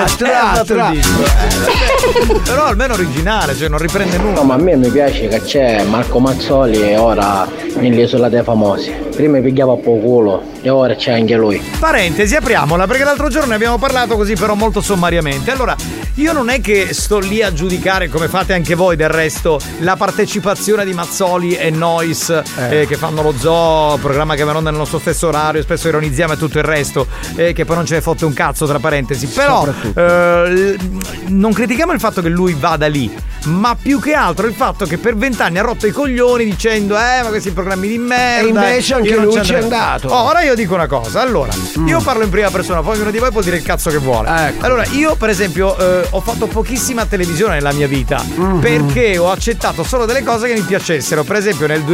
Però almeno originale, cioè non riprende nulla.
No, ma a me mi piace che c'è Marco Mazzoli e ora nell'isola dei famosi. Prima pigliava a po' culo e ora c'è anche lui.
Parentesi, apriamola, perché l'altro giorno ne abbiamo parlato così però molto sommariamente. Allora, io non è che sto lì a giudicare, come fate anche voi del resto, la partecipazione di Mazzoli e Nois che fanno lo zoo, programma che va in onda nel nostro stesso orario, spesso ironizziamo e tutto il resto, che poi non ce ne fotte un cazzo, tra parentesi. Però non critichiamo il fatto che lui vada lì, ma più che altro il fatto che per 20 anni ha rotto i coglioni dicendo ma questi programmi di merda.
E invece anche lui ci è andato.
Ora io dico una cosa, allora, io parlo in prima persona, poi ognuno di voi può dire il cazzo che vuole.
Ecco.
Allora, io per esempio ho fatto pochissima televisione nella mia vita perché ho accettato solo delle cose che mi piacessero. Per esempio nel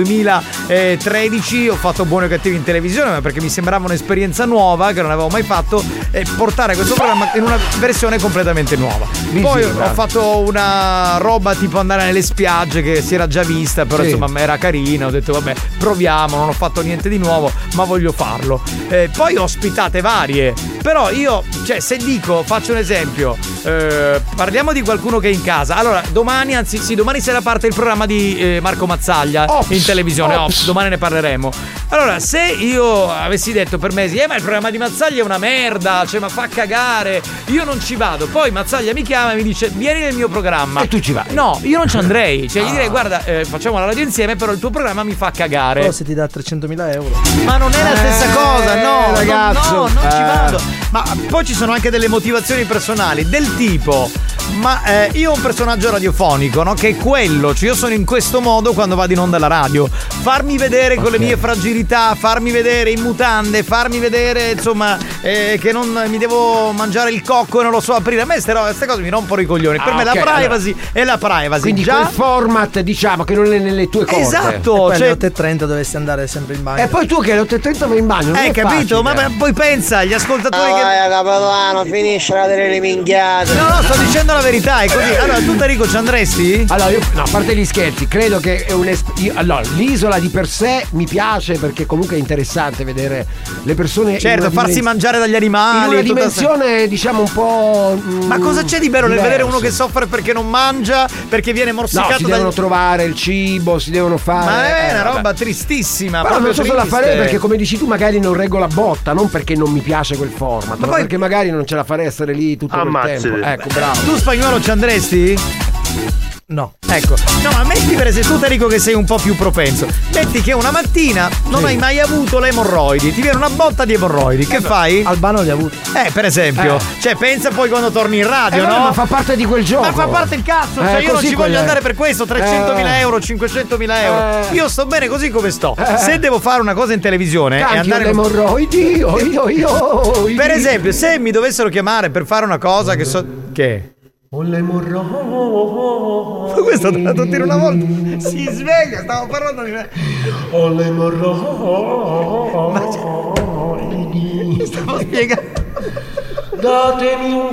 2013 ho fatto Buoni o Cattivi in televisione, ma perché mi sembrava un'esperienza nuova che non avevo mai fatto, e portare questo programma in una versione completamente nuova. Poi ho fatto una roba tipo andare nelle spiagge che si era già vista, però insomma era carina, ho detto vabbè proviamo, non ho fatto niente di nuovo ma voglio farlo. Poi ho ospitate varie, però io, cioè, se dico, faccio un esempio, parliamo di qualcuno che è in casa. Allora domani sera parte il programma di Marco Mazzaglia in televisione. Domani ne parleremo. Allora, se io avessi detto per mesi ma il programma di Mazzaglia è una merda, cioè ma fa cagare, io non ci vado. Poi Mazzaglia mi chiama e mi dice vieni nel mio programma,
e tu ci vai?
No, io non ci andrei. Cioè gli direi guarda, facciamo la radio insieme, però il tuo programma mi fa cagare.
Però se ti dà 300.000 euro.
Ma non è la stessa cosa, no
ragazzo.
No, non ci vado. Ma poi ci sono anche delle motivazioni personali del tipo, ma io ho un personaggio radiofonico, no? Che è quello, cioè io sono in questo modo quando vado in onda alla radio. Farmi vedere con le mie fragilità, farmi vedere in mutande, farmi vedere insomma che non mi devo mangiare il cocco e non lo so aprire. A me queste cose mi rompono i coglioni. Per me la privacy è la privacy.
Quindi quel format, diciamo, che non è nelle tue corde.
Esatto.
Alle 8:30 dovresti andare sempre in bagno.
E poi tu che alle 8:30 vai in bagno.
Hai capito?
Facile.
Ma poi pensa, gli ascoltatori
Capitano, finisce la delle minchiate.
No, sto dicendo la verità, è così. Allora, tu Tarico ci andresti?
Allora, io, no, a parte gli scherzi, credo che è allora, l'isola di per sé mi piace perché comunque è interessante vedere le persone.
Certo, farsi mangiare dagli animali.
In una dimensione, diciamo, un po'.
Ma cosa c'è di bello nel vedere uno che soffre perché non mangia, perché viene morsicato?
No, si devono trovare il cibo, si devono fare.
Ma è una roba tristissima.
Però non so se la farei perché, come dici tu, magari non reggo la botta, non perché non mi piace quel format, ma perché magari non ce la farei essere lì tutto il tempo. Ecco, bravo.
Tu Spagnolo ci andresti?
No.
Ecco. No, ma metti per esempio tu Tarico che sei un po' più propenso. Metti che una mattina non hai mai avuto le emorroidi, ti viene una botta di emorroidi, che fai?
Albano li ha avuti.
Per esempio. Cioè pensa poi quando torni in radio, no?
Ma fa parte di quel gioco.
Ma fa parte il cazzo, cioè io non ci voglio andare per questo, 300.000 euro, 500.000 euro. Io sto bene così come sto. Se devo fare una cosa in televisione e andare
le emorroidi,
per esempio, se mi dovessero chiamare per fare una cosa che so che
ho l'emorroidi.
Ma questo ha dato tiro una volta. Si sveglia, stavo parlando di me.
Ho l'emorroidi.
Stavo spiegando.
Datemi un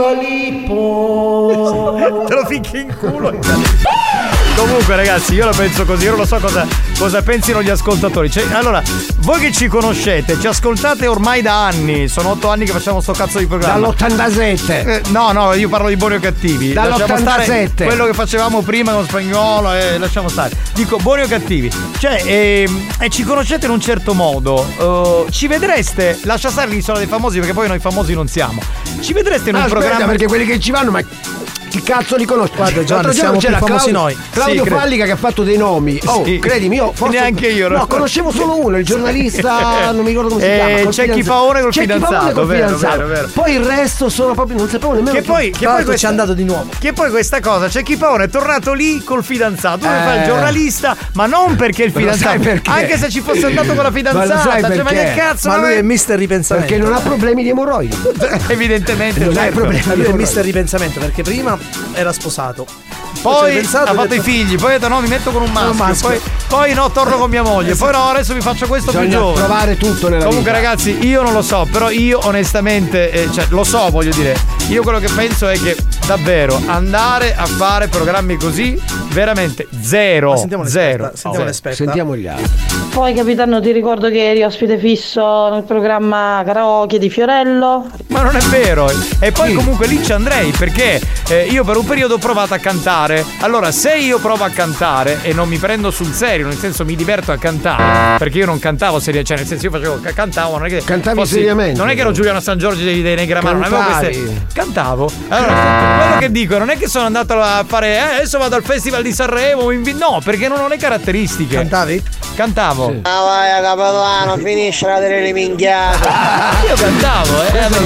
galippo.
Te lo ficchi in culo. Comunque ragazzi, io la penso così, io non lo so cosa pensino gli ascoltatori. Cioè, allora, voi che ci conoscete, ci ascoltate ormai da anni, sono 8 anni che facciamo sto cazzo di programma.
Dall'87.
No, io parlo di Buoni o Cattivi.
Dall'87.
Quello che facevamo prima con Spagnolo, lasciamo stare. Dico Buoni o Cattivi. Cioè, e ci conoscete in un certo modo. Ci vedreste, lascia stare l'Isola dei Famosi perché poi noi famosi non siamo. Ci vedreste in un programma.
Perché quelli che ci vanno, ma chi cazzo li conosco?
Guarda Giovanni, siamo più famosi noi.
Claudio Fallica che ha fatto dei nomi. Credimi, io forse
neanche io.
No, conoscevo solo uno, il giornalista, non mi ricordo come si chiama.
C'è chi Paone col fidanzato, vero.
Poi il resto sono proprio, non sapevo nemmeno.
Che poi
c'è andato di nuovo.
Che poi questa cosa, c'è chi Paone è tornato lì col fidanzato. Dove fa il giornalista, ma non perché il fidanzato. Anche se ci fosse andato con la fidanzata, cioè, ma che cazzo?
Ma lui è mister ripensamento.
Perché non ha problemi di emorroidi.
Evidentemente
non ha problemi.
Lui è mister ripensamento perché prima era sposato.
Poi ha fatto i figli, poi ha detto no, mi metto con un maschio. Poi no, torno con mia moglie. Poi no, adesso mi faccio questo più giovane.
Provare tutto nella
Comunque
vita.
ragazzi, io non lo so, però io onestamente, cioè lo so, voglio dire, io quello che penso è che davvero andare a fare programmi così veramente zero.
Sentiamo l'esperta.
Sentiamo gli altri.
Poi capitano, ti ricordo che eri ospite fisso nel programma karaoke di Fiorello.
Ma non è vero. E poi comunque lì ci andrei perché io per un periodo ho provato a cantare. Allora se io provo a cantare e non mi prendo sul serio, nel senso mi diverto a cantare, perché io non cantavo seriamente, cioè nel senso io cantavo, non è che
cantavi seriamente.
Non è che ero Giuliano San Giorgio dei Negramaro, non avevo queste. Cantavo. Allora quello che dico non è che sono andato a fare adesso vado al Festival di Sanremo, no, perché non ho le caratteristiche.
Cantavi?
Cantavo.
Ah vai capitano, finisce la delle minchiate.
Io cantavo,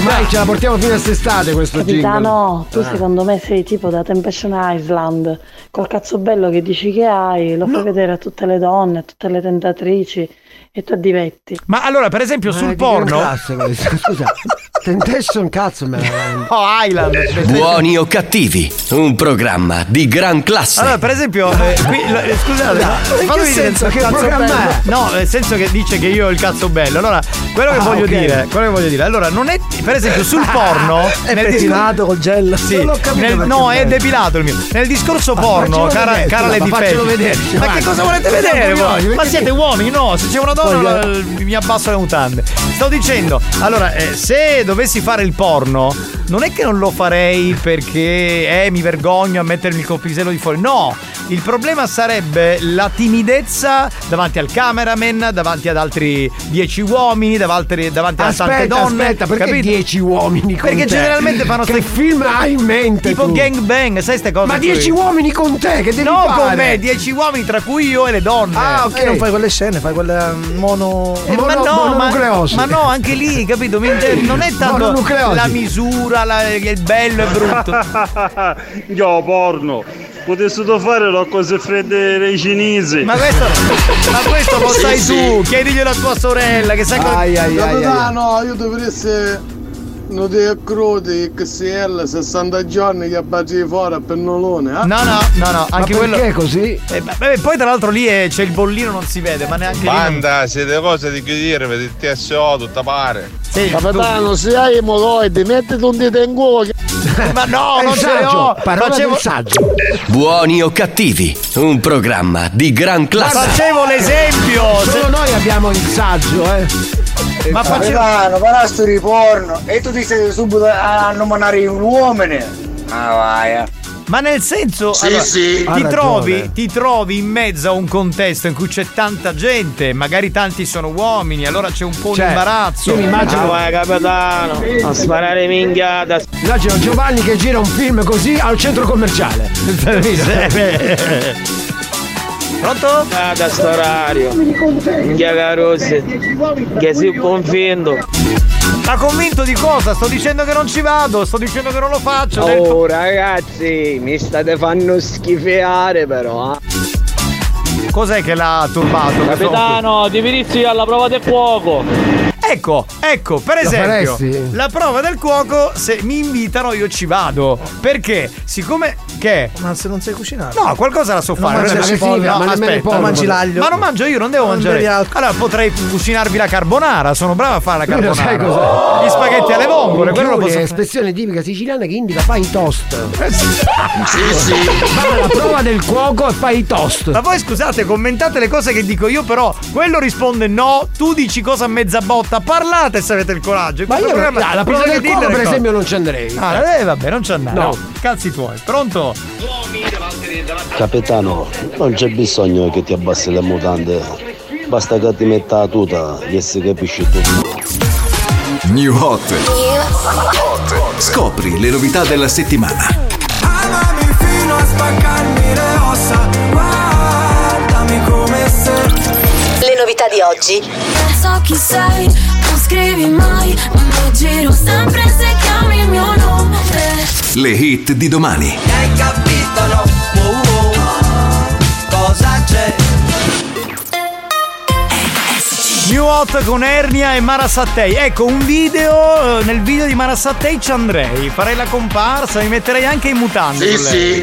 dai, ce la portiamo fino a quest'estate questo jingle.
Capitano, tu secondo me sei tipo da Temptation Island, col cazzo bello che dici che hai, lo fai vedere a tutte le donne, a tutte le tentatrici e tu addivetti.
Ma allora, per esempio, sul porno.
Scusa, Temptation cazzo me la
Oh, Island.
Buoni o cattivi, un programma di gran classe.
Allora, per esempio, scusate,
in che senso? Che programma è?
No, nel senso che dice che io ho il cazzo bello. Allora, quello che voglio dire, allora, non è, per esempio, sul porno
è pettinato col gel.
Sì.
Non l'ho capito.
No, è depilato il mio. Nel discorso porno, cara le
faccelo vedere.
Ma che cosa volete vedere voi? Ma siete uomini? No, se c'è una donna mi abbasso le mutande. Sto dicendo, allora, se dovessi fare il porno, non è che non lo farei perché mi vergogno a mettermi il copisello di fuori. No, il problema sarebbe la timidezza davanti al cameraman, davanti ad altri 10 uomini, davanti a tante donne.
Aspetta, perché
capito?
10 uomini con
Perché
te?
generalmente fanno
che film hai in mente
tipo
tu?
gangbang, sai ste cose?
Ma 10 uomini con te, che devi
no,
fare?
con me, 10 uomini tra cui io e le donne.
Ah, ok.
Non fai quelle scene, fai quelle
mononucleosi.
Ma no, anche lì, capito? Non è tanto la misura, il bello e brutto.
Io porno. Potessi fare le cose fredde dei cinesi.
Ma questo lo sai tu. Chiediglielo a tua sorella che sai
No, io dovresti non ti crudi XL 60 giorni che abbatti fuori a pennolone.
No, anche quello.
Perché così?
Poi tra l'altro lì c'è il bollino, non si vede, ma neanche
Banda, siete cose di chiudere, vedi il TSO, tutta pare.
Sì,
capitano, se hai emoloidi, mettiti un dito in culo.
Ma no, non ce l'ho.
Parola del saggio.
Buoni o cattivi, un programma di gran classe.
Facevo l'esempio.
Solo noi abbiamo il saggio,
Ma facevano parasto di porno e tu ti sei subito a nominare un uomo. Ah vai.
Ma nel senso,
Sì,
allora,
sì.
ti trovi in mezzo a un contesto in cui c'è tanta gente, magari tanti sono uomini, allora c'è un po' un imbarazzo.
Io mi immagino.
vai capitano, a sparare minchiata.
Immagino Giovanni che gira un film così al centro commerciale.
Pronto? Da sto orario. Minchia Carosi. Che si convinto.
Ma convinto di cosa? Sto dicendo che non ci vado, sto dicendo che non lo faccio.
Oh ragazzi, mi state fanno schifeare però.
Cos'è che l'ha turbato?
Capitano, dividirsi alla prova del cuoco.
Ecco, per esempio, la prova del cuoco, se mi invitano io ci vado. Perché? Siccome che?
Ma se non sai cucinare?
No, qualcosa la so fare.
Ma mangi l'aglio.
Ma non mangio io, non devo mangiare. Allora potrei cucinarvi la carbonara, sono brava a fare la carbonara.
Sai cos'è?
Gli spaghetti alle vongole, quello lo posso
È
fare.
espressione tipica siciliana che indica fai i toast.
Sì.
Va alla prova del cuoco e fai i toast.
Ma voi scusate, commentate le cose che dico io, però quello risponde no, tu dici cosa a mezza botta, parlate se avete il coraggio.
Ma io la prova del cuoco per esempio non ci andrei.
Vabbè, non ci andare.
No.
Cazzi tuoi. Pronto?
Capitano, non c'è bisogno che ti abbassi le mutande. Basta che ti metta la tuta e si capisce tutto.
New Hot. Scopri le novità della settimana.
Amami fino a spaccarmi le ossa. Guardami come sei.
Le novità di oggi.
Non so chi sei, non scrivi mai, ma mi giro sempre se chiami il mio nome.
Le hit di domani.
Hai capito no? Cosa c'è?
New Hot con Ernia e Mara Sattei. Ecco un video, nel video di Mara Sattei ci andrei, farei la comparsa, mi metterei anche in mutande.
Sì.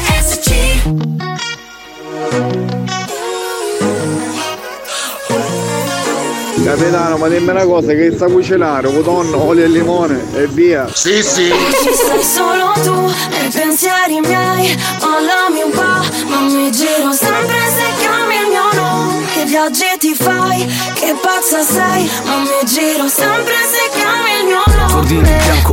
Capitano, ma dimmi una cosa, che sta cucinare, cotonno, olio e limone e via.
Sì.
Ci sei solo tu nei pensieri miei, mollami un po', ma mi giro sempre se chiami il mio nome. Che viaggi ti fai, che pazza sei, ma mi giro sempre se chiami il mio nome.
Cordini in bianco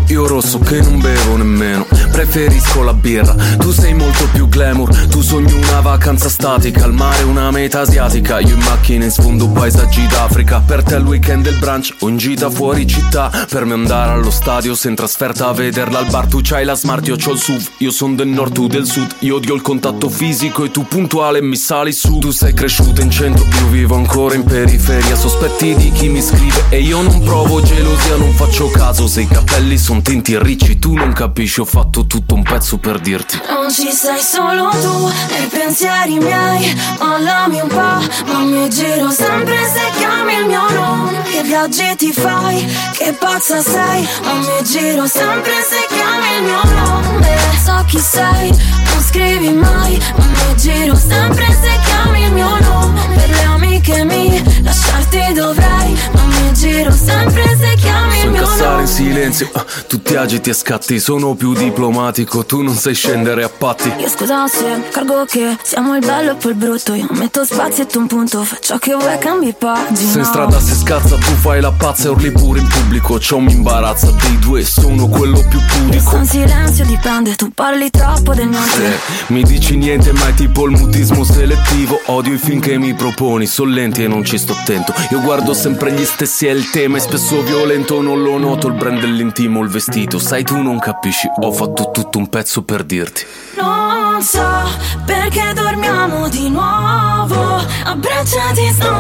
io rosso che non bevo nemmeno. Preferisco la birra, tu sei molto più glamour. Tu sogni una vacanza statica, al mare una meta asiatica. Io in macchina in sfondo paesaggi d'Africa. Per te il weekend del brunch o in gita fuori città. Per me andare allo stadio se in trasferta a vederla al bar. Tu c'hai la smart, io c'ho il SUV. Io son del nord, tu del sud. Io odio il contatto fisico e tu puntuale mi sali su. Tu sei cresciuto in centro, io vivo ancora in periferia. Sospetti di chi mi scrive e io non provo gelosia, non faccio caso se i capelli son tinti e ricci. Tu non capisci, ho fatto tutto un pezzo per dirti.
Non ci sei solo tu nei pensieri miei. Mollami un po', ma mi giro sempre se chiami il mio nome. Che viaggi ti fai, che pazza sei. Ma mi giro sempre se chiami il mio nome. So chi sei, non scrivi mai. Ma mi giro sempre se chiami il mio nome. Per le amiche mie lasciarti dovrei. Ma mi giro sempre se chiami il mio
Incassare
nome.
in silenzio, tu ti agiti e scatti. Sono più diplomatico, tu non sai scendere a patti.
Io scusa se cargo che siamo il bello e poi il brutto. Io metto spazio e tu un punto. Fai ciò che vuoi, cambi pagina.
Se in strada si scazza, tu fai la pazza e urli pure in pubblico. Ciò mi imbarazza, dei due sono quello più pudico.
In silenzio dipende, tu parli troppo del niente.
Mi dici niente, ma è tipo il mutismo selettivo. Odio i film che mi proponi, son lenti e non ci sto attento. Io guardo sempre gli stessi e il tema è spesso violento. Non lo noto, il brand dell'intimo, il vestito. Sai, tu non capisci, ho fatto tutto un pezzo per dirti.
Non so perché dormiamo di nuovo abbracciati sto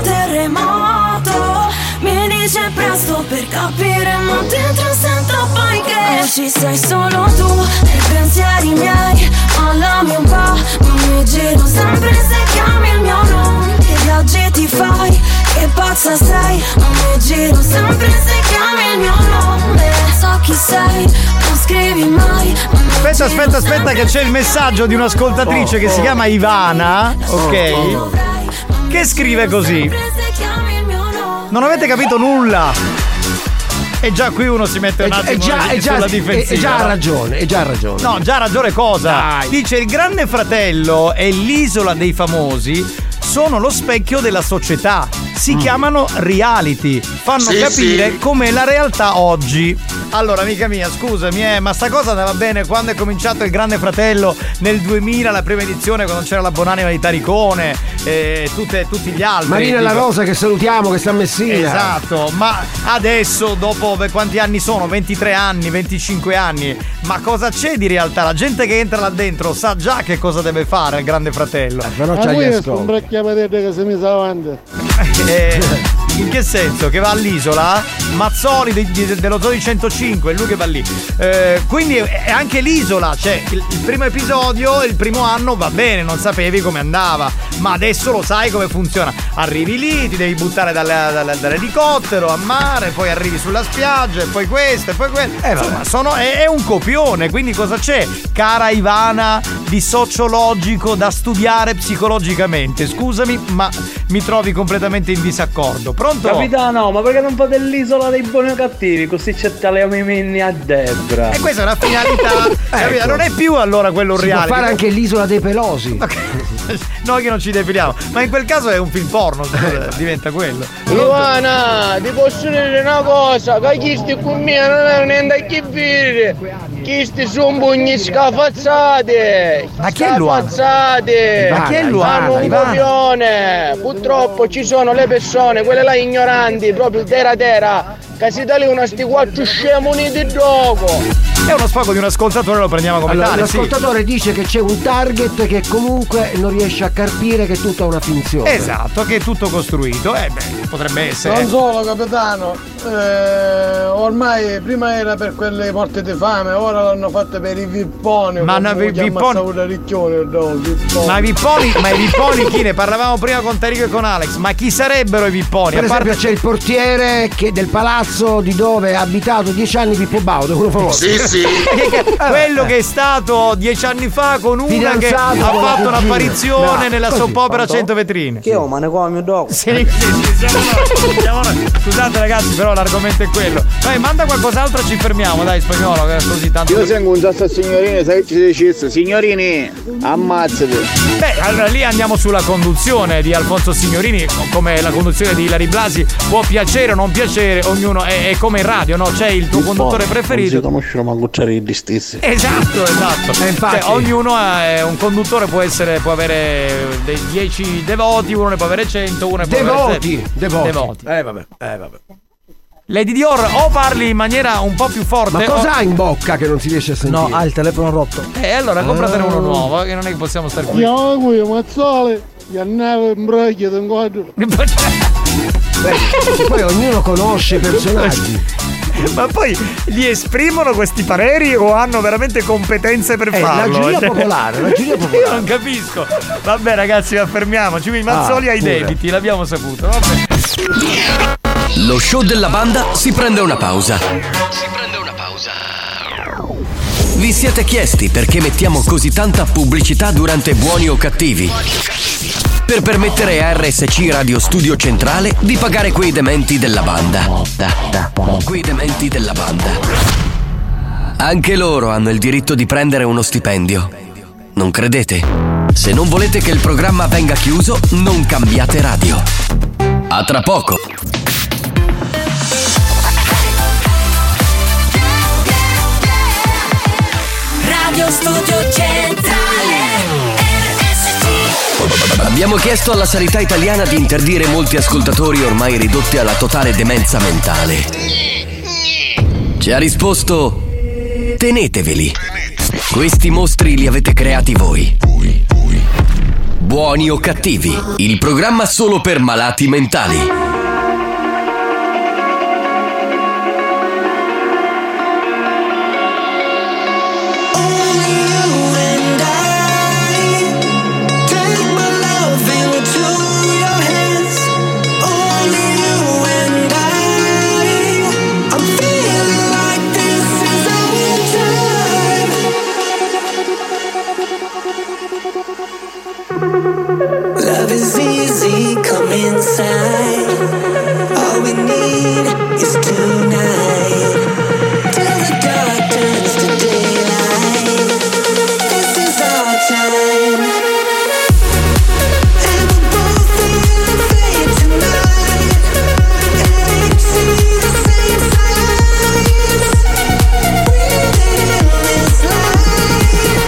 terremoto. Mi dice presto per capire, ma dentro sento poi che non ci sei solo tu nei pensieri miei. Mollami un po', ma mi giro sempre se chiami il mio nome. Che viaggi ti fai, che pazza sei. Ma mi giro sempre se chiami il mio nome. So chi sei, non scrivi mai.
Aspetta che c'è il messaggio di un'ascoltatrice che si chiama Ivana, ok? Che scrive così: non avete capito nulla. E già qui uno si mette un attimo sulla difensiva.
E già ha ragione.
No, già ha ragione cosa? Dai. Dice: il Grande Fratello e l'Isola dei Famosi sono lo specchio della società. Si chiamano reality. Fanno capire com'è la realtà oggi. Allora, amica mia, scusami, ma sta cosa andava bene quando è cominciato il Grande Fratello nel 2000, la prima edizione, quando c'era la Buonanima di Taricone e tutti gli altri.
Marina La Rosa, che salutiamo, che sta a Messina.
Esatto, ma adesso, dopo quanti anni sono? 23 anni, 25 anni. Ma cosa c'è di realtà? La gente che entra là dentro sa già che cosa deve fare il Grande Fratello.
Però c'ha gli ascolti.
Che si mi sa avanti.
In che senso? Che va all'isola? Mazzoli dello Zoo di 105, è lui che va lì. Quindi è anche l'isola, cioè il primo episodio, il primo anno va bene, non sapevi come andava, ma adesso lo sai come funziona. Arrivi lì, ti devi buttare dall'elicottero a mare, poi arrivi sulla spiaggia e poi questo e poi quello. Insomma, è un copione, quindi cosa c'è, cara Ivana, di sociologico da studiare psicologicamente? Scusami, ma mi trovi completamente in disaccordo. Pronto?
Capitano, ma perché non fate dell'isola dei buoni o cattivi? Così c'è tale minni a Debra.
E questa è una finalità. Ecco. Non è più allora quello
si
reale.
Può fare anche l'isola dei pelosi.
Noi che non ci defiliamo. Ma in quel caso è un film porno, diventa quello.
Luana, ti posso dire una cosa, che chi sti con me non è niente a che vedere. Chi sti sono pugni scafazzate.
Ma chi è Luana?
Ma
chi è Luana?
Hanno un copione. Purtroppo ci sono le persone, quelle là ignoranti, proprio terra, che si tali una sti quattro scemo uniti dopo.
È uno sfogo di un ascoltatore, lo prendiamo come tale.
L'ascoltatore dice che c'è un target che comunque non riesce a carpire che è tutta una finzione.
Esatto, che è tutto costruito. Potrebbe essere.
Non solo, capitano. Ormai prima era per quelle morte di fame, ora l'hanno fatta per i vipponi.
Ma i vipponi chi ne parlavamo prima con Tarico e con Alex? Ma chi sarebbero i vipponi?
Per esempio c'è il portiere del palazzo di dove ha abitato 10 anni Pippo Baudo, quello famoso.
Sì.
Quello che è stato 10 anni fa con una
fidanzato
che ha
con
fatto un'apparizione nella soap opera 100 vetrine.
Che ma ne come dopo?
Sì, siamo noi. Scusate ragazzi, però l'argomento è quello. Dai, manda qualcos'altro e ci fermiamo, dai, Spagnolo, che così tanto.
Io seguo un sasso signorini, sai che ci dice? Signorini, ammazzate.
Beh, allora lì andiamo sulla conduzione di Alfonso Signorini, come la conduzione di Ilari Blasi può piacere o non piacere, ognuno ognuno è come in radio, no? C'è il tuo conduttore preferito.
Non si conoscono manco gli stessi.
Esatto. Cioè, ognuno è un conduttore, può avere dei 10 devoti, uno ne può avere 100, uno ne può avere 7. Devoti.
Vabbè.
Lady Dior, o parli in maniera un po' più forte.
Ma cosa ha in bocca che non si riesce a sentire?
No, ha il telefono rotto.
Allora compratene uno nuovo, che non è che possiamo stare qui.
Io mazzole, gli andavo in braccio da inquadro.
Poi ognuno conosce i personaggi.
Ma poi li esprimono questi pareri o hanno veramente competenze per farlo?
La giuria popolare.
Io non capisco. Vabbè ragazzi, fermiamoci. I Mazzoli ai debiti, l'abbiamo saputo. Vabbè.
Lo show della banda si prende una pausa. Vi siete chiesti perché mettiamo così tanta pubblicità durante Buoni o Cattivi? Per permettere a RSC Radio Studio Centrale di pagare quei dementi della banda. Quei dementi della banda. Anche loro hanno il diritto di prendere uno stipendio. Non credete? Se non volete che il programma venga chiuso, non cambiate radio. A tra poco.
Radio Studio Centrale RSC.
Abbiamo chiesto alla sanità italiana di interdire molti ascoltatori ormai ridotti alla totale demenza mentale. Ci ha risposto: teneteveli. Questi mostri li avete creati voi. Buoni o Cattivi, il programma solo per malati mentali.
Love is easy, come inside. All we need is tonight. Till the dark turns to daylight. This is our time. And we're both feeling fate tonight. And see the same signs. Breathing in this light.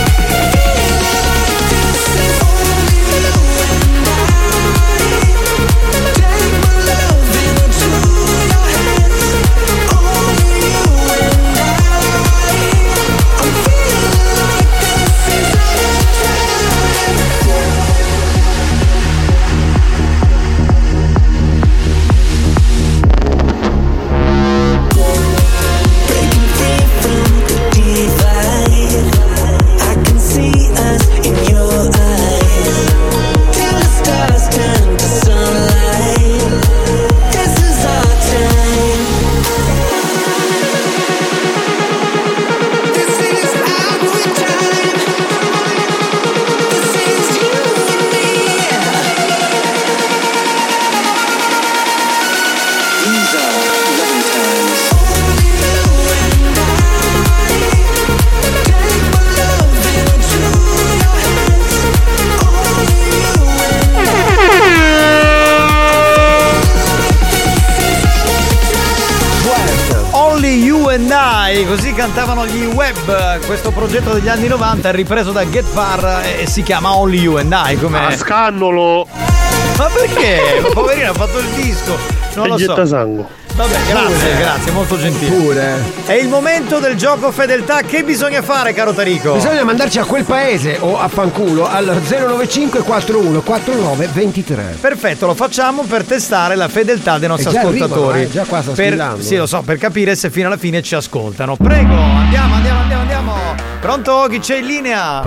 Così cantavano gli Web. Questo progetto degli anni 90 è ripreso da Get Far e si chiama Only You and I. Come
scandalo!
Ma perché? Poverino, ha fatto il disco. Non lo so.
Sangue.
Vabbè, grazie, molto gentile.
Pure.
È il momento del gioco fedeltà. Che bisogna fare, caro Tarico?
Bisogna mandarci a quel paese o a fanculo al 095 41 49 23.
Perfetto, lo facciamo per testare la fedeltà dei nostri ascoltatori.
Arrivano, già qua sta sfilando.
Sì, lo so, per capire se fino alla fine ci ascoltano. Prego, andiamo. Pronto? Chi c'è in linea?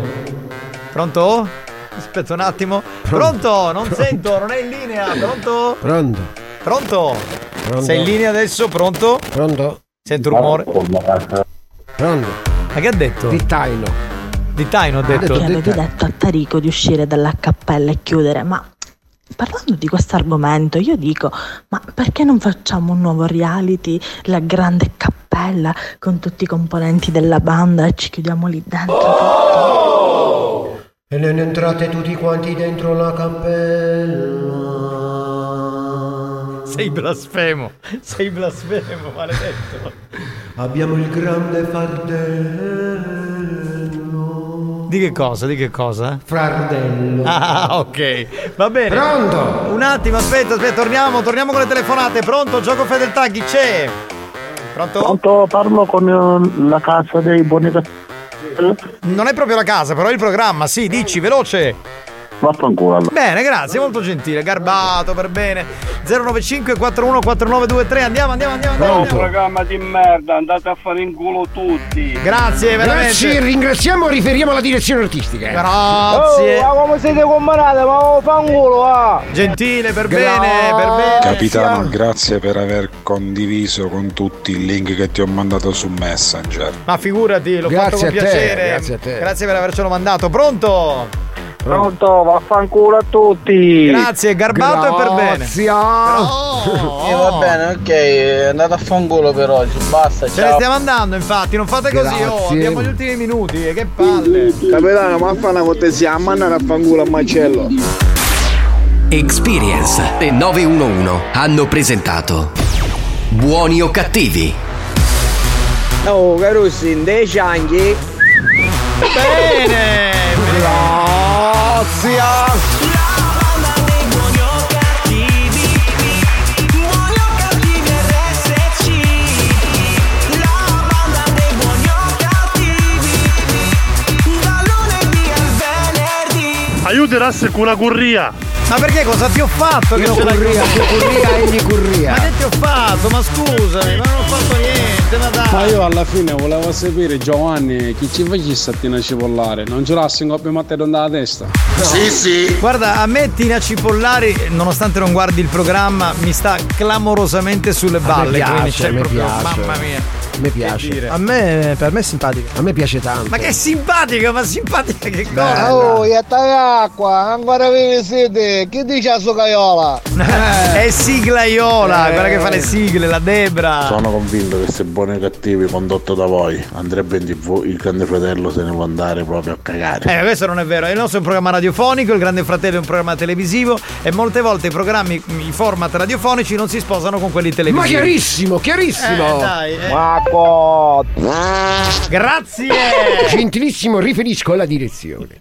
Pronto? Aspetta un attimo. Pronto? Non sento, non è in linea. Pronto? Pronto? Sei in linea adesso? Pronto? Sento un rumore.
Pronto?
Ma che ha detto?
Di
Taino ha detto.
Perché avevi detto a Tarico di uscire dalla cappella e chiudere, ma parlando di questo argomento io dico, ma perché non facciamo un nuovo reality, la grande cappella, con tutti i componenti della banda e ci chiudiamo lì dentro?
E ne entrate tutti quanti dentro la cappella.
Sei blasfemo, maledetto.
Abbiamo il grande fardello.
Di che cosa?
Fardello.
Ah, ok. Va bene.
Pronto?
Un attimo, aspetta, torniamo con le telefonate. Pronto? Gioco fedeltà, chi c'è? Pronto?
Parlo con la casa dei buoni cattivi.
Non è proprio la casa, però è il programma, sì, dici, veloce.
Vaffanculo.
Bene, grazie, molto gentile, garbato, per bene. 095 41 4923, andiamo.
Un programma di merda, andate a fare in culo tutti.
Grazie, veramente.
Grazie, ringraziamo e riferiamo alla direzione artistica.
Grazie.
Ma come siete combinati? Ma fanculo,
Gentile, per bene.
Capitano, grazie per aver condiviso con tutti il link che ti ho mandato su Messenger.
Ma figurati, l'ho fatto con piacere.
Grazie a te.
Grazie per avercelo mandato. Pronto,
vaffanculo a tutti.
Grazie, garbato e per bene.
Va bene, ok, andate a fanculo per oggi, basta,
Ce ne stiamo andando, infatti, non fate così, abbiamo gli ultimi minuti, che palle.
Capitano, ma fa una cortesia, a mandare a fanculo a Marcello.
Experience e 911 hanno presentato Buoni o cattivi?
Oh, Carussi, in dei cianghi.
Bene.
Grazie.
Aiuterassi con la curria.
Ma perché cosa ti ho fatto?
Io curria, egli curria.
Ma che ti ho fatto? Ma scusami, ma non ho fatto niente, ma dai.
Ma io alla fine volevo sapere, Giovanni, chi ci facesse a tina cipollare? Non giurassi in coppia matte dalla testa?
No.
Sì.
Guarda, a me Tina Cipollari, nonostante non guardi il programma, mi sta clamorosamente sulle balle. Quindi c'è proprio, mamma mia.
A me piace.
Per me è simpatica.
A me piace tanto.
Ma che simpatica, che cosa?
Oh, e acqua, ancora vive siete. Che dice a sua caiola?
È Siglaiola, quella che fa le sigle, la Debra.
Sono convinto che se Buoni o Cattivi condotto da voi andrebbe in TV, il Grande Fratello se ne può andare proprio a cagare.
Questo non è vero. Il nostro è un programma radiofonico, il Grande Fratello è un programma televisivo e molte volte i format radiofonici non si sposano con quelli televisivi.
Ma chiarissimo.
Dai. Grazie.
Gentilissimo, riferisco alla direzione.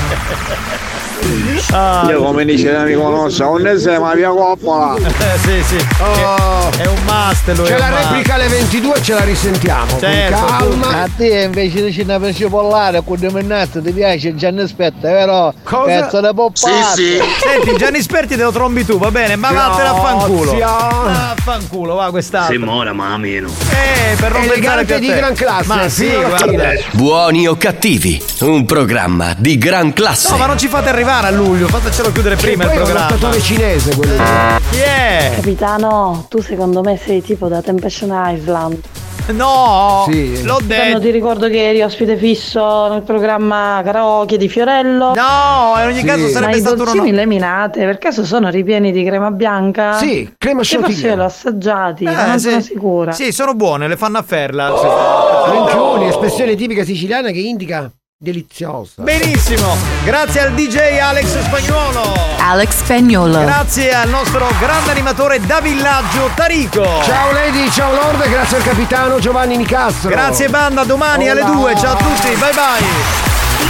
Io come dice l'amico nostro, non ne sei ma via coppola.
Sì. È un must.
C'è la replica alle 22 e ce la risentiamo.
Certo,
con calma.
A te invece di cena per cipollare con De Mennazzo ti piace Gianni Aspetta, vero?
Cosa?
Pezzo da poppare.
Sì.
Senti, Gianni Sperti te lo trombi tu, va bene? Ma vattene a fanculo. Affanculo, va quest'altro.
Semora ma meno.
Per non pensare
Elegante di gran classe.
Ma sì, guarda.
Buoni o cattivi? Un programma di gran classe.
No, ma non ci fate arrivare a luglio, fatecelo chiudere prima il programma.
È un attatore cinese quello.
Chi è?
Capitano, tu secondo me sei tipo da Temptation Island.
No,
sì.
L'ho detto.
Ti ricordo che eri ospite fisso nel programma karaoke di Fiorello.
No, in ogni caso sarebbe
ma
stato
i dolcini leminate per caso sono ripieni di crema bianca?
Sì, crema
Che forse io
chantilly.
l'ho assaggiati, ma non sono sicura.
Sì, sono buone, le fanno a Ferla.
Minchioni, espressione tipica siciliana che indica deliziosa.
Benissimo, grazie al DJ Alex Spagnuolo. Grazie al nostro grande animatore da villaggio Tarico.
Ciao Lady, ciao Lord, grazie al capitano Giovanni Nicastro.
Grazie banda, domani alle 2. Ciao a tutti, bye bye.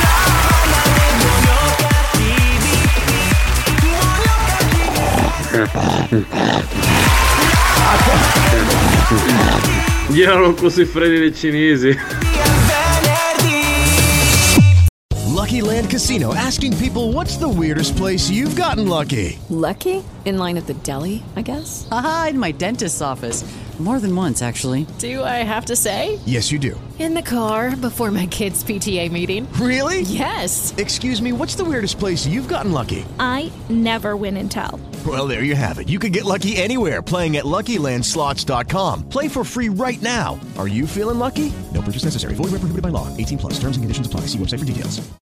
Erano così freddi dei cinesi.
Lucky Land Casino, asking people, what's the weirdest place you've gotten lucky?
Lucky? In line at the deli, I guess? Aha, in my dentist's office. More than once, actually.
Do I have to say?
Yes, you do.
In the car before my kids' PTA meeting.
Really?
Yes.
Excuse me, what's the weirdest place you've gotten lucky?
I never win and tell.
Well, there you have it. You can get lucky anywhere, playing at LuckyLandSlots.com. Play for free right now. Are you feeling lucky? No purchase necessary. Void where prohibited by law. 18+. Terms and conditions apply. See website for details.